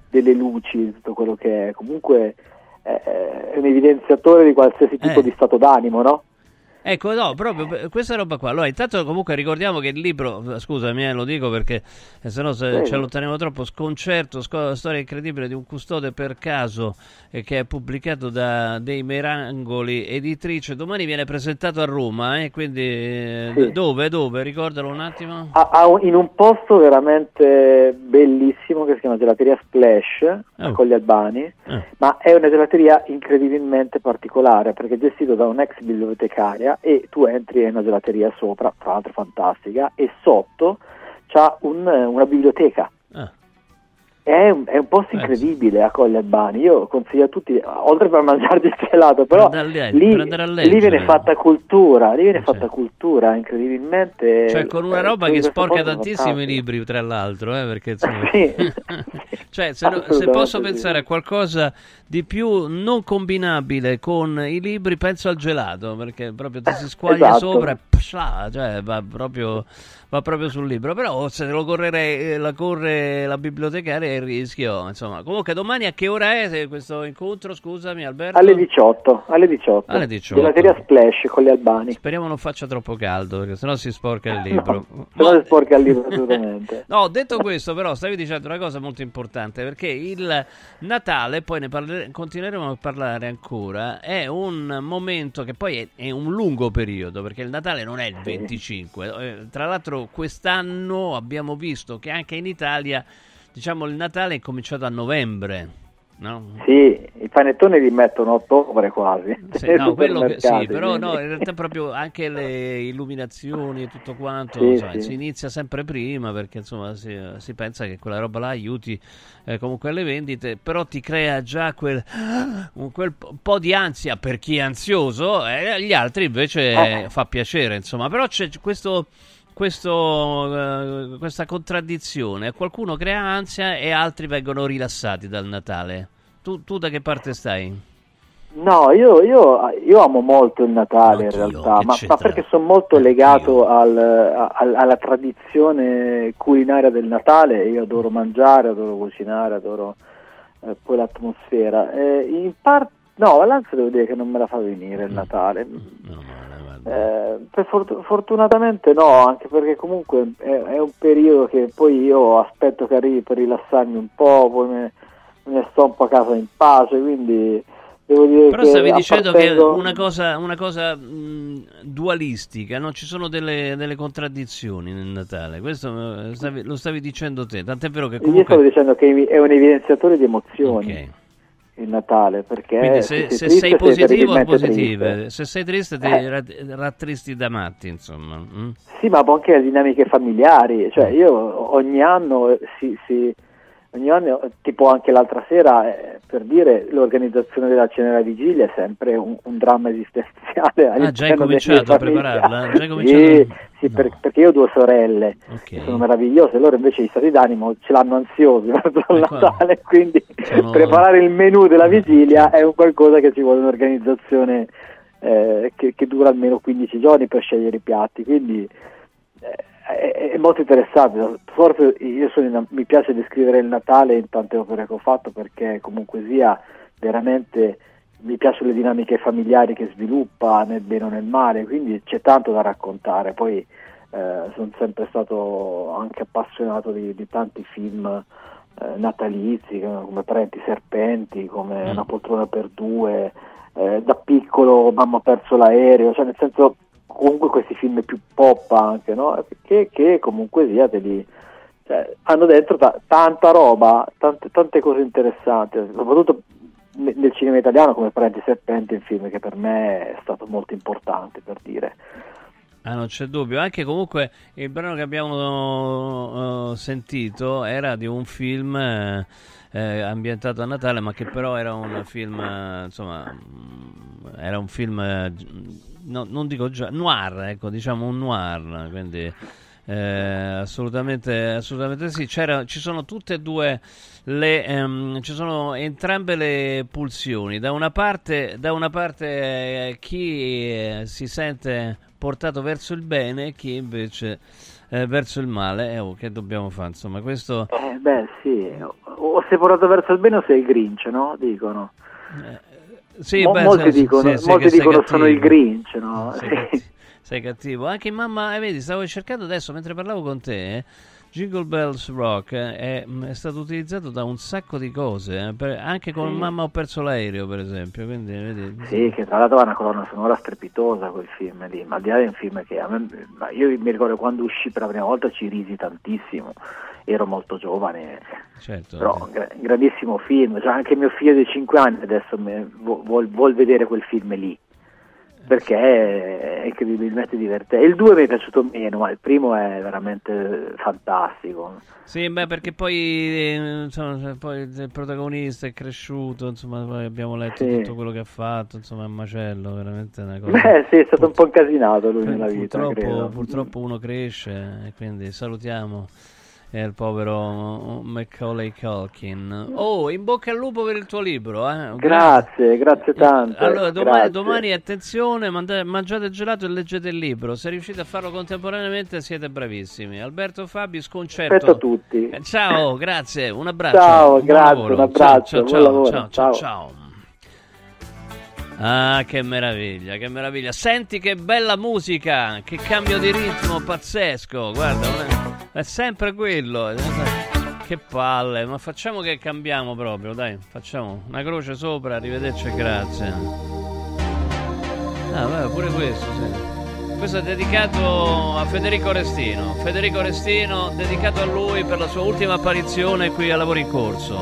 delle luci, tutto quello che è. Comunque è, è un evidenziatore di qualsiasi tipo Eh. di stato d'animo, no? Ecco, no, proprio per- questa roba qua. Allora, intanto comunque ricordiamo che il libro, scusami, eh, lo dico perché eh, se no se Prego. ci allontaniamo troppo, Sconcerto, sco- storia incredibile di un custode per caso, eh, che è pubblicato da Dei Merangoli editrice, domani viene presentato a Roma, eh, quindi eh, Sì. dove, dove? Ricordalo un attimo. Ha- ha un- in un posto veramente bellissimo che si chiama Gelateria Splash a Oh. Colli Albani, Eh. ma è una gelateria incredibilmente particolare perché è gestito da un'ex bibliotecaria e tu entri in una gelateria sopra, tra l'altro fantastica, e sotto c'ha un- una biblioteca. Ah. È un, è un posto incredibile a Colli Albani. Io consiglio a tutti, oltre per mangiarti il gelato, però Per andare a- lì, per andare a lì leggere. viene fatta cultura, lì viene Eh, fatta cultura incredibilmente. Cioè con una eh, roba che questo sporca posto è tantissimi fantastico. libri, tra l'altro, eh, perché insomma... Sì. Cioè, se, no- se Assolutamente posso sì. pensare a qualcosa di più non combinabile con i libri, penso al gelato, perché proprio ti si squaglia Esatto. sopra e pscia, cioè va proprio, va proprio sul libro. Però se lo correre, la corre la bibliotecaria è il rischio, insomma. Comunque domani a che ora è se- questo incontro, scusami Alberto? Alle diciotto, alle diciotto. Alle diciotto. Gelateria Splash Colli Albani. Speriamo non faccia troppo caldo, perché sennò si sporca il libro. Se no si sporca il libro assolutamente. No, detto questo, però, stavi dicendo una cosa molto importante, perché il Natale, poi ne parlere- continueremo a parlare ancora, è un momento che poi è, è un lungo periodo, perché il Natale non è il venticinque. Eh, tra l'altro quest'anno abbiamo visto che anche in Italia, diciamo, il Natale è cominciato a novembre, no? Sì, i panettoni li mettono a ottobre quasi. Sì, nei no, quello che, sì, supermercati, però quindi. no, in realtà proprio anche le illuminazioni e tutto quanto, Sì, insomma, sì. si inizia sempre prima perché insomma si, si pensa che quella roba là aiuti eh, comunque alle vendite, però ti crea già quel, un quel po' di ansia per chi è ansioso, e agli altri invece eh, fa piacere, insomma, però c'è questo... Questo, eh, questa contraddizione, qualcuno crea ansia e altri vengono rilassati dal Natale. Tu, tu da che parte stai? No, io, io, io amo molto il Natale in realtà, ma, ma perché sono molto legato al, al- alla tradizione culinaria del Natale. Io adoro mangiare, adoro cucinare, adoro eh, poi l'atmosfera. Eh, in parte, no, Valenza devo dire che non me la fa venire il Natale. Eh, per fortu- fortunatamente no, anche perché comunque è, è un periodo che poi io aspetto che arrivi per rilassarmi un po', poi me, me ne sto un po' a casa in pace, quindi devo dire Però che stavi dicendo che è appartengo- una cosa, una cosa mh, dualistica, no? Ci sono delle, delle contraddizioni nel Natale, questo eh, stavi- lo stavi dicendo te, tant'è vero che io comunque... stavo dicendo che è un evidenziatore di emozioni Ok. il Natale, perché Quindi se, se, se triste, sei positivo, terribilmente positive, triste. se sei triste ti Eh. rat- rattristi da matti, insomma. mm? Sì, ma anche le dinamiche familiari, cioè io ogni anno si, si ogni anno, tipo anche l'altra sera, eh, per dire, l'organizzazione della cena della vigilia è sempre un, un dramma esistenziale. Ah, già hai all'interno delle cominciato a famiglie. prepararla? Già hai Sì, cominciato? sì, per- perché io ho due sorelle che sono meravigliose, loro invece i stati d'animo ce l'hanno ansiosi verso il Natale, quindi Sono- preparare il menù della vigilia è un qualcosa che ci vuole un'organizzazione eh, che, che dura almeno quindici giorni per scegliere i piatti, quindi eh, è, è molto interessante. Forse io sono in- mi piace descrivere il Natale in tante opere che ho fatto, perché comunque sia veramente mi piacciono le dinamiche familiari che sviluppa nel bene o nel male, quindi c'è tanto da raccontare. Poi eh, sono sempre stato anche appassionato di, di tanti film eh, natalizi come Parenti Serpenti, come Una poltrona per due, eh, da piccolo Mamma ha perso l'aereo, cioè nel senso comunque questi film più pop anche, no? Che, che comunque sia te li, cioè, hanno dentro ta- tanta roba, tante, tante cose interessanti, soprattutto ne- nel cinema italiano, come Parenti Serpenti, un film che per me è stato molto importante, per dire. Ah, non c'è dubbio. Anche comunque il brano che abbiamo uh, sentito era di un film eh, eh, ambientato a Natale, ma che però era un film, eh, insomma, mm, era un film, eh, no, non dico già, noir, ecco, diciamo un noir, quindi Eh, assolutamente, assolutamente sì. C'era, ci sono tutte e due le, ehm, ci sono entrambe le pulsioni. Da una parte, da una parte eh, chi eh, si sente portato verso il bene, chi invece eh, verso il male. Eh, oh, che dobbiamo fare? Insomma, questo. Eh, beh, sì. O sei portato verso il bene o sei il Grinch, no? Dicono. Eh, sì, Mo- beh, molti sì, dicono, sì, molti sì, dicono sei sono il cattivo. Grinch, no? Sei, Sì. cattivo, sei cattivo. Anche in mamma, eh, vedi, stavo cercando adesso mentre parlavo con te. Eh, Jingle Bells Rock eh, è, è stato utilizzato da un sacco di cose, eh, per, anche con Sì. Mamma ho perso l'aereo, per esempio. Quindi, vedi, Sì, che tra l'altro ha una colonna sonora strepitosa quel film lì, ma al di là di un film che a me, ma io mi ricordo quando uscì per la prima volta ci risi tantissimo, ero molto giovane, certo, però un gra- grandissimo film, cioè anche mio figlio di cinque anni adesso me- vuol, vuol vedere quel film lì, perché è incredibilmente divertente. Il due mi è piaciuto meno, ma il primo è veramente fantastico. Sì, beh, perché poi, eh, insomma, poi il protagonista è cresciuto, insomma, poi abbiamo letto Sì. tutto quello che ha fatto, insomma, è un macello, veramente una cosa. Beh sì, è stato un po' incasinato lui nella vita, Purtroppo, credo. purtroppo uno cresce e quindi salutiamo eh, il povero Macaulay Culkin. Oh, in bocca al lupo per il tuo libro. Eh. Grazie, grazie tante. Allora, domani, grazie. domani attenzione, manda- mangiate il gelato e leggete il libro. Se riuscite a farlo contemporaneamente siete bravissimi. Alberto Fabi, sconcerto. Aspetto a tutti. Eh, Ciao, grazie, un abbraccio. Ciao, buon grazie, lavoro. un abbraccio, Ciao, buon ciao, lavoro, ciao, ciao, ciao. ciao. Ah, che meraviglia, che meraviglia. Senti che bella musica, che cambio di ritmo pazzesco. Guarda, non è, è sempre quello. Che palle, ma facciamo che cambiamo proprio, dai. Facciamo una croce sopra, arrivederci e grazie. Ah, vabbè, pure questo, sì. Questo è dedicato a Federico Restino. Federico Restino, dedicato a lui per la sua ultima apparizione qui a Lavori in Corso.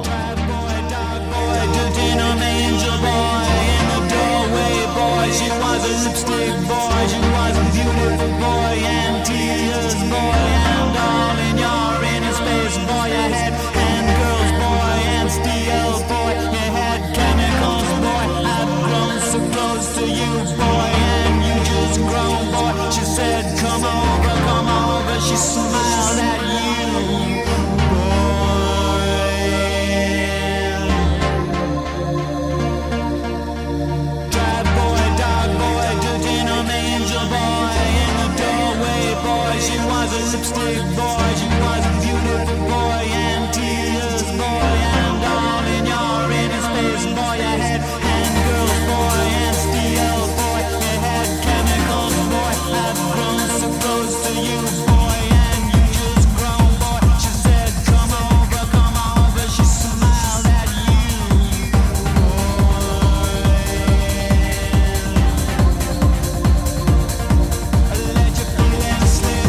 Boy, she was a lipstick boy, she was a beautiful boy, and tears boy, and all in your inner space boy, you had and girls boy, and steel boy, you had chemicals boy, I've grown so close to you boy, and you just grown boy, she said come over, come over, she smiled at you. She was a lipstick boy, she was a beautiful boy, and tears boy, and all in your inner space boy, you had and girls boy, and steel boy, you had chemicals boy, I've grown so close to you boy, and you just grown boy, she said come over, come over, she smiled at you boy. I let you feel and slip.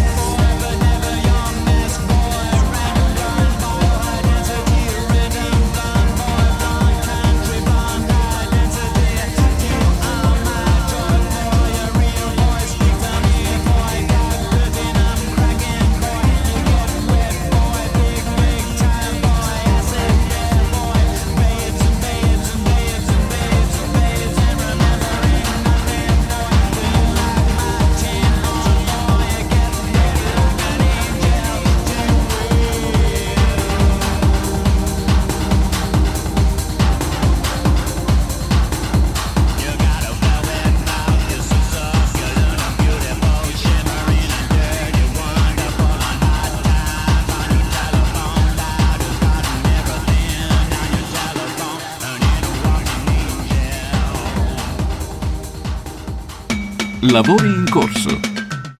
Lavori in corso.